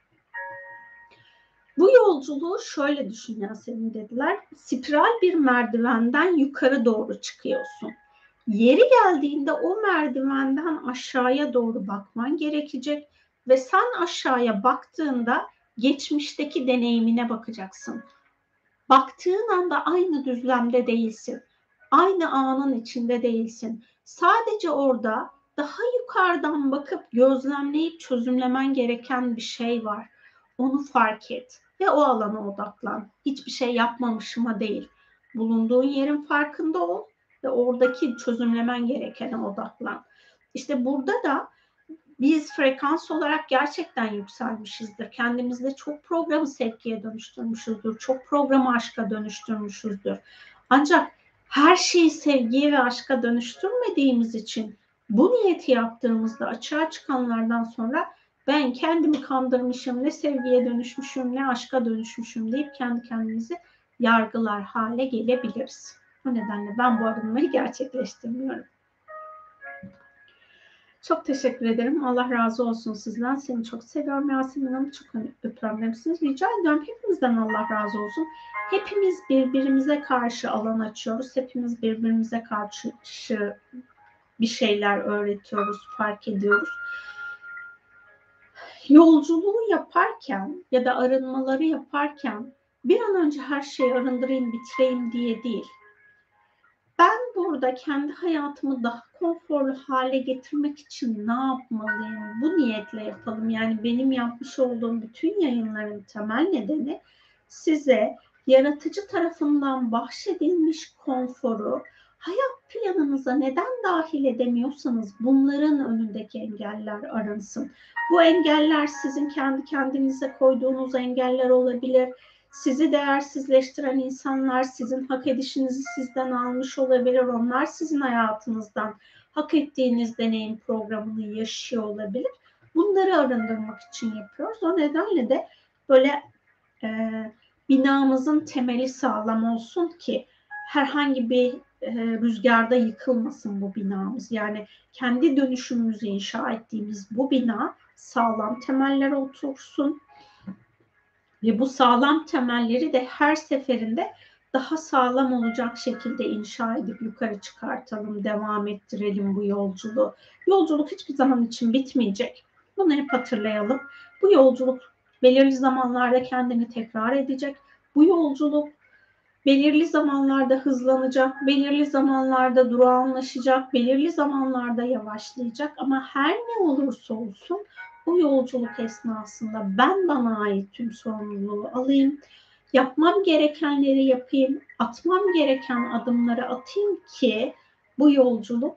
bu yolculuğu şöyle düşün Yasemin dediler. Spiral bir merdivenden yukarı doğru çıkıyorsun. Yeri geldiğinde o merdivenden aşağıya doğru bakman gerekecek ve sen aşağıya baktığında geçmişteki deneyimine bakacaksın. Baktığın anda aynı düzlemde değilsin. Aynı anın içinde değilsin. Sadece orada daha yukarıdan bakıp gözlemleyip çözümlemen gereken bir şey var. Onu fark et ve o alana odaklan. Hiçbir şey yapmamışıma değil. Bulunduğun yerin farkında ol ve oradaki çözümlemen gerekene odaklan. İşte burada da biz frekans olarak gerçekten yükselmişizdir. Kendimizde çok programı sevgiye dönüştürmüşüzdür. Çok programı aşka dönüştürmüşüzdür. Ancak her şeyi sevgiye ve aşka dönüştürmediğimiz için bu niyeti yaptığımızda açığa çıkanlardan sonra ben kendimi kandırmışım, ne sevgiye dönüşmüşüm, ne aşka dönüşmüşüm deyip kendi kendimizi yargılar hale gelebiliriz. O nedenle ben bu arınmayı gerçekleştirmiyorum. Çok teşekkür ederim. Allah razı olsun sizden. Seni çok seviyorum Yasemin Hanım. Çok öpüyorum sizi. Rica ediyorum hepimizden Allah razı olsun. Hepimiz birbirimize karşı alan açıyoruz. Hepimiz birbirimize karşı bir şeyler öğretiyoruz, fark ediyoruz. Yolculuğu yaparken ya da arınmaları yaparken bir an önce her şeyi arındırayım, bitireyim diye değil. Ben burada kendi hayatımı daha konforlu hale getirmek için ne yapmalıyım? Bu niyetle yapalım. Yani benim yapmış olduğum bütün yayınların temel nedeni size yaratıcı tarafından bahşedilmiş konforu hayat planınıza neden dahil edemiyorsanız bunların önündeki engeller arınsın. Bu engeller sizin kendi kendinize koyduğunuz engeller olabilir. Sizi değersizleştiren insanlar sizin hak edişinizi sizden almış olabilir. Onlar sizin hayatınızdan hak ettiğiniz deneyim programını yaşıyor olabilir. Bunları arındırmak için yapıyoruz. O nedenle de böyle binamızın temeli sağlam olsun ki herhangi bir rüzgarda yıkılmasın bu binamız. Yani kendi dönüşümümüzü inşa ettiğimiz bu bina sağlam temellere otursun. Ve bu sağlam temelleri de her seferinde daha sağlam olacak şekilde inşa edip yukarı çıkartalım, devam ettirelim bu yolculuğu. Yolculuk hiçbir zaman için bitmeyecek. Bunu hep hatırlayalım. Bu yolculuk belirli zamanlarda kendini tekrar edecek. Bu yolculuk belirli zamanlarda hızlanacak, belirli zamanlarda durağanlaşacak, belirli zamanlarda yavaşlayacak. Ama her ne olursa olsun bu yolculuk esnasında ben bana ait tüm sorumluluğu alayım, yapmam gerekenleri yapayım, atmam gereken adımları atayım ki bu yolculuk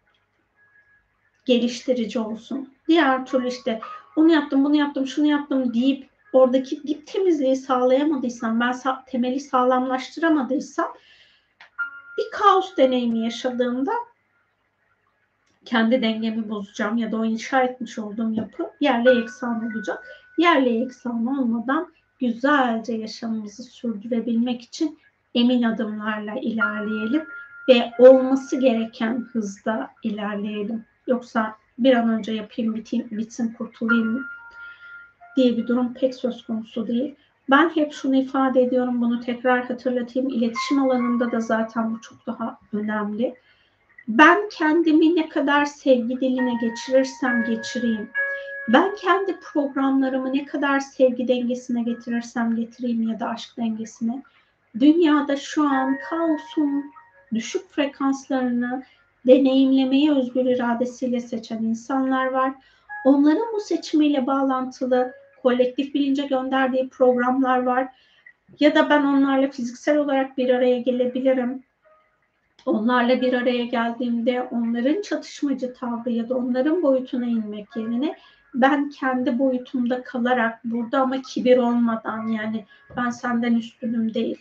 geliştirici olsun. Diğer türlü işte onu yaptım, bunu yaptım, şunu yaptım deyip oradaki dip temizliği sağlayamadıysam, ben temeli sağlamlaştıramadıysam bir kaos deneyimi yaşadığımda kendi dengemi bozacağım ya da o inşa etmiş olduğum yapı yerle yeksan olacak. Yerle yeksan olmadan güzelce yaşamımızı sürdürebilmek için emin adımlarla ilerleyelim ve olması gereken hızda ilerleyelim. Yoksa bir an önce yapayım, bitsin, kurtulayım diye bir durum pek söz konusu değil. Ben hep şunu ifade ediyorum, bunu tekrar hatırlatayım. İletişim alanında da zaten bu çok daha önemli. Ben kendimi ne kadar sevgi diline geçirirsem geçireyim, ben kendi programlarımı ne kadar sevgi dengesine getirirsem getireyim ya da aşk dengesine, dünyada şu an kaosun düşük frekanslarını deneyimlemeyi özgür iradesiyle seçen insanlar var. Onların bu seçimiyle bağlantılı kolektif bilince gönderdiği programlar var. Ya da ben onlarla fiziksel olarak bir araya gelebilirim. Onlarla bir araya geldiğimde onların çatışmacı tavrı ya da onların boyutuna inmek yerine ben kendi boyutumda kalarak burada ama kibir olmadan, yani ben senden üstünüm değil.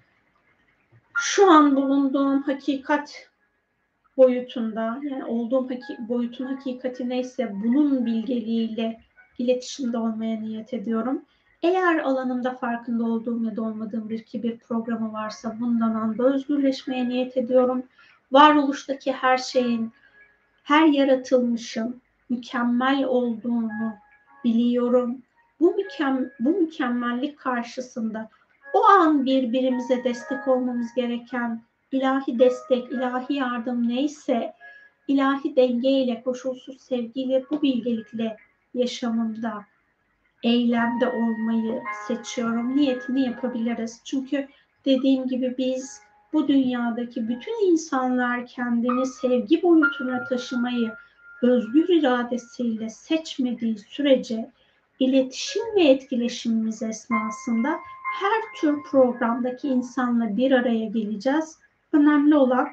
Şu an bulunduğum hakikat boyutunda, yani olduğum boyutun hakikati neyse bunun bilgeliğiyle iletişimde olmaya niyet ediyorum. Eğer alanımda farkında olduğum ya da olmadığım bir kibir programı varsa bundan anda özgürleşmeye niyet ediyorum. Varoluştaki her şeyin, her yaratılmışın mükemmel olduğunu biliyorum. Bu mükemmellik karşısında o an birbirimize destek olmamız gereken ilahi destek, ilahi yardım neyse, ilahi dengeyle, koşulsuz sevgiyle, bu bilgelikle yaşamımda, eylemde olmayı seçiyorum. Niyetini yapabiliriz. Çünkü dediğim gibi biz bu dünyadaki bütün insanlar kendini sevgi boyutuna taşımayı özgür iradesiyle seçmediği sürece iletişim ve etkileşimimiz esnasında her tür programdaki insanla bir araya geleceğiz. Önemli olan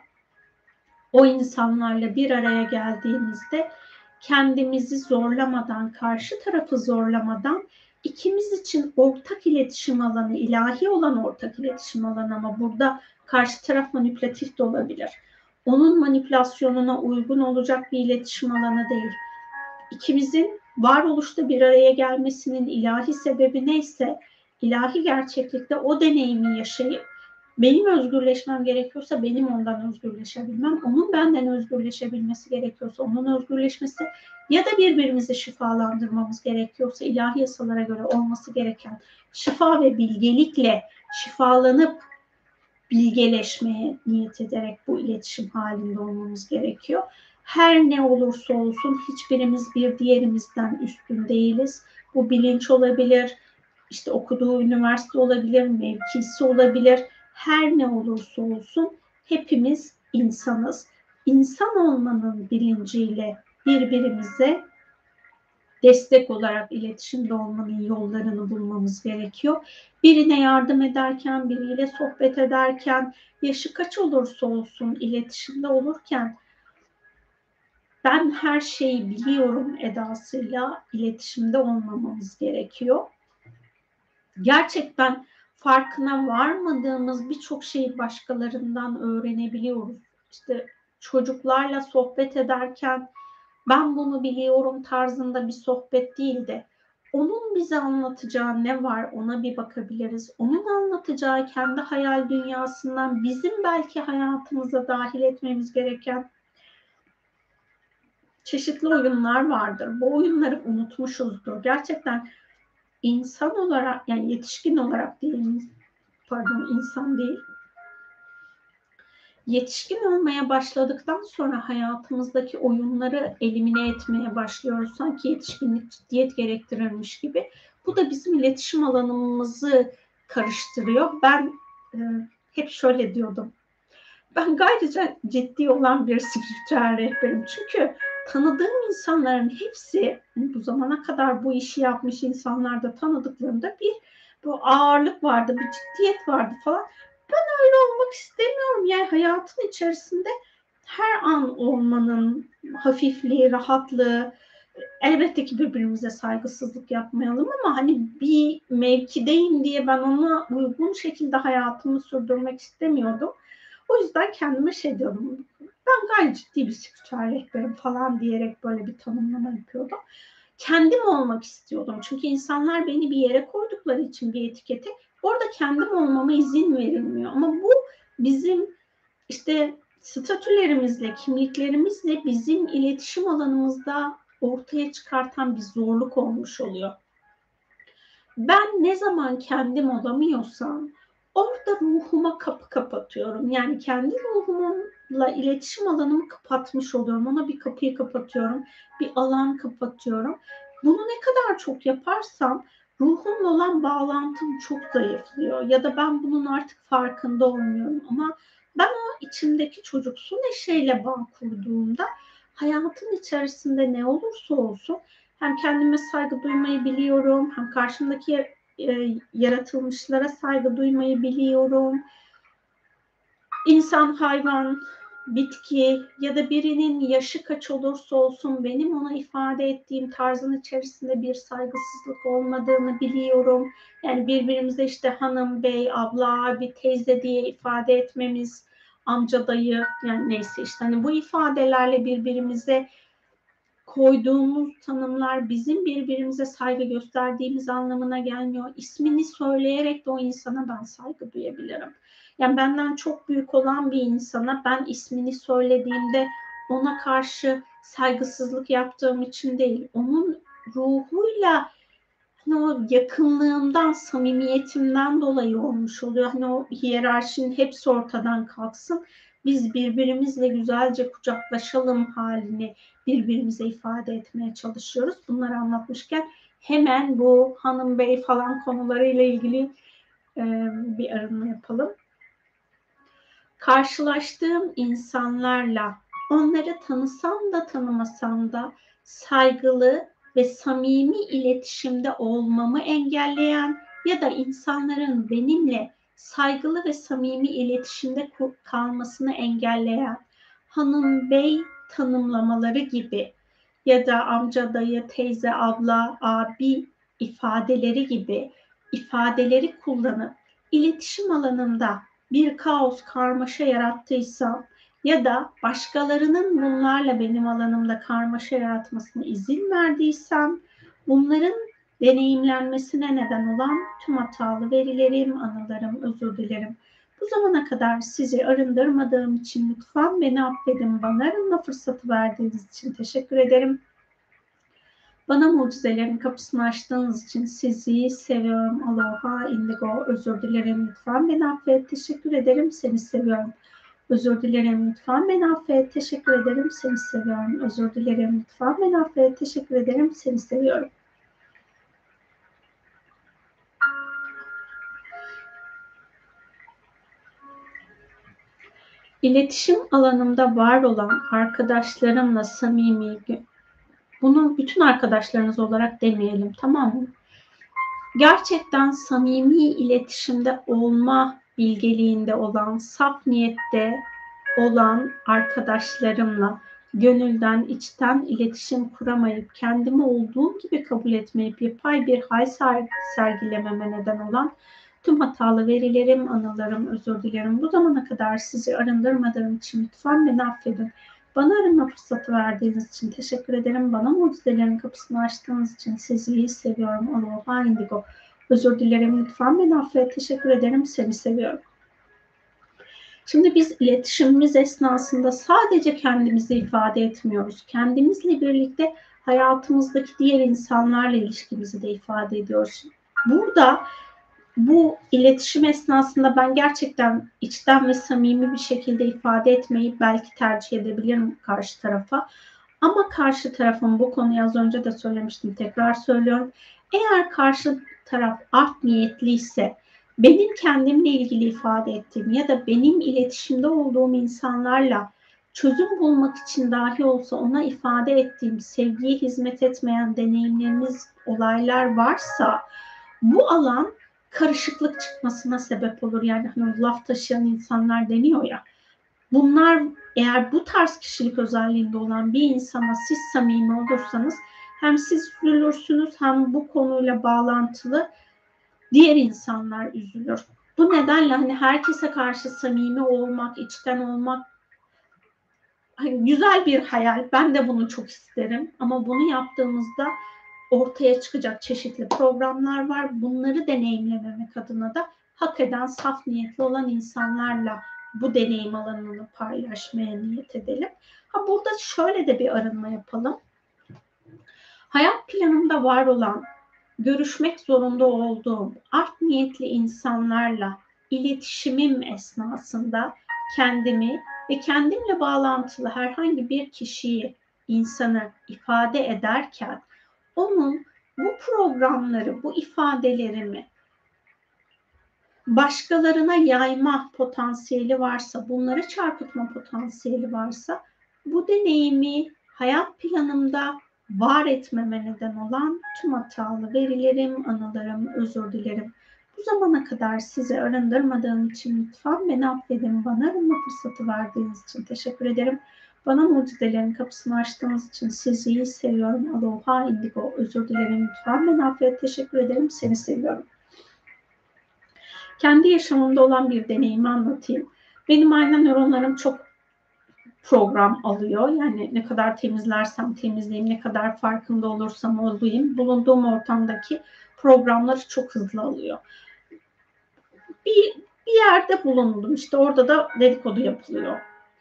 o insanlarla bir araya geldiğimizde kendimizi zorlamadan, karşı tarafı zorlamadan ikimiz için ortak iletişim alanı, ilahi olan ortak iletişim alanı, ama burada karşı taraf manipülatif de olabilir. Onun manipülasyonuna uygun olacak bir iletişim alanı değil. İkimizin varoluşta bir araya gelmesinin ilahi sebebi neyse, ilahi gerçeklikte o deneyimi yaşayıp benim özgürleşmem gerekiyorsa benim ondan özgürleşebilmem, onun benden özgürleşebilmesi gerekiyorsa onun özgürleşmesi ya da birbirimizi şifalandırmamız gerekiyorsa ilahi yasalara göre olması gereken şifa ve bilgelikle şifalanıp bilgeleşmeye niyet ederek bu iletişim halinde olmamız gerekiyor. Her ne olursa olsun hiçbirimiz bir diğerimizden üstün değiliz. Bu bilinç olabilir, işte okuduğu üniversite olabilir, mevkisi olabilir. Her ne olursa olsun hepimiz insanız. İnsan olmanın bilinciyle birbirimize destek olarak iletişimde olmanın yollarını bulmamız gerekiyor. Birine yardım ederken, biriyle sohbet ederken, yaşı kaç olursa olsun iletişimde olurken ben her şeyi biliyorum edasıyla iletişimde olmamamız gerekiyor. Gerçekten farkına varmadığımız birçok şeyi başkalarından öğrenebiliyoruz. İşte çocuklarla sohbet ederken ben bunu biliyorum tarzında bir sohbet değil de onun bize anlatacağı ne var ona bir bakabiliriz. Onun anlatacağı kendi hayal dünyasından bizim belki hayatımıza dahil etmemiz gereken çeşitli oyunlar vardır. Bu oyunları unutmuşuzdur. Gerçekten insan olarak, yani yetişkin olarak diyelim, insan değil. Yetişkin olmaya başladıktan sonra hayatımızdaki oyunları elimine etmeye başlıyoruz. Sanki yetişkinlik ciddiyet gerektirirmiş gibi. Bu da bizim iletişim alanımızı karıştırıyor. Ben hep şöyle diyordum. Ben gayrice ciddi olan bir spiritüel rehberim. Çünkü tanıdığım insanların hepsi, bu zamana kadar bu işi yapmış insanlarda tanıdıklarımda bu ağırlık vardı, bir ciddiyet vardı falan. Ben öyle olmak istemiyorum. Yani hayatın içerisinde her an olmanın hafifliği, rahatlığı, elbette ki birbirimize saygısızlık yapmayalım ama hani bir mevkideyim diye ben ona uygun şekilde hayatımı sürdürmek istemiyordum. O yüzden kendime şey diyordum, ben gayet ciddi bir spiritüel rehberim falan diyerek böyle bir tanımlama yapıyordum. Kendim olmak istiyordum. Çünkü insanlar beni bir yere koydukları için, bir etikete, orada kendim olmama izin verilmiyor. Ama bu bizim işte statülerimizle, kimliklerimizle bizim iletişim alanımızda ortaya çıkartan bir zorluk olmuş oluyor. Ben ne zaman kendim olamıyorsam orada ruhuma kapı kapatıyorum. Yani kendi ruhumla iletişim alanımı kapatmış oluyorum. Ona bir kapıyı kapatıyorum, bir alan kapatıyorum. Bunu ne kadar çok yaparsam ruhumla olan bağlantım çok zayıflıyor. Ya da ben bunun artık farkında olmuyorum. Ama ben o içimdeki çocuksu neşeyle bağ kurduğumda hayatın içerisinde ne olursa olsun hem kendime saygı duymayı biliyorum, hem karşımdaki yaratılmışlara saygı duymayı biliyorum. İnsan, hayvan, bitki ya da birinin yaşı kaç olursa olsun benim ona ifade ettiğim tarzın içerisinde bir saygısızlık olmadığını biliyorum. Yani birbirimize işte hanım, bey, abla, abi, teyze diye ifade etmemiz, amca, dayı, yani neyse işte hani bu ifadelerle birbirimize koyduğumuz tanımlar bizim birbirimize saygı gösterdiğimiz anlamına gelmiyor. İsmini söyleyerek de o insana ben saygı duyabilirim. Yani benden çok büyük olan bir insana ben ismini söylediğimde ona karşı saygısızlık yaptığım için değil, onun ruhuyla hani o yakınlığımdan, samimiyetimden dolayı olmuş oluyor. Hani o hiyerarşinin hepsi ortadan kalksın. Biz birbirimizle güzelce kucaklaşalım halini birbirimize ifade etmeye çalışıyoruz. Bunları anlatmışken hemen bu hanım bey falan konularıyla ilgili bir arınma yapalım. Karşılaştığım insanlarla onları tanısam da tanımasam da saygılı ve samimi iletişimde olmamı engelleyen ya da insanların benimle saygılı ve samimi iletişimde kalmasını engelleyen hanım bey tanımlamaları gibi ya da amca, dayı, teyze, abla, abi ifadeleri gibi ifadeleri kullanıp iletişim alanında bir kaos, karmaşa yarattıysam ya da başkalarının bunlarla benim alanımda karmaşa yaratmasına izin verdiysem bunların deneyimlenmesine neden olan tüm hatalı verilerim, anılarım, özür dilerim. Bu zamana kadar sizi arındırmadığım için lütfen beni affedin. Bana arınma fırsatı verdiğiniz için teşekkür ederim. Bana mucizelerin kapısını açtığınız için sizi seviyorum. Aloha, indigo, özür dilerim. Lütfen beni affet. Teşekkür ederim. Seni seviyorum. Özür dilerim. Lütfen beni affet. Teşekkür ederim. Seni seviyorum. Özür dilerim. Lütfen beni affet. Teşekkür ederim. Seni seviyorum. İletişim alanımda var olan arkadaşlarımla samimi, bunu bütün arkadaşlarınız olarak demeyelim, tamam mı? Gerçekten samimi iletişimde olma bilgeliğinde olan, saf niyette olan arkadaşlarımla gönülden, içten iletişim kuramayıp, kendimi olduğum gibi kabul etmeyip, yapay bir hal sergilememe neden olan tüm hatalı verilerim, anılarım, özür dilerim. Bu zamana kadar sizi arındırmadığım için lütfen beni affedin. Bana arınma fırsatı verdiğiniz için teşekkür ederim. Bana mucizelerin kapısını açtığınız için sizi seviyorum. Aloha, indigo. Özür dilerim. Lütfen beni affet. Teşekkür ederim. Seni seviyorum. Şimdi biz iletişimimiz esnasında sadece kendimizi ifade etmiyoruz. Kendimizle birlikte hayatımızdaki diğer insanlarla ilişkimizi de ifade ediyoruz. Burada bu iletişim esnasında ben gerçekten içten ve samimi bir şekilde ifade etmeyi belki tercih edebilirim karşı tarafa. Ama karşı tarafın, bu konuyu az önce de söylemiştim, tekrar söylüyorum. Eğer karşı taraf art niyetliyse, benim kendimle ilgili ifade ettiğim ya da benim iletişimde olduğum insanlarla çözüm bulmak için dahi olsa ona ifade ettiğim sevgiye hizmet etmeyen deneyimlerimiz, olaylar varsa bu alan karışıklık çıkmasına sebep olur. Yani hani laf taşıyan insanlar deniyor ya. Bunlar, eğer bu tarz kişilik özelliğinde olan bir insana siz samimi olursanız hem siz üzülürsünüz hem bu konuyla bağlantılı diğer insanlar üzülür. Bu nedenle hani herkese karşı samimi olmak, içten olmak hani güzel bir hayal. Ben de bunu çok isterim. Ama bunu yaptığımızda ortaya çıkacak çeşitli programlar var. Bunları deneyimlememek adına da hak eden, saf niyetli olan insanlarla bu deneyim alanını paylaşmaya niyet edelim. Burada şöyle de bir arınma yapalım. Hayat planımda var olan, görüşmek zorunda olduğum art niyetli insanlarla iletişimim esnasında kendimi ve kendimle bağlantılı herhangi bir kişiyi, insanı ifade ederken onun bu programları, bu ifadelerimi başkalarına yayma potansiyeli varsa, bunları çarpıtma potansiyeli varsa bu deneyimi hayat planımda var etmeme neden olan tüm hatalı verilerim, anılarım, özür dilerim. Bu zamana kadar sizi arındırmadığım için lütfen beni affedin. Bana arınma fırsatı verdiğiniz için teşekkür ederim. Bana mucizelerin kapısını açtığınız için sizi seviyorum. Aloha indigo. Özür dilerim. Lütfen beni affet. Teşekkür ederim. Seni seviyorum. Kendi yaşamımda olan bir deneyimi anlatayım. Benim ayna nöronlarım çok program alıyor. Yani ne kadar temizlersem temizleyeyim, ne kadar farkında olursam olayım, bulunduğum ortamdaki programları çok hızlı alıyor. Bir yerde bulundum. İşte orada da dedikodu yapılıyor.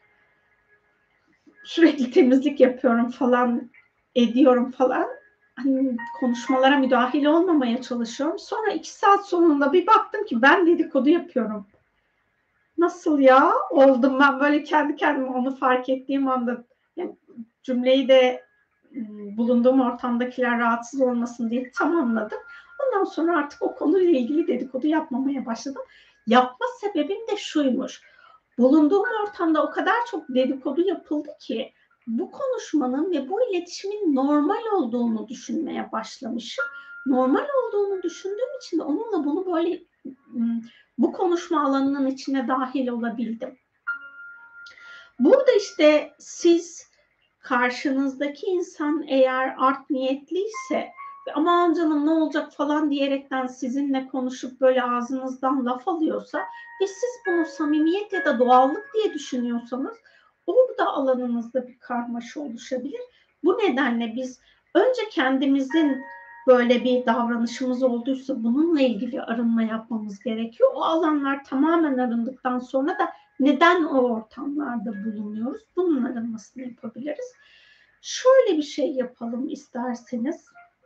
Sürekli temizlik yapıyorum falan, ediyorum falan. Hani konuşmalara müdahil olmamaya çalışıyorum. Sonra 2 saat sonunda bir baktım ki ben dedikodu yapıyorum. Nasıl ya? Oldum ben böyle kendi kendime onu fark ettiğim anda, yani cümleyi de bulunduğum ortamdakiler rahatsız olmasın diye tamamladım. Ondan sonra artık o konuyla ilgili dedikodu yapmamaya başladım. Yapma sebebim de şuymuş. Bulunduğum ortamda o kadar çok dedikodu yapıldı ki bu konuşmanın ve bu iletişimin normal olduğunu düşünmeye başlamışım. Normal olduğunu düşündüğüm için de onunla bunu böyle bu konuşma alanının içine dahil olabildim. Burada işte siz, karşınızdaki insan eğer art niyetliyse, aman canım ne olacak falan diyerekten sizinle konuşup böyle ağzınızdan laf alıyorsa ve siz bunu samimiyet ya da doğallık diye düşünüyorsanız orada alanınızda bir karmaşa oluşabilir. Bu nedenle biz önce kendimizin böyle bir davranışımız olduysa bununla ilgili arınma yapmamız gerekiyor. O alanlar tamamen arındıktan sonra da neden o ortamlarda bulunuyoruz? Bunun arınmasını yapabiliriz. Şöyle bir şey yapalım isterseniz.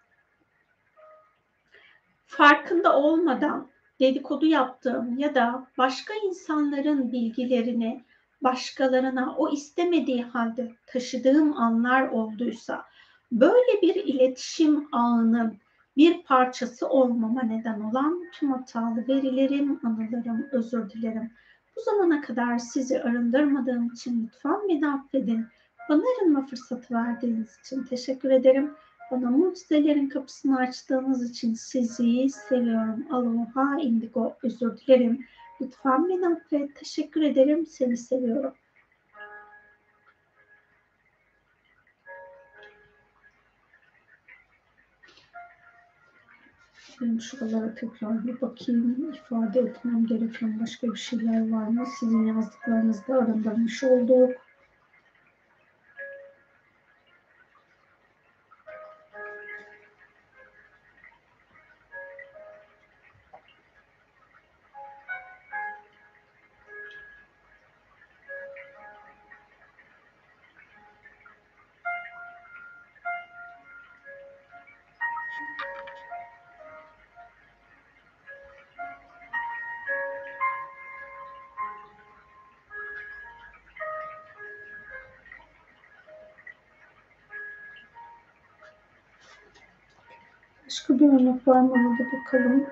Farkında olmadan dedikodu yaptığım ya da başka insanların bilgilerini başkalarına o istemediği halde taşıdığım anlar olduysa, böyle bir iletişim ağının bir parçası olmama neden olan tüm hatalı verilerim, anılarım, özür dilerim. Bu zamana kadar sizi arındırmadığım için lütfen beni affedin. Bana arınma fırsatı verdiğiniz için teşekkür ederim. Bana mucizelerin kapısını açtığınız için sizi seviyorum. Aloha indigo. Özür dilerim. Lütfen beni affet. Teşekkür ederim. Seni seviyorum. Benim şuralara tekrar bir bakayım. İfade etmem gereken başka bir şeyler var mı? Sizin yazdıklarınızda arındırmış olduk. Başka bir örnek var mı? Ona da bakalım.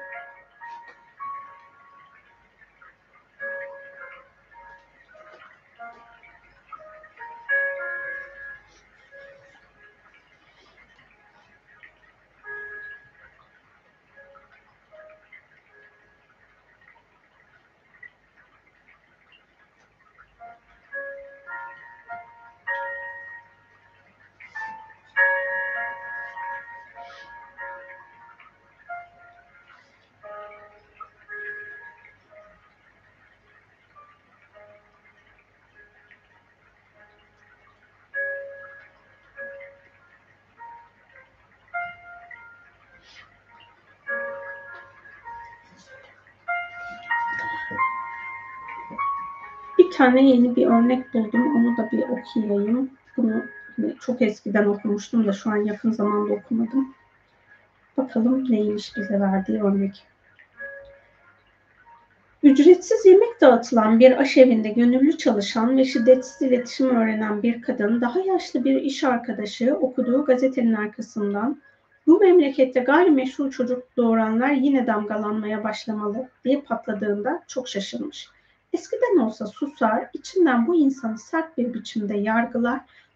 Bir tane yeni bir örnek buldum. Onu da bir okuyayım. Bunu çok eskiden okumuştum da şu an yakın zamanda okumadım. Bakalım neymiş bize verdiği örnek. Ücretsiz yemek dağıtılan bir aşevinde gönüllü çalışan ve şiddetsiz iletişim öğrenen bir kadın, daha yaşlı bir iş arkadaşı okuduğu gazetenin arkasından "Bu memlekette gayrimeşru çocuk doğuranlar yine damgalanmaya başlamalı" diye patladığında çok şaşırmış. Eskiden olsa susar, içinden bu insanı sert bir biçimde yargılar,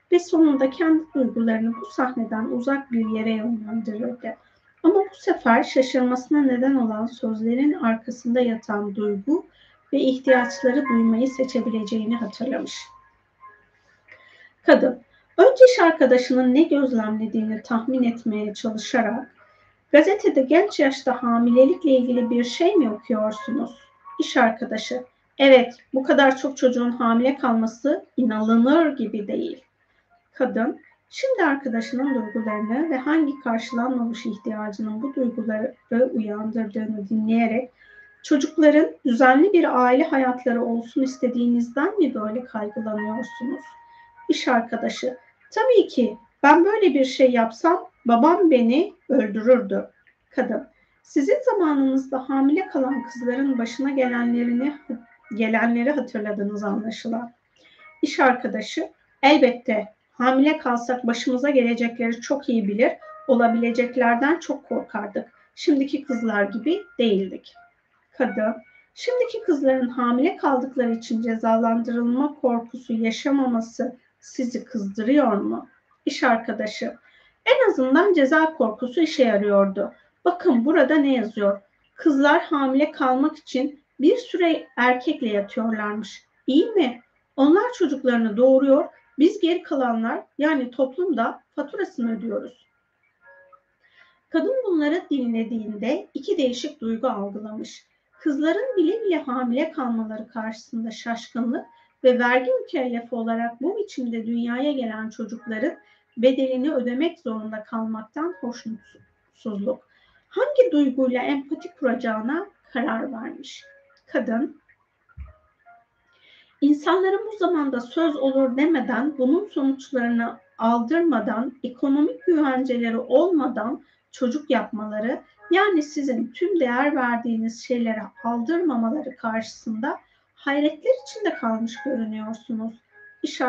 ve sonunda kendi duygularını bu sahneden uzak bir yere yönlendirirdi. Ama bu sefer şaşırmasına neden olan sözlerin arkasında yatan duygu ve ihtiyaçları duymayı seçebileceğini hatırlamış. Kadın, önce iş arkadaşının ne gözlemlediğini tahmin etmeye çalışarak, gazetede genç yaşta hamilelikle ilgili bir şey mi okuyorsunuz? İş arkadaşı, evet, bu kadar çok çocuğun hamile kalması inanılır gibi değil. Kadın, şimdi arkadaşının duygularını ve hangi karşılanmamış ihtiyacının bu duyguları uyandırdığını dinleyerek, çocukların düzenli bir aile hayatları olsun istediğinizden mi böyle kaygılanıyorsunuz? İş arkadaşı, tabii ki ben böyle bir şey yapsam babam beni öldürürdü. Kadın, sizin zamanınızda hamile kalan kızların başına gelenleri hatırladınız anlaşılan. İş arkadaşı, elbette hamile kalsak başımıza gelecekleri çok iyi bilir, olabileceklerden çok korkardık. Şimdiki kızlar gibi değildik. Kadın, şimdiki kızların hamile kaldıkları için cezalandırılma korkusu yaşamaması sizi kızdırıyor mu? İş arkadaşı, en azından ceza korkusu işe yarıyordu. Bakın burada ne yazıyor? Kızlar hamile kalmak için bir süre erkekle yatıyorlarmış. İyi mi? Onlar çocuklarını doğuruyor, biz geri kalanlar yani toplumda faturasını ödüyoruz. Kadın bunları dinlediğinde iki değişik duygu algılamış. Kızların bile bile hamile kalmaları karşısında şaşkınlık ve vergi mükellefi olarak bu biçimde dünyaya gelen çocukların bedelini ödemek zorunda kalmaktan hoşnutsuzluk. Hangi duyguyla empati kuracağına karar vermiş. Kadın, İnsanların bu zamanda söz olur demeden, bunun sonuçlarını aldırmadan, ekonomik güvenceleri olmadan çocuk yapmaları, yani sizin tüm değer verdiğiniz şeylere aldırmamaları karşısında hayretler içinde kalmış görünüyorsunuz. İş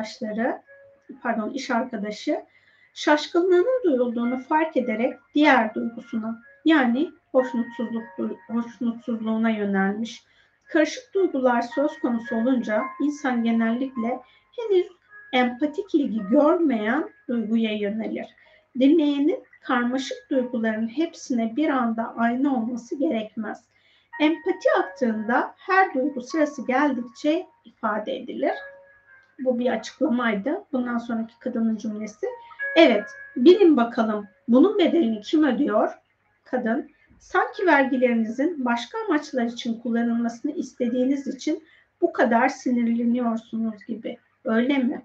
arkadaşı şaşkınlığının duyulduğunu fark ederek diğer duygusuna, yani hoşnutsuzluğuna yönelmiş. Karışık duygular söz konusu olunca insan genellikle henüz empatik ilgi görmeyen duyguya yönelir. Dinleyenin karmaşık duyguların hepsine bir anda aynı olması gerekmez. Empati aktığında her duygu sırası geldikçe ifade edilir. Bu bir açıklamaydı. Bundan sonraki kadının cümlesi. Evet, bilin bakalım bunun bedelini kim ödüyor? Kadın, sanki vergilerinizin başka amaçlar için kullanılmasını istediğiniz için bu kadar sinirleniyorsunuz gibi. Öyle mi?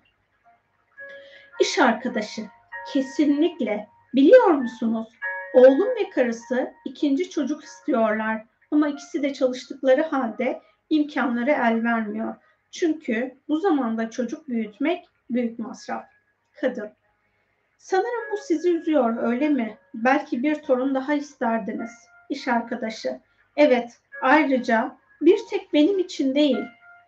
İş arkadaşı, kesinlikle. Biliyor musunuz? Oğlum ve karısı ikinci çocuk istiyorlar ama ikisi de çalıştıkları halde imkanları el vermiyor. Çünkü bu zamanda çocuk büyütmek büyük masraf. Kadın, sanırım bu sizi üzüyor, öyle mi? Belki bir torun daha isterdiniz. İş arkadaşı, evet, ayrıca bir tek benim için değil.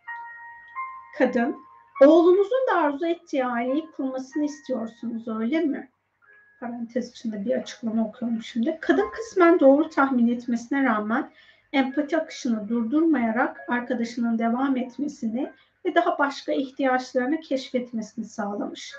Kadın, oğlunuzun da arzu ettiği aileyi kurmasını istiyorsunuz, öyle mi? Parantez içinde bir açıklama okuyorum şimdi. Kadın kısmen doğru tahmin etmesine rağmen empati akışını durdurmayarak arkadaşının devam etmesini ve daha başka ihtiyaçlarını keşfetmesini sağlamış.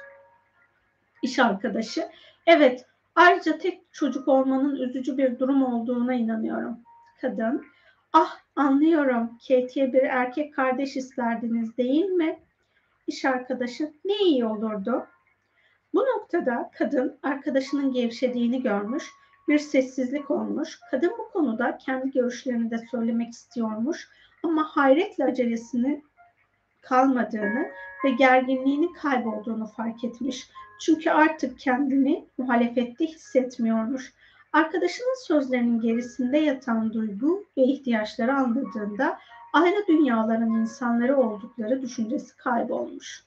İş arkadaşı, evet, ayrıca tek çocuk olmanın üzücü bir durum olduğuna inanıyorum. Kadın, ah anlıyorum, Katie'ye bir erkek kardeş isterdiniz değil mi? İş arkadaşı, ne iyi olurdu. Bu noktada kadın arkadaşının gevşediğini görmüş, bir sessizlik olmuş. Kadın bu konuda kendi görüşlerini de söylemek istiyormuş ama hayretle acelesini kalmadığını ve gerginliğinin kaybolduğunu fark etmiş. Çünkü artık kendini muhalefette hissetmiyormuş. Arkadaşının sözlerinin gerisinde yatan duygu ve ihtiyaçları anladığında ayrı dünyaların insanları oldukları düşüncesi kaybolmuş.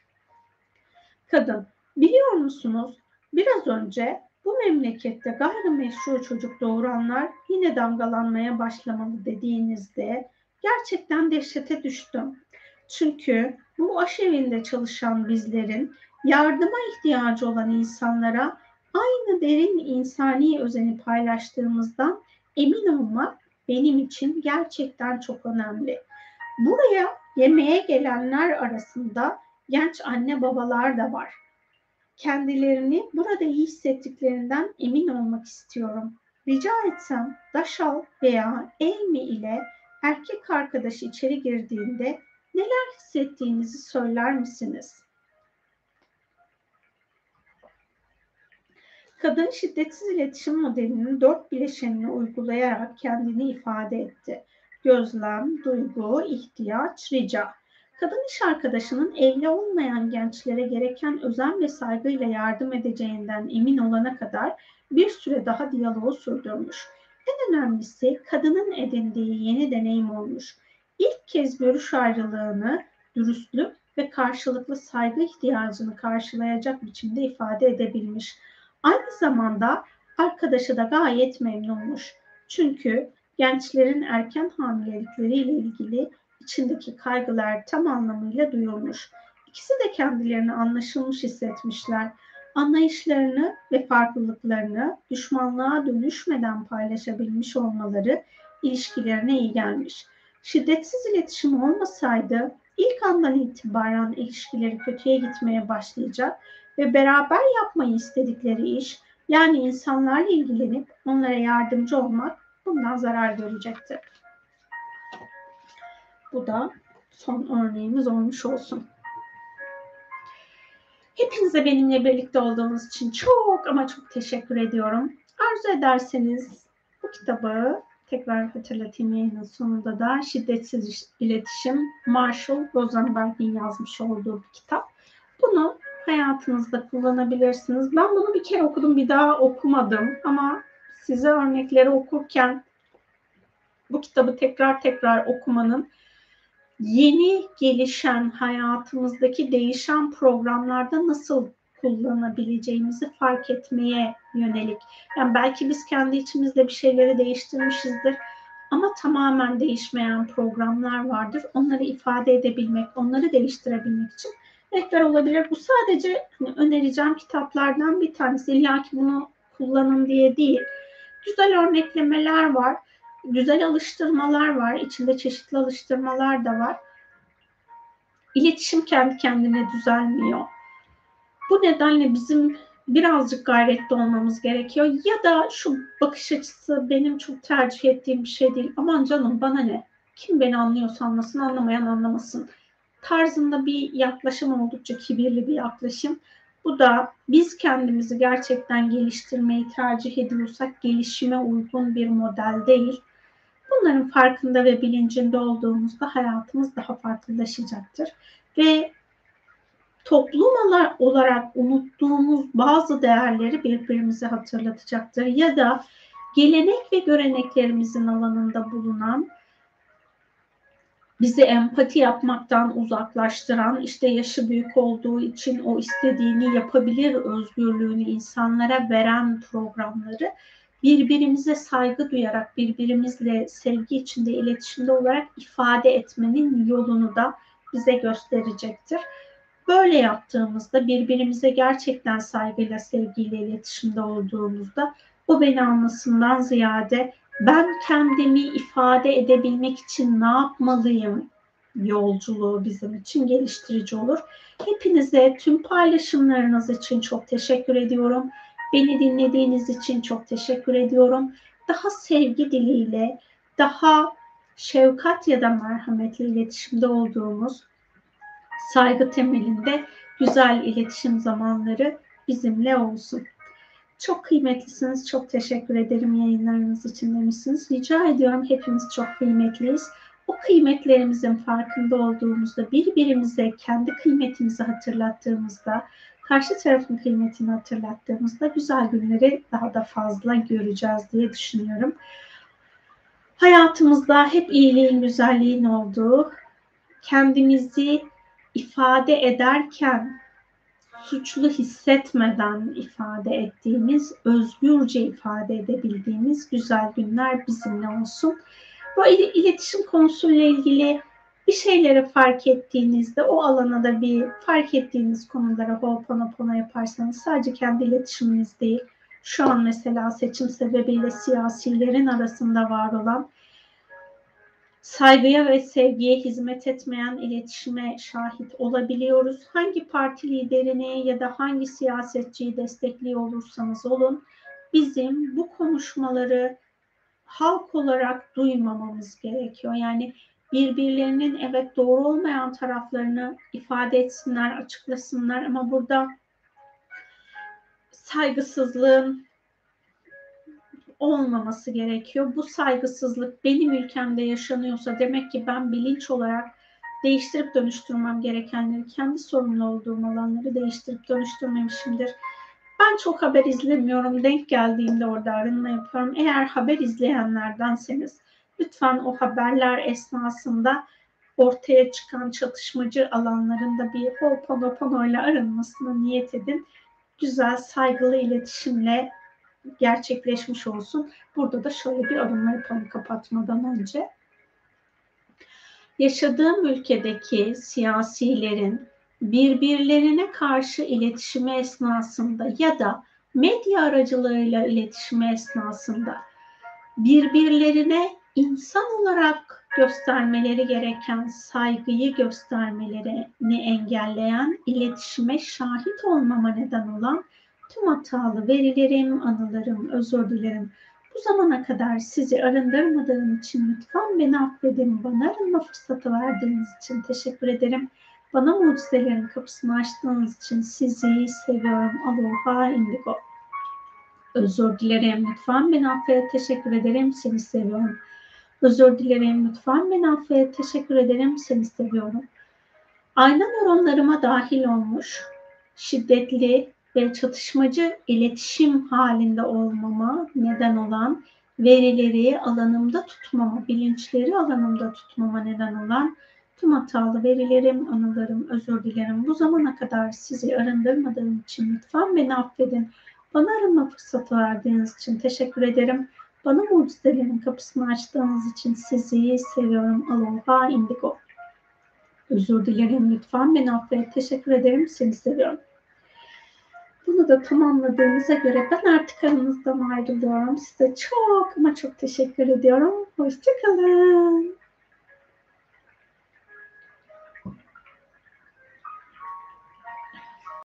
Kadın, biliyor musunuz? Biraz önce bu memlekette gayrimeşru çocuk doğuranlar yine damgalanmaya başlamalı dediğinizde gerçekten dehşete düştüm. Çünkü bu aşevinde çalışan bizlerin yardıma ihtiyacı olan insanlara aynı derin insani özeni paylaştığımızdan emin olmak benim için gerçekten çok önemli. Buraya yemeğe gelenler arasında genç anne babalar da var. kendilerini burada iyi hissettiklerinden emin olmak istiyorum. Rica etsem Daşal veya Elmi ile erkek arkadaşı içeri girdiğinde neler hissettiğinizi söyler misiniz? Kadın şiddetsiz iletişim modelinin 4 bileşenini uygulayarak kendini ifade etti. Gözlem, duygu, ihtiyaç, rica. Kadın iş arkadaşının evli olmayan gençlere gereken özen ve saygıyla yardım edeceğinden emin olana kadar bir süre daha diyaloğu sürdürmüş. En önemlisi kadının edindiği yeni deneyim olmuş. İlk kez görüş ayrılığını dürüstlük ve karşılıklı saygı ihtiyacını karşılayacak biçimde ifade edebilmiş. Aynı zamanda arkadaşı da gayet memnunmuş. Çünkü gençlerin erken hamilelikleriyle ilgili içindeki kaygılar tam anlamıyla duyulmuş. İkisi de kendilerini anlaşılmış hissetmişler. Anlayışlarını ve farklılıklarını düşmanlığa dönüşmeden paylaşabilmiş olmaları ilişkilerine iyi gelmiş. Şiddetsiz iletişim olmasaydı ilk andan itibaren ilişkileri kötüye gitmeye başlayacak ve beraber yapmayı istedikleri iş, yani insanlarla ilgilenip onlara yardımcı olmak bundan zarar görecektir. Bu da son örneğimiz olmuş olsun. Hepinize benimle birlikte olduğunuz için çok ama çok teşekkür ediyorum. Arzu ederseniz bu kitabı tekrar hatırlatayım, yayının sonunda da Şiddetsiz İletişim, Marshall Rosenberg'in yazmış olduğu bir kitap. Bunu hayatınızda kullanabilirsiniz. Ben bunu bir kere okudum, bir daha okumadım ama size örnekleri okurken bu kitabı tekrar okumanın yeni gelişen hayatımızdaki değişen programlarda nasıl kullanabileceğimizi fark etmeye yönelik. Yani belki biz kendi içimizde bir şeyleri değiştirmişizdir ama tamamen değişmeyen programlar vardır. Onları ifade edebilmek, onları değiştirebilmek için rehber olabilir. Bu sadece önereceğim kitaplardan bir tanesi. İlla ki bunu kullanın diye değil. Güzel örneklemeler var. Güzel alıştırmalar var. İçinde çeşitli alıştırmalar da var. İletişim kendi kendine düzelmiyor. Bu nedenle bizim birazcık gayretli olmamız gerekiyor. Ya da şu bakış açısı benim çok tercih ettiğim bir şey değil. Aman canım bana ne? Kim beni anlıyorsa anlasın, anlamayan anlamasın tarzında bir yaklaşım, oldukça kibirli bir yaklaşım. Bu da biz kendimizi gerçekten geliştirmeyi tercih ediyorsak gelişime uygun bir model değil. Bunların farkında ve bilincinde olduğumuzda hayatımız daha farklılaşacaktır. Ve toplum olarak unuttuğumuz bazı değerleri birbirimize hatırlatacaktır. Ya da gelenek ve göreneklerimizin alanında bulunan, bizi empati yapmaktan uzaklaştıran, işte yaşı büyük olduğu için o istediğini yapabilir özgürlüğünü insanlara veren programları birbirimize saygı duyarak, birbirimizle sevgi içinde, iletişimde olarak ifade etmenin yolunu da bize gösterecektir. Böyle yaptığımızda, birbirimize gerçekten saygıyla, sevgiyle iletişimde olduğumuzda o beni anlasından ziyade ben kendimi ifade edebilmek için ne yapmalıyım yolculuğu bizim için geliştirici olur. Hepinize tüm paylaşımlarınız için çok teşekkür ediyorum. Beni dinlediğiniz için çok teşekkür ediyorum. Daha sevgi diliyle, daha şefkat ya da merhametle iletişimde olduğumuz, saygı temelinde güzel iletişim zamanları bizimle olsun. Çok kıymetlisiniz. Çok teşekkür ederim yayınlarınız için demişsiniz. Rica ediyorum, hepimiz çok kıymetliyiz. O kıymetlerimizin farkında olduğumuzda, birbirimize kendi kıymetimizi hatırlattığımızda, karşı tarafın kıymetini hatırlattığımızda güzel günleri daha da fazla göreceğiz diye düşünüyorum. Hayatımızda hep iyiliğin, güzelliğin olduğu, kendimizi ifade ederken suçlu hissetmeden ifade ettiğimiz, özgürce ifade edebildiğimiz güzel günler bizimle olsun. Bu iletişim konusuyla ilgili bir şeyleri fark ettiğinizde, o alana da bir fark ettiğiniz konulara Ho'oponopono yaparsanız, sadece kendi iletişiminiz değil, şu an mesela seçim sebebiyle siyasilerin arasında var olan Saygıya ve sevgiye hizmet etmeyen iletişime şahit olabiliyoruz. Hangi parti liderini ya da hangi siyasetçiyi destekliyor olursanız olun, bizim bu konuşmaları halk olarak duymamamız gerekiyor. Yani birbirlerinin evet doğru olmayan taraflarını ifade etsinler, açıklasınlar ama burada saygısızlığın olmaması gerekiyor. Bu saygısızlık benim ülkemde yaşanıyorsa demek ki ben bilinç olarak değiştirip dönüştürmem gerekenleri, kendi sorumlu olduğum alanları değiştirip dönüştürmemişimdir. Ben çok haber izlemiyorum. Denk geldiğinde orada arınma yapıyorum. Eğer haber izleyenlerdenseniz lütfen o haberler esnasında ortaya çıkan çatışmacı alanlarında bir Ho'oponopono ile arınmasına niyet edin. Güzel, saygılı iletişimle gerçekleşmiş olsun. Burada da şöyle bir arınma yapalım kapatmadan önce. Yaşadığım ülkedeki siyasilerin birbirlerine karşı iletişimi esnasında ya da medya aracılığıyla iletişimi esnasında birbirlerine insan olarak göstermeleri gereken saygıyı göstermelerini engelleyen, iletişime şahit olmama neden olan tüm hatalı verilerim, anılarım, özür dilerim. Bu zamana kadar sizi arındırmadığım için lütfen beni affedin. Bana arınma fırsatı verdiğiniz için teşekkür ederim. Bana mucizelerin kapısını açtığınız için sizi seviyorum. Aloha indigo. Özür dilerim. Lütfen beni affet. Teşekkür ederim. Seni seviyorum. Özür dilerim. Lütfen beni affet. Teşekkür ederim. Seni seviyorum. Ayna nöronlarıma dahil olmuş, şiddetli ve çatışmacı iletişim halinde olmama neden olan verileri alanımda tutmama, bilinçleri alanımda tutmama neden olan tüm hatalı verilerim, anılarım, özür dilerim. Bu zamana kadar sizi arındırmadığım için lütfen beni affedin. Bana arınma fırsatı verdiğiniz için teşekkür ederim. Bana mucizelerin kapısını açtığınız için sizi seviyorum. Aloha indigo. Özür dilerim, lütfen beni affet. Teşekkür ederim. Seni seviyorum. Bunu da tamamladığımıza göre ben artık aranızdan ayrılıyorum. Size çok ama çok teşekkür ediyorum. Hoşça kalın.